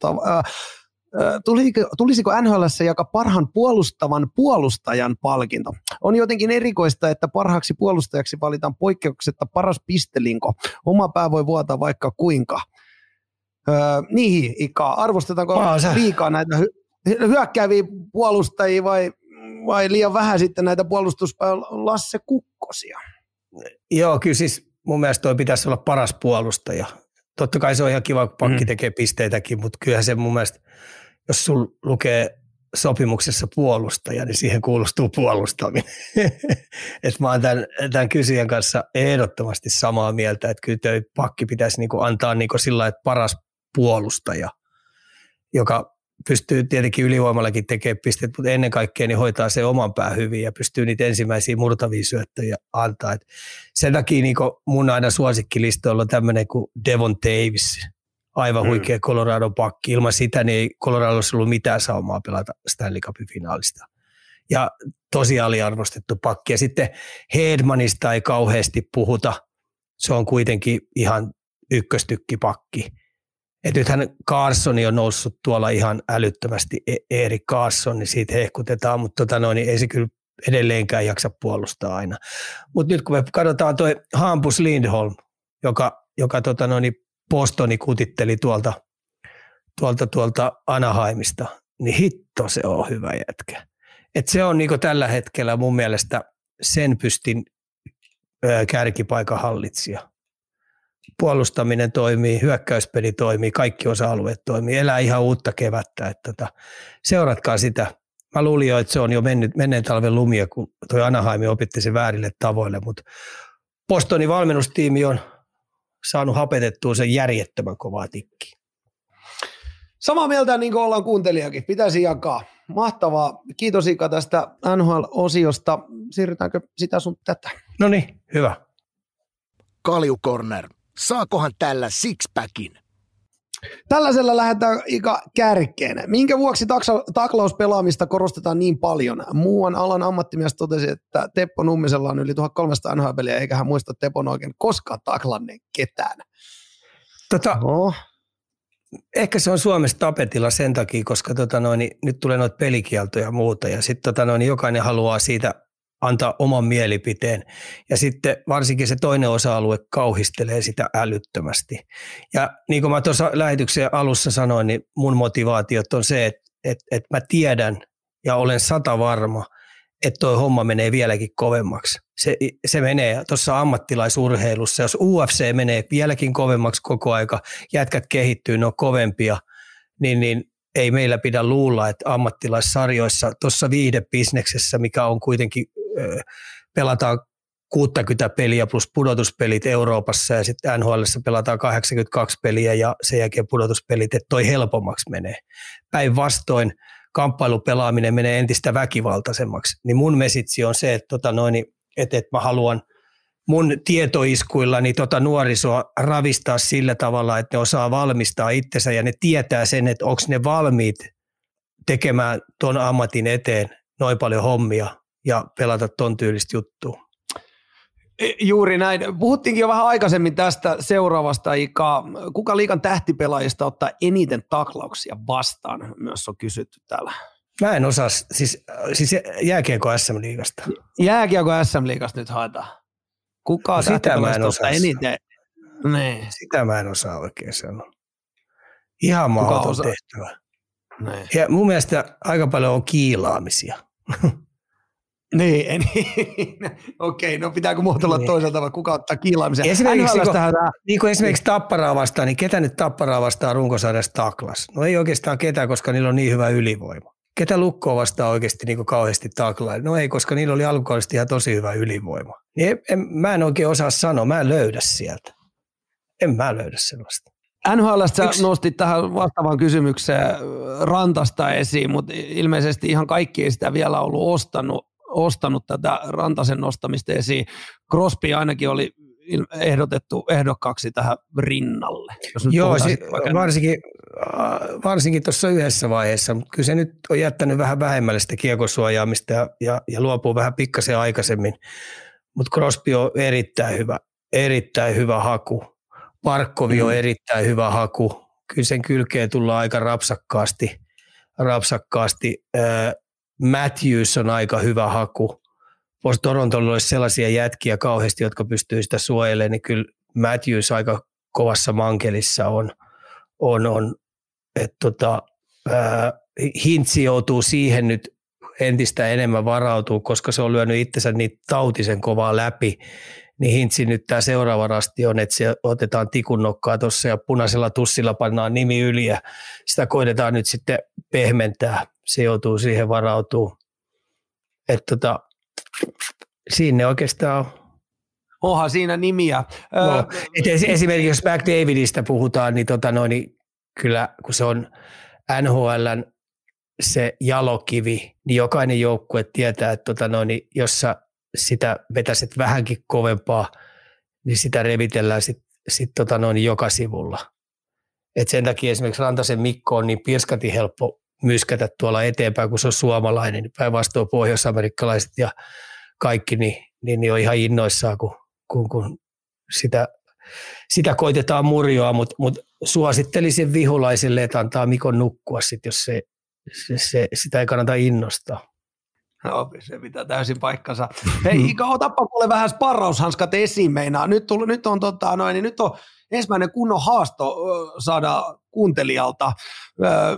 Tulisiko NHL:ssä jakaa parhaan puolustavan puolustajan palkinto? On jotenkin erikoista, että parhaaksi puolustajaksi valitaan poikkeuksetta paras pistelinko. Oma pää voi vuotaa vaikka kuinka. Niin, Ika, arvostetaanko liikaa näitä hyökkääviä puolustajia vai liian vähän sitten näitä Lasse Kukkosia? Joo, kyllä siis mun mielestä toi pitäisi olla paras puolustaja. Totta kai se on ihan kiva, kun pakki tekee pisteitäkin, mutta kyllähän se mun mielestä, jos sul lukee sopimuksessa puolustaja, niin siihen kuulustuu puolustaminen. Et mä oon tämän kysyjän kanssa ehdottomasti samaa mieltä, että kyllä toi pakki pitäisi niinku antaa niinku sillä, että paras puolustaja, joka pystyy tietenkin ylivoimallakin tekemään pisteet, mutta ennen kaikkea niin hoitaa se oman pää hyvin ja pystyy niitä ensimmäisiä murtavia syöttöjä antaa. Et sen takia niin mun aina suosikkilistoilla on tämmöinen kuin Devon Davis, aivan huikea Coloradon pakki. Ilman sitä niin ei Coloradossa ollut mitään saumaa pelata Stanley Cupin finaalista. Ja tosi aliarvostettu pakki. Ja sitten Hedmanista ei kauheasti puhuta. Se on kuitenkin ihan ykköstykkipakki. Et nythän Carlsoni on noussut tuolla ihan älyttömästi, Erik Carlson, niin siitä hehkutetaan, mutta niin ei se kyllä edelleenkään jaksa puolustaa aina. Mutta nyt kun me katsotaan toi Hampus Lindholm, joka Bostoni kutitteli tuolta Anaheimista, niin hitto se on hyvä jätkä. Et se on niinku tällä hetkellä mun mielestä sen pystin kärkipaikan hallitsija. Puolustaminen toimii, hyökkäyspeli toimii, kaikki osa-alueet toimii, elää ihan uutta kevättä. Että seuratkaa sitä. Mä luulin jo, että se on jo menneen talven lumia, kun toi Anaheim opitti sen väärille tavoille, mutta Bostonin valmennustiimi on saanut hapetettua sen järjettömän kovaa tikkiä. Samaa mieltä niin kuin ollaan kuuntelijakin, pitäisi jakaa. Mahtavaa. Kiitos Ika tästä NHL-osiosta. Siirrytäänkö sitä sun tätä? No niin, hyvä. Kalju Corner. Saakohan tällä sixpackin? Tällaisella lähdetään Ika kärkeen. Minkä vuoksi taklauspelaamista korostetaan niin paljon? Muuan alan ammattimies totesi, että Teppo Nummisella on yli 1300 NHL-peliä, eikä hän muista Tepon oikein koskaan taklanneen ketään. Ehkä se on Suomessa tapetilla sen takia, koska nyt tulee noita pelikieltoja ja muuta, ja sitten jokainen haluaa siitä antaa oman mielipiteen, ja sitten varsinkin se toinen osa-alue kauhistelee sitä älyttömästi. Ja niin kuin mä tuossa lähetyksen alussa sanoin, niin mun motivaatiot on se, että mä tiedän ja olen 100% varma, että toi homma menee vieläkin kovemmaksi. Se menee tuossa ammattilaisurheilussa, jos UFC menee vieläkin kovemmaksi koko aika, jätkät kehittyy, ne on kovempia, niin ei meillä pidä luulla, että ammattilaissarjoissa, tuossa viihdebisneksessä, mikä on kuitenkin, pelataan 60 peliä plus pudotuspelit Euroopassa ja sitten NHL:ssä pelataan 82 peliä ja sen jälkeen pudotuspelit, että toi helpommaksi menee. Päinvastoin kamppailupelaaminen menee entistä väkivaltaisemmaksi, niin mun mesitsi on se, että mä haluan mun tietoiskuillani nuorisoa ravistaa sillä tavalla, että ne osaa valmistaa itsensä ja ne tietää sen, että onko ne valmiit tekemään ton ammatin eteen noin paljon hommia ja pelata ton tyylistä juttua. Juuri näin. Puhuttiinkin jo vähän aikaisemmin tästä seuraavasta, Ika. Kuka liigan tähtipelaajista ottaa eniten taklauksia vastaan? Myös on kysytty täällä. Mä en osaa, siis jääkiekko SM-liigasta. Jääkiekko SM-liigasta nyt haetaan. Kuka tähtipelaajista ottaa eniten? Nee. Sitä mä en osaa oikein sanoa. Ihan mahdoton tehtävä. Nee. Ja mun mielestä aika paljon on kiilaamisia. Niin. Okei, no pitääkö muotoilla toisaalta, vai kuka ottaa kiilaamisen? Esimerkiksi Tapparaa vastaan, niin ketä nyt Tapparaa vastaan runkosarjassa taklas? No ei oikeastaan ketään, koska niillä on niin hyvä ylivoima. Ketä Lukkoa vastaan oikeasti niin kauheasti taklaa? No ei, koska niillä oli alkukaudesta ihan tosi hyvä ylivoima. Mä en oikein osaa sanoa, mä en löydä sieltä. En mä löydä sellaista. NHL:stä nostit tähän vastaavaan kysymykseen Rantasta esiin, mutta ilmeisesti ihan kaikki ei sitä vielä ollut ostanut tätä Rantasen nostamista esiin. Crosby ainakin oli ehdotettu ehdokkaaksi tähän rinnalle. Joo, varsinkin tuossa yhdessä vaiheessa, mutta kyllä se nyt on jättänyt vähän vähemmälle sitä kiekosuojaamista ja luopuu vähän pikkasen aikaisemmin, mutta Crosby on erittäin hyvä haku. Parkkovi on erittäin hyvä haku. Kyllä sen kylkeen tullaan aika rapsakkaasti. Matthews on aika hyvä haku. Jos Torontolla olisi sellaisia jätkiä kauheasti, jotka pystyy sitä suojelemaan, niin kyllä Matthews aika kovassa mankelissa on. Hintsi joutuu siihen nyt entistä enemmän varautuu, koska se on lyönyt itsensä niin tautisen kovaa läpi. Niin Hintsi nyt tämä seuraava rasti on, että se otetaan tikun nokkaa tuossa ja punaisella tussilla pannaan nimi yli ja sitä koitetaan nyt sitten pehmentää. Se joutuu siihen varautumaan. Että siinä oikeastaan on. Onhan siinä nimiä. No, esimerkiksi jos McDavidistä puhutaan, niin, niin kyllä kun se on NHL:n se jalokivi, niin jokainen joukkue tietää, että niin jos sä sitä vetäiset vähänkin kovempaa, niin sitä revitellään sitten joka sivulla. Et sen takia esimerkiksi Rantasen Mikko on niin pirskatin helppo myskätä tuolla eteenpäin, kun se on suomalainen, niin päinvastoin pohjois-amerikkalaiset ja kaikki, niin on ihan innoissaan, kun sitä koitetaan murjoa, mutta suosittelisin vihulaisille, että antaa Mikon nukkua sit, jos sitä ei kannata innostaa. No, se pitää täysin paikkansa. Hei Ika, otappa kuule vähän sparraushanskat esiin meinaa. Nyt on ensimmäinen kunnon haasto saada kuuntelijalta.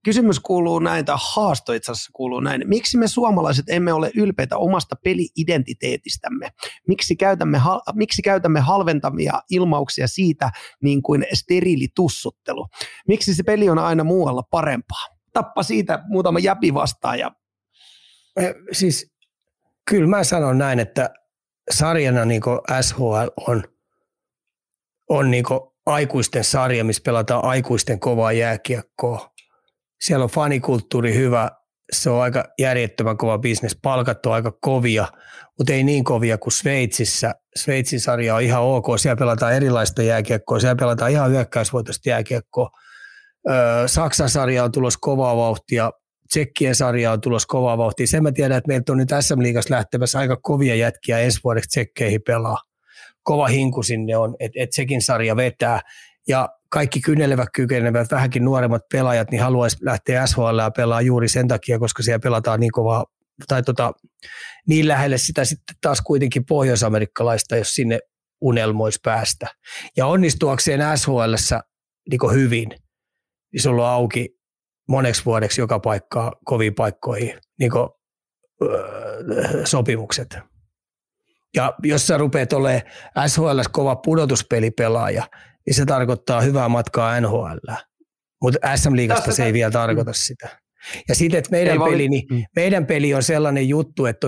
kysymys kuuluu näin, tai haasto itse asiassa kuuluu näin. Miksi me suomalaiset emme ole ylpeitä omasta peli-identiteetistämme? Miksi käytämme halventavia ilmauksia siitä niin kuin steriilitussuttelu? Miksi se peli on aina muualla parempaa? Tappa siitä muutama jäpi vastaan. Siis kyllä mä sanon näin, että sarjana niin kuin SHL on niin kuin aikuisten sarja, missä pelataan aikuisten kovaa jääkiekkoa. Siellä on fanikulttuuri hyvä, se on aika järjettömän kova bisnes, palkat on aika kovia, mutta ei niin kovia kuin Sveitsissä. Sveitsin sarja on ihan ok, siellä pelataan erilaista jääkiekkoa, siellä pelataan ihan hyökkäysvoitoista jääkiekkoa. Saksan sarja on tulossa kovaa vauhtia, Tsekkien sarja on tulossa kovaa vauhtia. Sen mä tiedän, että meiltä on nyt SM-liigassa lähtemässä aika kovia jätkiä ensi vuodeksi Tsekkeihin pelaa. Kova hinku sinne on, että Tsekin sarja vetää. Ja kaikki kykenevät vähänkin nuoremmat pelaajat niin haluaisi lähteä SHL:ää pelaa juuri sen takia, koska siellä pelataan niin kovaa, tai niin lähelle sitä sitten taas kuitenkin pohjois-amerikkalaista, jos sinne unelmoisi päästä. Ja onnistuakseen SHL:ssä niin hyvin, niin sulla on auki moneksi vuodeksi joka paikkaa koviin paikkoihin niin sopimukset. Ja jos sä rupeat olemaan SHL:ssä kova pudotuspelipelaaja, niin se tarkoittaa hyvää matkaa NHL. Mutta SM-liigasta se ei vielä tarkoita sitä. Ja sitten, että meidän peli on sellainen juttu, että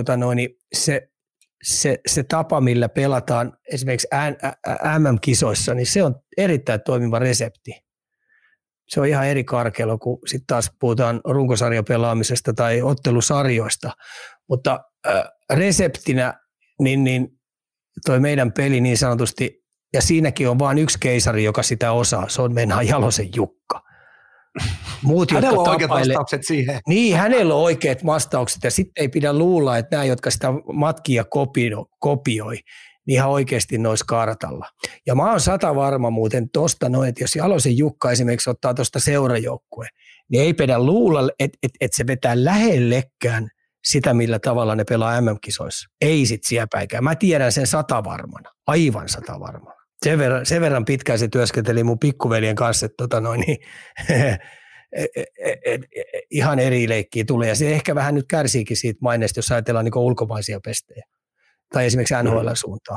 se tapa, millä pelataan esimerkiksi MM-kisoissa, niin se on erittäin toimiva resepti. Se on ihan eri karkelo, kun sitten taas puhutaan runkosarjapelaamisesta tai ottelusarjoista. Mutta reseptinä niin toi meidän peli niin sanotusti, ja siinäkin on vain yksi keisari, joka sitä osaa. Se on Menha Jalosen Jukka. Hänellä on oikeat vastaukset siihen. Niin, hänellä on oikeat vastaukset. Ja sitten ei pidä luulla, että nämä, jotka sitä matkia kopioi, niin ihan oikeasti nois kartalla. Ja mä oon 100% varma muuten tosta noin, että jos Jalosen Jukka esimerkiksi ottaa tuosta seurajoukkueen, niin ei pidä luulla, että se vetää lähellekään sitä, millä tavalla ne pelaa MM-kisoissa. Ei sit siepäikään. Mä tiedän sen 100% varmana, aivan 100% varmana. Sen verran pitkään se työskenteli mun pikkuveljen kanssa, että ihan eri leikkiä tulee. Ja se ehkä vähän nyt kärsiikin siitä maineesta, jos ajatellaan niin ulkomaisia pestejä. Tai esimerkiksi NHL-suuntaan.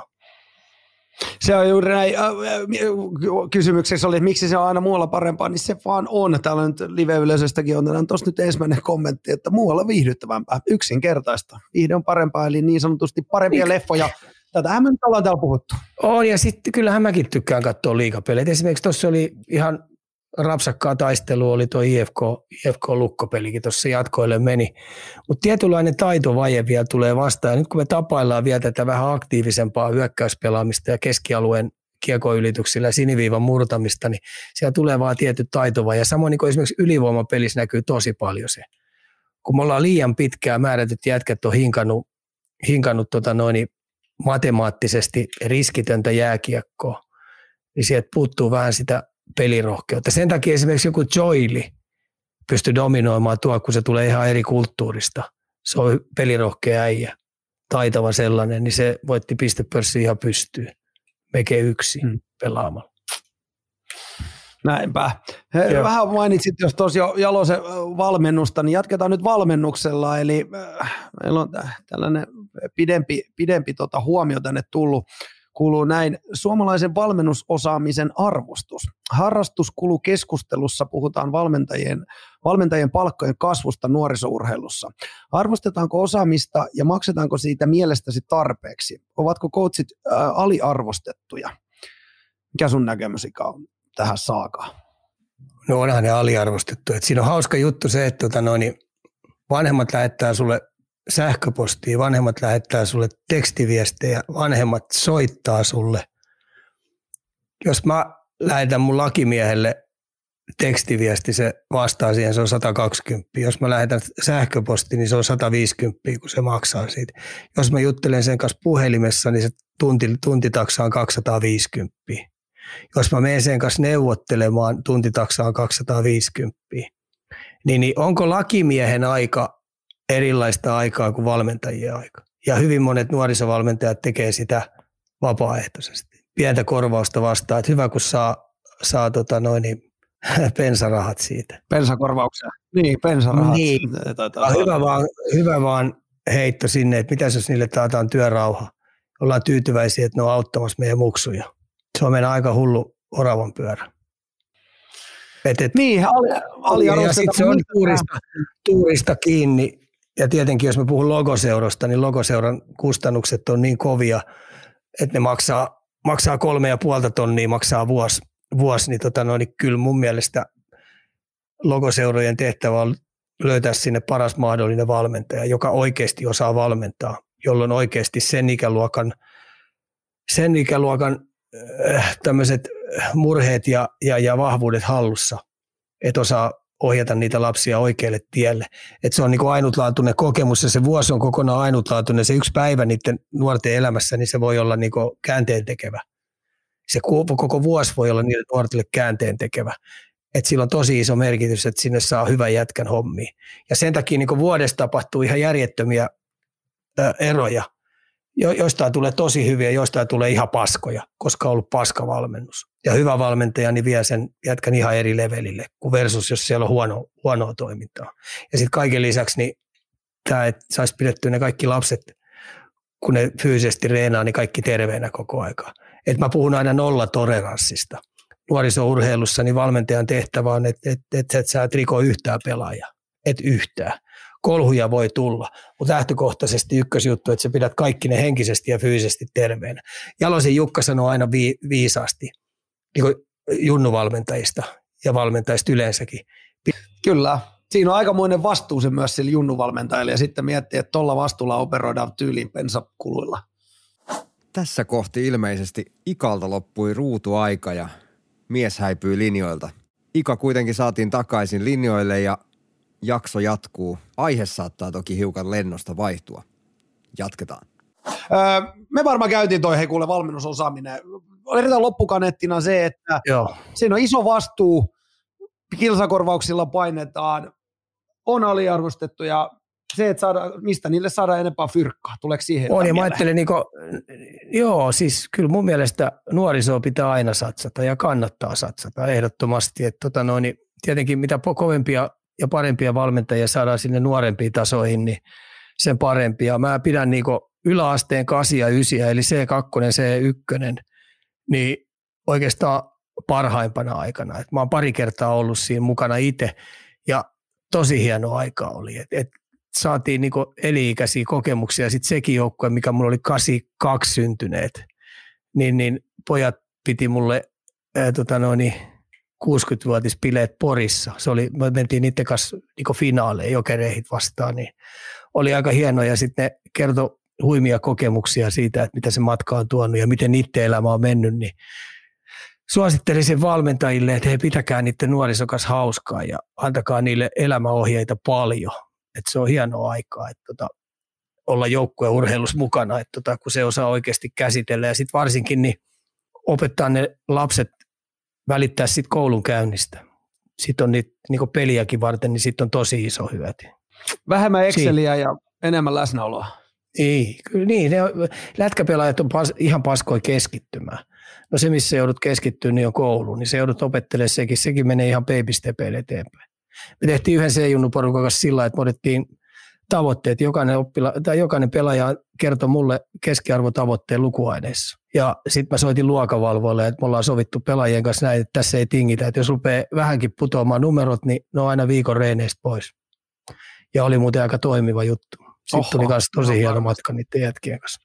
Se on juuri näin. Kysymyksessä oli, että miksi se on aina muualla parempaa, niin se vaan on. Täällä on nyt live-yleisöstäkin otetaan tuossa nyt ensimmäinen kommentti, että muualla viihdyttävämpää, yksinkertaista. Viihde on parempaa, eli niin sanotusti parempia leffoja. Tätähän me nyt ollaan täällä puhuttu. On, ja sitten kyllähän mäkin tykkään katsoa liigapelejä. Esimerkiksi tuossa oli ihan rapsakkaa taistelua, oli tuo IFK-lukkopelikin, tuossa jatkoille meni. Mutta tietynlainen taitovaje vielä tulee vastaan. Ja nyt kun me tapaillaan vielä tätä vähän aktiivisempaa hyökkäyspelaamista ja keskialueen kiekoylityksillä ja siniviivan murtamista, niin siellä tulee vaan tietty taitovaje. Samoin niin kuin esimerkiksi ylivoimapelissä näkyy tosi paljon se. Kun me ollaan liian pitkään määrätyt jätkät on hinkannut matemaattisesti riskitöntä jääkiekkoa, niin sieltä puuttuu vähän sitä pelirohkeutta. Sen takia esimerkiksi joku Joili pystyy dominoimaan tuo, kun se tulee ihan eri kulttuurista. Se on pelirohkea äijä, taitava sellainen, niin se voitti pistepörssin ihan pystyyn. Meke yksi pelaamalla. Näinpä. Vähän mainitsit, jos tosiaan Jalosen valmennusta, niin jatketaan nyt valmennuksella. Eli meillä on tällainen pidempi huomio tänne tullut. Kuuluu näin, suomalaisen valmennusosaamisen arvostus. Harrastuskulukeskustelussa puhutaan valmentajien palkkojen kasvusta nuorisourheilussa. Arvostetaanko osaamista ja maksetaanko siitä mielestäsi tarpeeksi? Ovatko coachit aliarvostettuja? Mikä sun näkemys on tähän saakaan? No onhan ne aliarvostettu. Et siinä on hauska juttu se, että vanhemmat lähettää sulle sähköpostia, vanhemmat lähettää sulle tekstiviestejä, vanhemmat soittaa sulle. Jos mä lähetän mun lakimiehelle tekstiviesti, se vastaa siihen, se on 120. Jos mä lähetän sähköposti, niin se on 150, kun se maksaa siitä. Jos mä juttelen sen kanssa puhelimessa, niin se tuntitaksa on 250. Jos mä menen sen kanssa neuvottelemaan, tuntitaksa on 250. Niin onko lakimiehen aika erilaista aikaa kuin valmentajien aika? Ja hyvin monet nuorisovalmentajat tekee sitä vapaaehtoisesti. Pientä korvausta vastaan, että hyvä kun saa pensarahat siitä. Pensakorvauksia. Niin, pensarahat. Niin. Hyvä vaan heitto sinne, että mitäs jos niille taataan työrauha. Ollaan tyytyväisiä, että ne on auttamassa meidän muksuja. Se on meidän aika hullu oravan pyörä. Niin, ja sitten se on tuurista kiinni. Ja tietenkin, jos me puhun Logoseurasta, niin Logoseuran kustannukset on niin kovia, että ne maksaa 3,5 tonnia, maksaa vuosi niin kyllä mun mielestä Logoseurojen tehtävä on löytää sinne paras mahdollinen valmentaja, joka oikeasti osaa valmentaa, jolloin oikeasti sen ikäluokan tämmöiset murheet ja vahvuudet hallussa, että osaa ohjata niitä lapsia oikealle tielle. Että se on niin kuin ainutlaatuinen kokemus ja se vuosi on kokonaan ainutlaatuinen. Se yksi päivä niiden nuorten elämässä, niin se voi olla niin kuin käänteentekevä. Se koko vuosi voi olla niille nuortille käänteentekevä. Että sillä on tosi iso merkitys, että sinne saa hyvän jätkän hommiin. Ja sen takia niin kuin vuodessa tapahtuu ihan järjettömiä eroja. Joistain tulee tosi hyviä, joistain tulee ihan paskoja, koska on ollut paskavalmennus. Ja hyvä valmentaja niin vie sen jätkän ihan eri levelille, kuin versus jos siellä on huonoa toimintaa. Ja sitten kaiken lisäksi niin tämä, että saisi pidettyä ne kaikki lapset, kun ne fyysisesti reenaa, niin kaikki terveenä koko aikaa. Et mä puhun aina nollatoleranssista. Nuorisourheilussa niin valmentajan tehtävä on, että sä et riko yhtään pelaajaa. Et yhtään. Kolhuja voi tulla, mutta lähtökohtaisesti ykkösjuttu, että sä pidät kaikki ne henkisesti ja fyysisesti terveenä. Jalosen Jukka sanoo aina viisaasti niin kuin junnuvalmentajista ja valmentajista yleensäkin. Kyllä. Siinä on aikamoinen vastuu se myös sillä junnuvalmentajille ja sitten miettii, että tuolla vastuulla operoidaan tyyliin pensakuluilla. Tässä kohti ilmeisesti Ikalta loppui ruutuaika ja mies häipyi linjoilta. Ika kuitenkin saatiin takaisin linjoille ja jakso jatkuu. Aihe saattaa toki hiukan lennosta vaihtua. Jatketaan. Me varmaan käytiin toi kuule valmennusosaaminen. Erittäin loppukaneettina se, että siinä on iso vastuu, kilsakorvauksilla painetaan, on aliarvostettu ja se, että mistä niille saadaan enempää fyrkkaa. Tuleeko siihen? On ja mä ajattelen, siis kyllä mun mielestä nuorisoa pitää aina satsata ja kannattaa satsata ehdottomasti. Että tietenkin mitä kovempia ja parempia valmentajia saadaan sinne nuorempiin tasoihin, niin sen parempia. Mä pidän yläasteen 8 ja 9, eli C2, C1, niin oikeastaan parhaimpana aikana. Et mä oon pari kertaa ollut siinä mukana itse, ja tosi hieno aika oli. Et saatiin eli-ikäisiä kokemuksia. Sitten sekin joukkue, mikä mulla oli 82 syntyneet, niin pojat piti mulle 60-vuotispileet Porissa. Me mentiin niiden kanssa finaaleihin Jokereihin vastaan, niin oli aika hienoa ja sitten ne kertoi huimia kokemuksia siitä, että mitä se matka on tuonut ja miten niiden elämä on mennyt, niin suosittelisin valmentajille, että hei, pitäkää niiden nuorisokas hauskaa ja antakaa niille elämäohjeita paljon. Että se on hienoa aikaa, että olla joukkueurheilussa mukana, että kun se osaa oikeasti käsitellä ja sitten varsinkin niin opettaa ne lapset välittää sitten koulun käynnistä. Sitten on niitä peliäkin varten, niin sitten on tosi iso hyöty. Vähemmän Exceliä ja enemmän läsnäoloa. Ei, kyllä niin. Lätkäpelaajat on ihan paskoja keskittymään. No se, missä joudut keskittyä, niin on kouluun. Niin se joudut opettelemaan sekin menee ihan baby-stepeille eteenpäin. Me tehtiin yhden C-junnuporukan kanssa sillä, että me otettiin tavoitteet. Jokainen pelaaja kertoi mulle keskiarvotavoitteen lukuaineissa. Ja sitten mä soitin luokavalvoille, että me ollaan sovittu pelaajien kanssa näin, että tässä ei tingitä. Että jos rupeaa vähänkin putoamaan numerot, niin ne on aina viikon reeneistä pois. Ja oli muuten aika toimiva juttu. Sitten tuli myös tosi hieno matka niiden jätkien kanssa.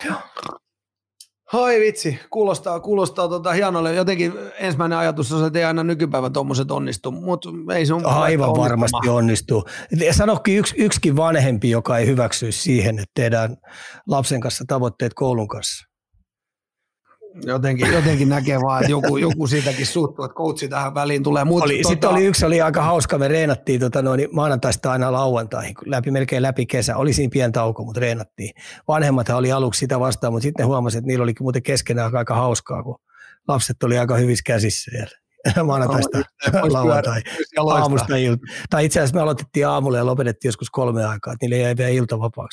Hai vitsi, kuulostaa hienolle. Jotenkin ensimmäinen ajatus on, että ei aina nykypäivän tuommoiset onnistu, mutta ei se on aivan varmasti onnistuu. Sanokin yksikin vanhempi, joka ei hyväksyisi siihen, että tehdään lapsen kanssa tavoitteet koulun kanssa. Jotenkin näkee vaan, että joku siitäkin suuttuu, että coachi tähän väliin tulee. Sitten oli yksi aika hauska, me reenattiin maanantaista aina lauantaihin, melkein läpi kesä. Oli siinä pieni tauko, mutta reenattiin. Vanhemmathan oli aluksi sitä vastaan, mutta sitten ne huomasivat, että niillä olikin muuten keskenään aika hauskaa, kun lapset oli aika hyvissä käsissä siellä. Maanantaista lauantai, aamusta ilta. Tai itse asiassa me aloitettiin aamulla ja lopetettiin joskus 3 aikaa, että niille jäi vielä ilta vapaaksi aina.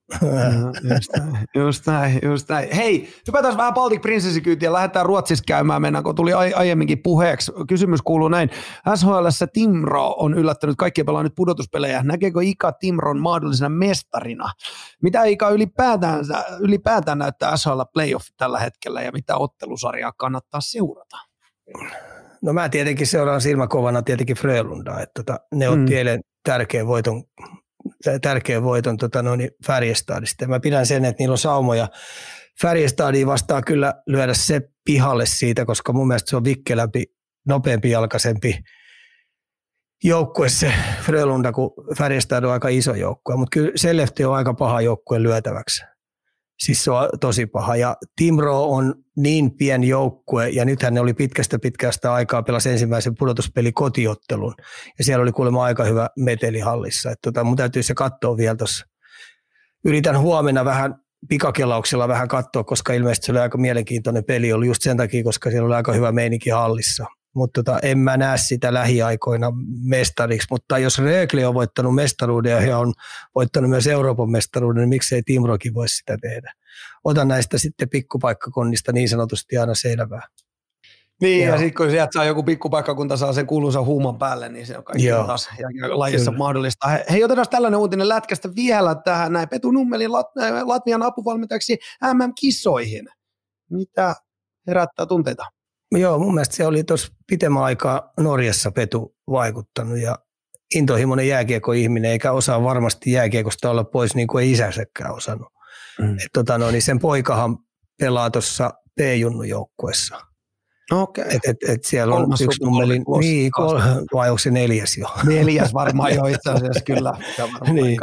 Just näin. Hei, hypätään vähän Baltic Princessikyytiin ja lähdetään Ruotsissa käymään. Mennään, kun tuli aiemminkin puheeksi. Kysymys kuuluu näin. SHL:ssä Timrå on yllättänyt kaikkia pelaa nyt pudotuspelejä. Näkeekö Ika Timron mahdollisena mestarina? Mitä Ika ylipäätään näyttää SHL playoff tällä hetkellä ja mitä ottelusarjaa kannattaa seurata? No mä tietenkin seuraan silmäkovana tietenkin Frölundaa, että ne otti eilen tärkeän voiton Färjestadista. Mä pidän sen, että niillä on saumoja. Färjestadia vastaa kyllä lyödä se pihalle siitä, koska mun mielestä se on vikkelämpi, nopeampi jalkaisempi joukkue se Frölunda, kun Färjestad on aika iso joukkue. Mutta kyllä Skellefteå on aika paha joukkue lyötäväksi. Siis se on tosi paha. Ja Timrå on niin pieni joukkue, ja nythän ne oli pitkästä aikaa pelasi ensimmäisen pudotuspeli kotiottelun. Ja siellä oli kuulemma aika hyvä meteli hallissa. Mun täytyy se katsoa vielä tuossa. Yritän huomenna vähän pikakelauksella vähän katsoa, koska ilmeisesti se oli aika mielenkiintoinen peli ollut just sen takia, koska siellä oli aika hyvä meininki hallissa. Mutta en mä näe sitä lähiaikoina mestariksi, mutta jos Rögle on voittanut mestaruuden ja on voittanut myös Euroopan mestaruuden, niin miksei Timrokin voisi sitä tehdä. Otan näistä sitten pikkupaikkakunnista niin sanotusti aina selvää. Niin, ja sitten kun sieltä saa joku pikkupaikkakunta saa sen kuuluisan huuman päälle, niin se on kaikki taas lajissa mahdollista. Hei, otetaan tällainen uutinen lätkästä vielä tähän näin. Petu Nummelin Latvian apuvalmentajaksi MM-kisoihin. Mitä herättää tunteita? Joo, mun mielestä se oli tuossa pitemmän aikaa Norjassa Petu vaikuttanut ja intohimoinen jääkiekko-ihminen, eikä osaa varmasti jääkiekosta olla pois niin kuin ei isänsäkään osannut. Niin sen poikahan pelaa tuossa P-junnu joukkuessa. Okei. Et siellä on yksi Nummelin, vai onko se 4. jo? 4 varmaan jo itse asiassa, kyllä. Niin,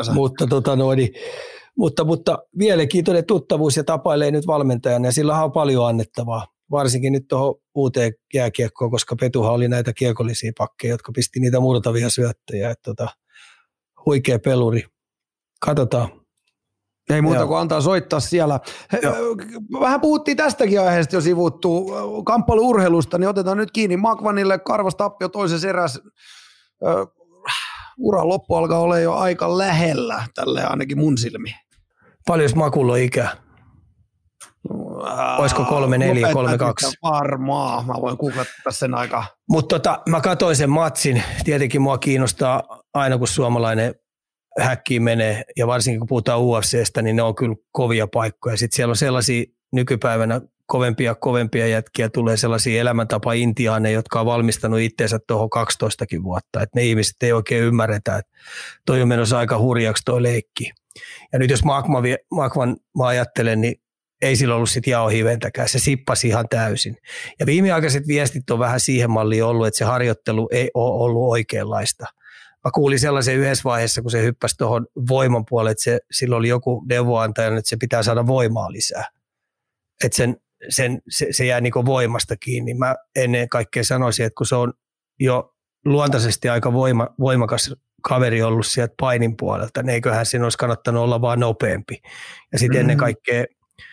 mutta mielenkiintoinen tuttavuus ja tapailee nyt valmentajana ja sillä on paljon annettavaa. Varsinkin nyt tuohon uuteen jääkiekkoon, koska Petuhan oli näitä kiekollisia pakkeja, jotka pisti niitä murtavia syöttöjä. Huikea peluri. Katsotaan. Ei muuta kuin antaa soittaa siellä. Vähän puhuttiin tästäkin aiheesta jo sivuttu. Kamppailu-urheilusta, niin otetaan nyt kiinni. Makvanille karvas tappio toisessa eräs. Uran loppu alkaa olla jo aika lähellä, tälleen ainakin mun silmiin. Paljon Makulla on ikää? Olisiko 3-4, 3-2? Varmaan, mä voin googlettaa sen aikaa. Mutta mä katsoin sen matsin, tietenkin mua kiinnostaa aina kun suomalainen häkkiin menee, ja varsinkin kun puhutaan UFCstä, niin ne on kyllä kovia paikkoja. Sitten siellä on sellaisia nykypäivänä kovempia jätkiä, tulee sellaisia elämäntapa-intiaaneja, jotka on valmistanut itseensä tuohon 12 vuotta. Et ne ihmiset ei oikein ymmärretä, että toi on menossa aika hurjaksi toi leikki. Ja nyt jos Makvan mä ajattelen, niin ei sillä ollut sitten jaohiventäkään, se sippasi ihan täysin. Ja viimeaikaiset viestit on vähän siihen malliin ollut, että se harjoittelu ei ole ollut oikeanlaista. Mä kuulin sellaisen yhdessä vaiheessa, kun se hyppäsi tuohon voiman puolelle, että sillä oli joku neuvoantaja, että se pitää saada voimaa lisää. Että se jää niin kuin voimasta kiinni. Mä ennen kaikkea sanoisin, että kun se on jo luontaisesti aika voimakas kaveri ollut sieltä painin puolelta, niin eiköhän sen olisi kannattanut olla vaan nopeampi. Ja sitten ennen kaikkea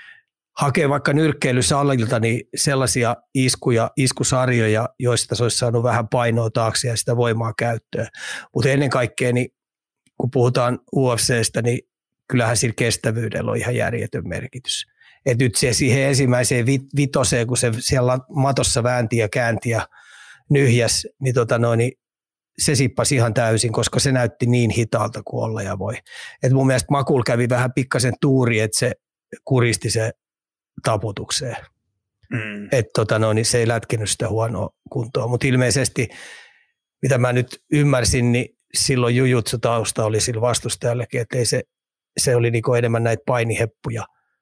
hakee vaikka nyrkkeilysalilta niin sellaisia iskusarjoja, joista se olisi saanut vähän painoa taakse ja sitä voimaa käyttöön. Mutta ennen kaikkea, niin kun puhutaan UFCstä, niin kyllähän sillä kestävyydellä on ihan järjetön merkitys. Et nyt se siihen ensimmäiseen vitoseen, kun se siellä matossa väänti ja käänti ja nyhjäs, niin, niin se sippasi ihan täysin, koska se näytti niin hitaalta kuin olla ja voi. Et mun mielestä Makul kävi vähän pikkasen tuuri, että se kuristi se taputukseen. Että niin se ei lätkinyt sitä huonoa kuntoa, mutta ilmeisesti, mitä mä nyt ymmärsin, niin silloin jujutsu-tausta oli sillä vastustajallekin, että se oli niinku enemmän näitä painiheppuja.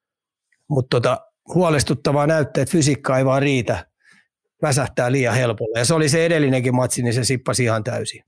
Mutta huolestuttavaa näyttää, että fysiikka ei vaan riitä, väsähtää liian helpolla. Ja se oli se edellinenkin matsi, niin se sippasi ihan täysin.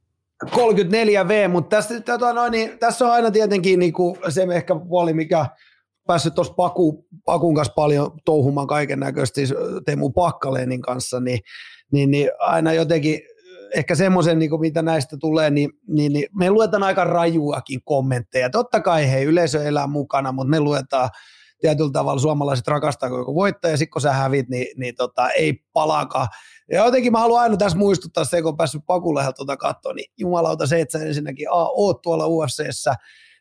34V, mutta tässä on aina tietenkin niinku se ehkä puoli, mikä päässyt tuossa Pakun kanssa paljon touhumaan kaiken näköisesti Teemu Pakkalenin kanssa, niin aina jotenkin ehkä semmoisen, niin mitä näistä tulee, niin me luetaan aika rajuakin kommentteja. Totta kai hei, yleisö elää mukana, mutta me luetaan tietyllä tavalla suomalaiset rakastaa, kun voittaa, ja sitten kun sä hävit, niin ei palaakaan. Ja jotenkin mä haluan aina tässä muistuttaa se, kun on päässyt Pakulehelta katsoa, niin jumalauta se, että sä ensinnäkin oot tuolla UFC:ssä,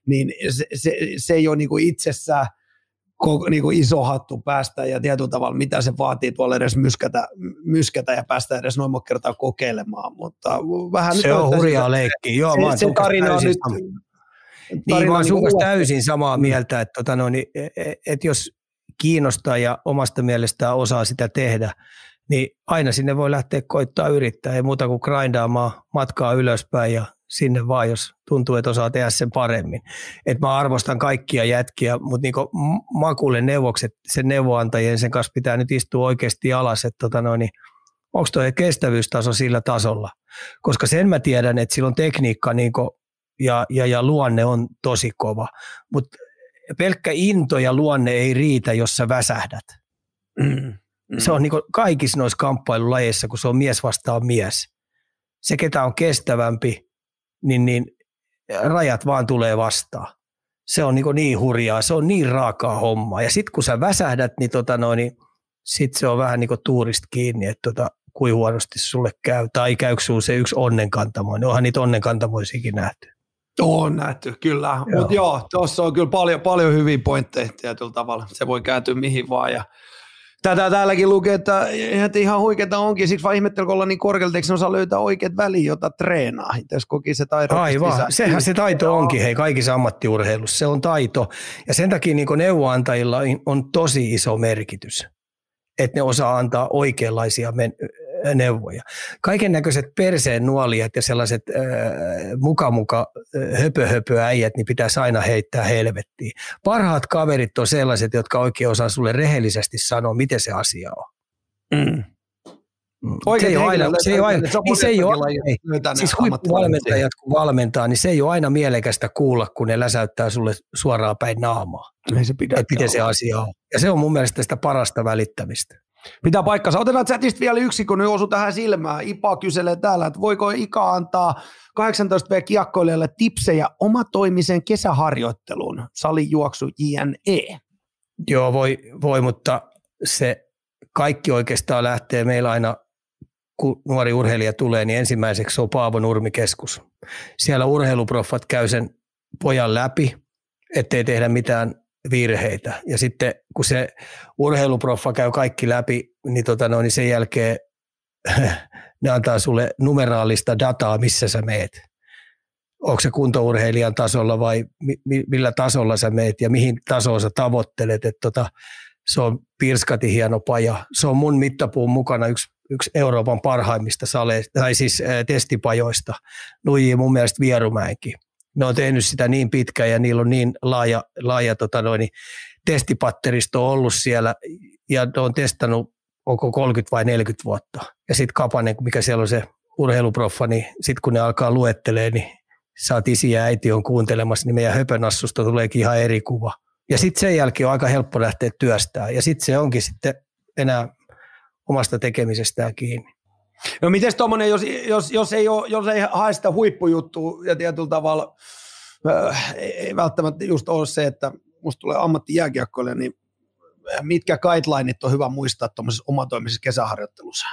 niin se ei ole niin kuin itsessään niin kuin iso hattu päästä ja tietyllä tavalla, mitä se vaatii tuolla edes myskätä ja päästä edes noin monta kertaa kokeilemaan, mutta vähän se on hurjaa leikkiä. Joo, se tarina on nyt... Niin, mä oon sun kanssa täysin samaa mieltä, että että jos kiinnostaa ja omasta mielestään osaa sitä tehdä, niin aina sinne voi lähteä koittaa yrittää, ei muuta kuin grindaamaan matkaa ylöspäin ja sinne vaan, jos tuntuu, että osaa tehdä sen paremmin. Et mä arvostan kaikkia jätkiä, mutta niinku Makulle neuvokset, sen neuvoantajien, sen kanssa pitää nyt istua oikeasti alas, että onko tuo kestävyystaso sillä tasolla. Koska sen mä tiedän, että silloin tekniikka niinku, ja luonne on tosi kova, mutta pelkkä into ja luonne ei riitä, jos sä väsähdät. Se on niinku kaikissa noissa kamppailulajeissa, kun se on mies vastaan mies. Se, ketä on kestävämpi, niin rajat vaan tulee vastaan. Se on niin hurjaa, se on niin raakaa hommaa. Ja sitten kun sä väsähdät, niin, sit se on vähän niin kuin tuurista kiinni, että kuin huonosti sulle käy. Tai käykö sulle se yksi onnenkantamoinen. Onhan niitä onnenkantamoisiakin nähty. On nähty, kyllä. Mutta joo, tuossa on kyllä paljon hyviä pointteja tietyllä tavalla. Se voi kääntyä mihin vaan. Ja tätä täälläkin lukee, että ihan huikeeta onkin, siksi vaan ihmettelen, kun ollaan niin korkealta, eikö ne osaa löytää oikeat väliä, jota treenaa. Itse koki se taito. Aivan, sehän se taito onkin, hei, kaikissa ammattiurheilussa, se on taito. Ja sen takia niin neuvoantajilla on tosi iso merkitys, että ne osaa antaa oikeanlaisia neuvoja. Kaiken näköiset perseen nuolijat ja sellaiset muka höpö-äijät, niin pitäisi aina heittää helvettiin. Parhaat kaverit on sellaiset, jotka oikein osaa sulle rehellisesti sanoa, miten se asia on. Siis huippuvalmentajat kun valmentaa, niin se ei ole aina mielekästä kuulla, kun ne läsäyttää sulle suoraan päin naamaa. Että miten se asia on. Ja se on mun mielestä sitä parasta välittämistä. Pitää paikkansa. Otetaan chatista vielä yksi, kun nyt osui tähän silmään. Ipa kyselee täällä, että voiko Ika antaa 18V-kiekkoilijalle tipsejä omatoimisen kesäharjoitteluun, salijuoksu, jne. Joo, voi, mutta se kaikki oikeastaan lähtee meillä aina, kun nuori urheilija tulee, niin ensimmäiseksi on Paavo Nurmi-keskus. Siellä urheiluproffat käy sen pojan läpi, ettei tehdä mitään virheitä. Ja sitten kun se urheiluproffa käy kaikki läpi, niin sen jälkeen ne antaa sulle numeraalista dataa, missä sä meet. Onko se kuntourheilijan tasolla vai millä tasolla sä meet ja mihin tasoon sä tavoittelet. Että se on pirskati hieno paja. Se on mun mittapuun mukana yksi Euroopan parhaimmista testipajoista. Nuijii mun mielestä Vierumäenkin. Ne on tehnyt sitä niin pitkään ja niillä on niin laaja testipatteristo ollut siellä ja ne on testannut onko 30 vai 40 vuotta. Ja sitten Kapanen, mikä siellä on se urheiluproffa, niin sitten kun ne alkaa luettelee, niin sä oot isi ja äiti on kuuntelemassa, niin meidän höpönassusta tuleekin ihan eri kuva. Ja sitten sen jälkeen on aika helppo lähteä työstään ja sitten se onkin sitten enää omasta tekemisestään kiinni. No miten tuommoinen, jos ei hae sitä huippujuttua ja tietyllä tavalla ei välttämättä just ole se, että musta tulee ammattijääkiekkoille, niin mitkä guidelineit on hyvä muistaa tuommoisessa omatoimisessa kesäharjoittelussa?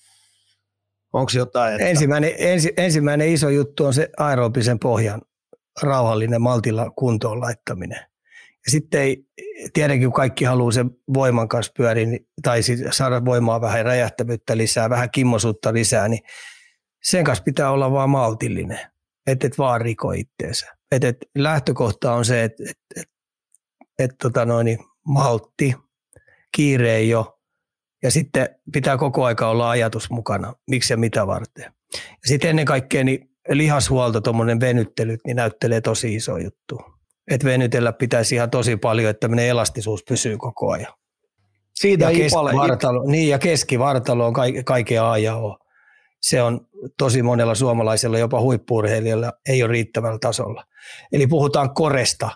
Onko jotain? Että... Ensimmäinen iso juttu on se aerobisen pohjan rauhallinen maltilla kuntoon laittaminen. Ja sitten tietenkin kun kaikki haluaa sen voiman kanssa pyöriä, tai saada voimaa vähän räjähtävyyttä lisää, vähän kimmosuutta lisää, niin sen kanssa pitää olla vaan maltillinen, että et vaan riko itteensä. Et lähtökohta on se, että maltti, kiire ei ole, ja sitten pitää koko aika olla ajatus mukana, miksi ja mitä varten. Ja sitten ennen kaikkea niin lihashuolto, tuommoinen venyttelyt, niin näyttelee tosi iso juttu. Että venytellä pitäisi ihan tosi paljon, että tämmöinen elastisuus pysyy koko ajan. Siitä ei Niin, ja keskivartalo on kaiken A ja O. Se on tosi monella suomalaisella, jopa huippu-urheilijalla, ei ole riittävällä tasolla. Eli puhutaan koresta.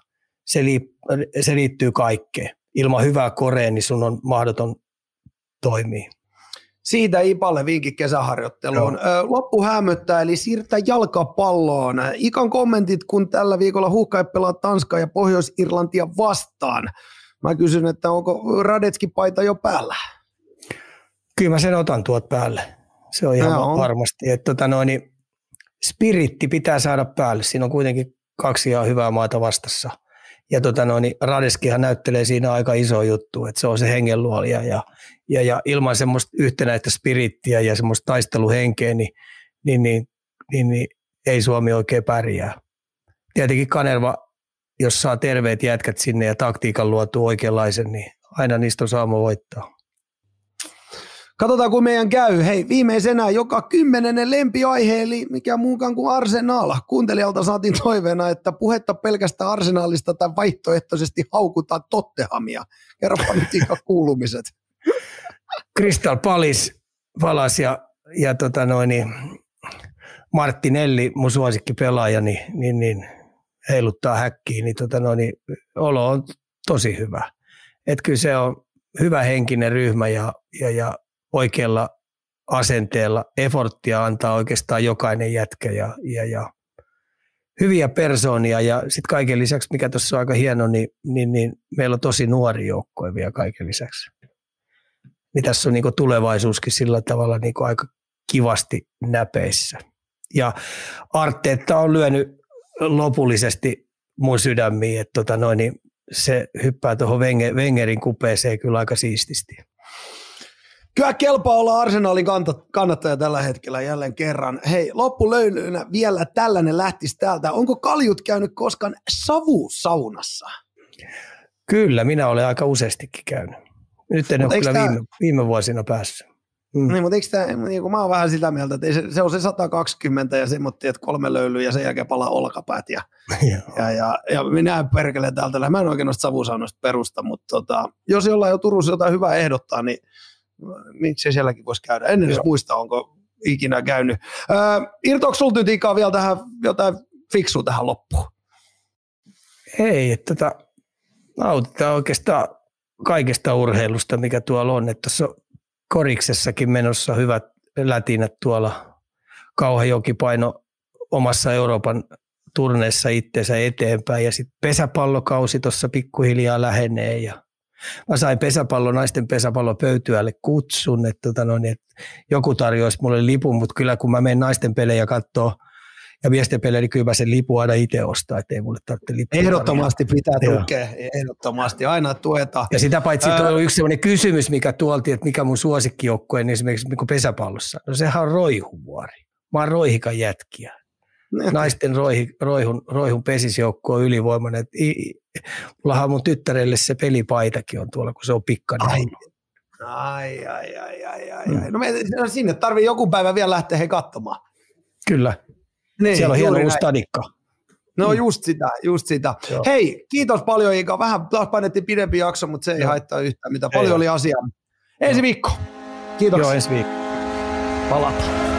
Se liittyy kaikkeen. Ilman hyvää korea, niin sun on mahdoton toimia. Siitä Ipalle vinkki kesäharjoitteluun. Loppu hämöttää, eli siirtää jalkapalloon. Ikan kommentit, kun tällä viikolla Huuhkajat pelaa Tanskaa ja Pohjois-Irlantia vastaan. Mä kysyn, että onko Radetski-paita jo päällä? Kyllä mä sen otan tuot päälle. Se on ihan varmasti. Että spiritti pitää saada päälle. Siinä on kuitenkin 2 ihan hyvää maata vastassa. Ja Radeskihan näyttelee siinä aika iso juttu, että se on se hengenluolija ja ilman semmoista yhtenäistä spirittiä ja semmoista taisteluhenkeä, niin ei Suomi oikein pärjää. Tietenkin Kanerva, jos saa terveet jätkät sinne ja taktiikan luotu oikeanlaisen, niin aina niistä on saama voittaa. Katsotaan, kun meidän käy. Hei, viimeisenä joka 10. lempiaihe, eli mikä muukaan kuin Arsenal. Kuuntelijalta saatiin toiveena, että puhetta pelkästään Arsenalista tai vaihtoehtoisesti haukutaan Tottenhamia. Kerropa nyt Ika kuulumiset. Crystal Palace palasi ja Martinelli, mun suosikkipelaaja, niin heiluttaa häkkiin, niin olo on tosi hyvä. Että kyllä se on hyvä henkinen ryhmä ja oikealla asenteella efforttia antaa oikeastaan jokainen jätkä ja hyviä persoonia ja sitten kaiken lisäksi, mikä tuossa on aika hieno, niin meillä on tosi nuori joukkue vielä kaiken lisäksi. Niin tässä on niinku tulevaisuuskin sillä tavalla niinku aika kivasti näpeissä. Ja Arteetta on lyönyt lopullisesti mun sydämiin, että se hyppää tuohon Wengerin kupeeseen kyllä aika siististi. Kyllä kelpaa olla Arsenalin kannattaja tällä hetkellä jälleen kerran. Hei, loppulöylynä vielä tällainen lähtisi täältä. Onko Kaljut käynyt koskaan savusaunassa? Kyllä, minä olen aika useastikin käynyt. Nyt en ole kyllä viime vuosina päässyt. Niin, mutta eikö tämä, niin mä oon vähän sitä mieltä, että se on se 120 ja semmoittiin, että 3 löylyä ja sen jälkeen palaa olkapäät. Ja minä perkelen täältä. Mä en oikein noista savusaunoista perusta, mutta jos jollain on Turussa jotain hyvää ehdottaa, niin miksi sielläkin voisi käydä? En edes muista, onko ikinä käynyt. Irtoako sulta nyt Ikaa vielä tähän jotain fiksua tähän loppuun? Ei, että nautitaan oikeastaan kaikesta urheilusta, mikä tuolla on. Että tuossa Koriksessakin menossa hyvät lätinät tuolla. Kauhajoki paino omassa Euroopan turneessa itseensä eteenpäin ja sitten pesäpallokausi tuossa pikkuhiljaa lähenee ja mä sain naisten pesäpallopöytyälle kutsun, että joku tarjoisi mulle lipun, mutta kyllä kun mä menen naisten pelejä katsoa ja miesten pelejä, niin kyllä mä sen lipun aina itse ostaa, ettei mulle tarvitse lipua. Ehdottomasti pitää tukea, ehdottomasti, aina tuetaan. Ja sitä paitsi on yksi sellainen kysymys, mikä tuoltiin, että mikä mun suosikkijoukkue on esimerkiksi pesäpallossa. No sehän on Roihuvuori. Mä oon Roihikan jätkiä. Naisten roihun pesisjoukko on ylivoimainen. Mullahan mun tyttärelle se pelipaitakin on tuolla, kun se on pikkainen. Ai. No sinne tarvii joku päivä vielä lähteä katsomaan. Kyllä. Niin, siellä on hieno uusi stadikka. No just sitä. Joo. Hei, kiitos paljon Ika. Vähän taas painettiin pidempi jakso, mutta se ei haittaa yhtään, mitä paljon oli asiaa. Ensi viikko. Kiitoksia. Joo, ensi viikko. Palataan.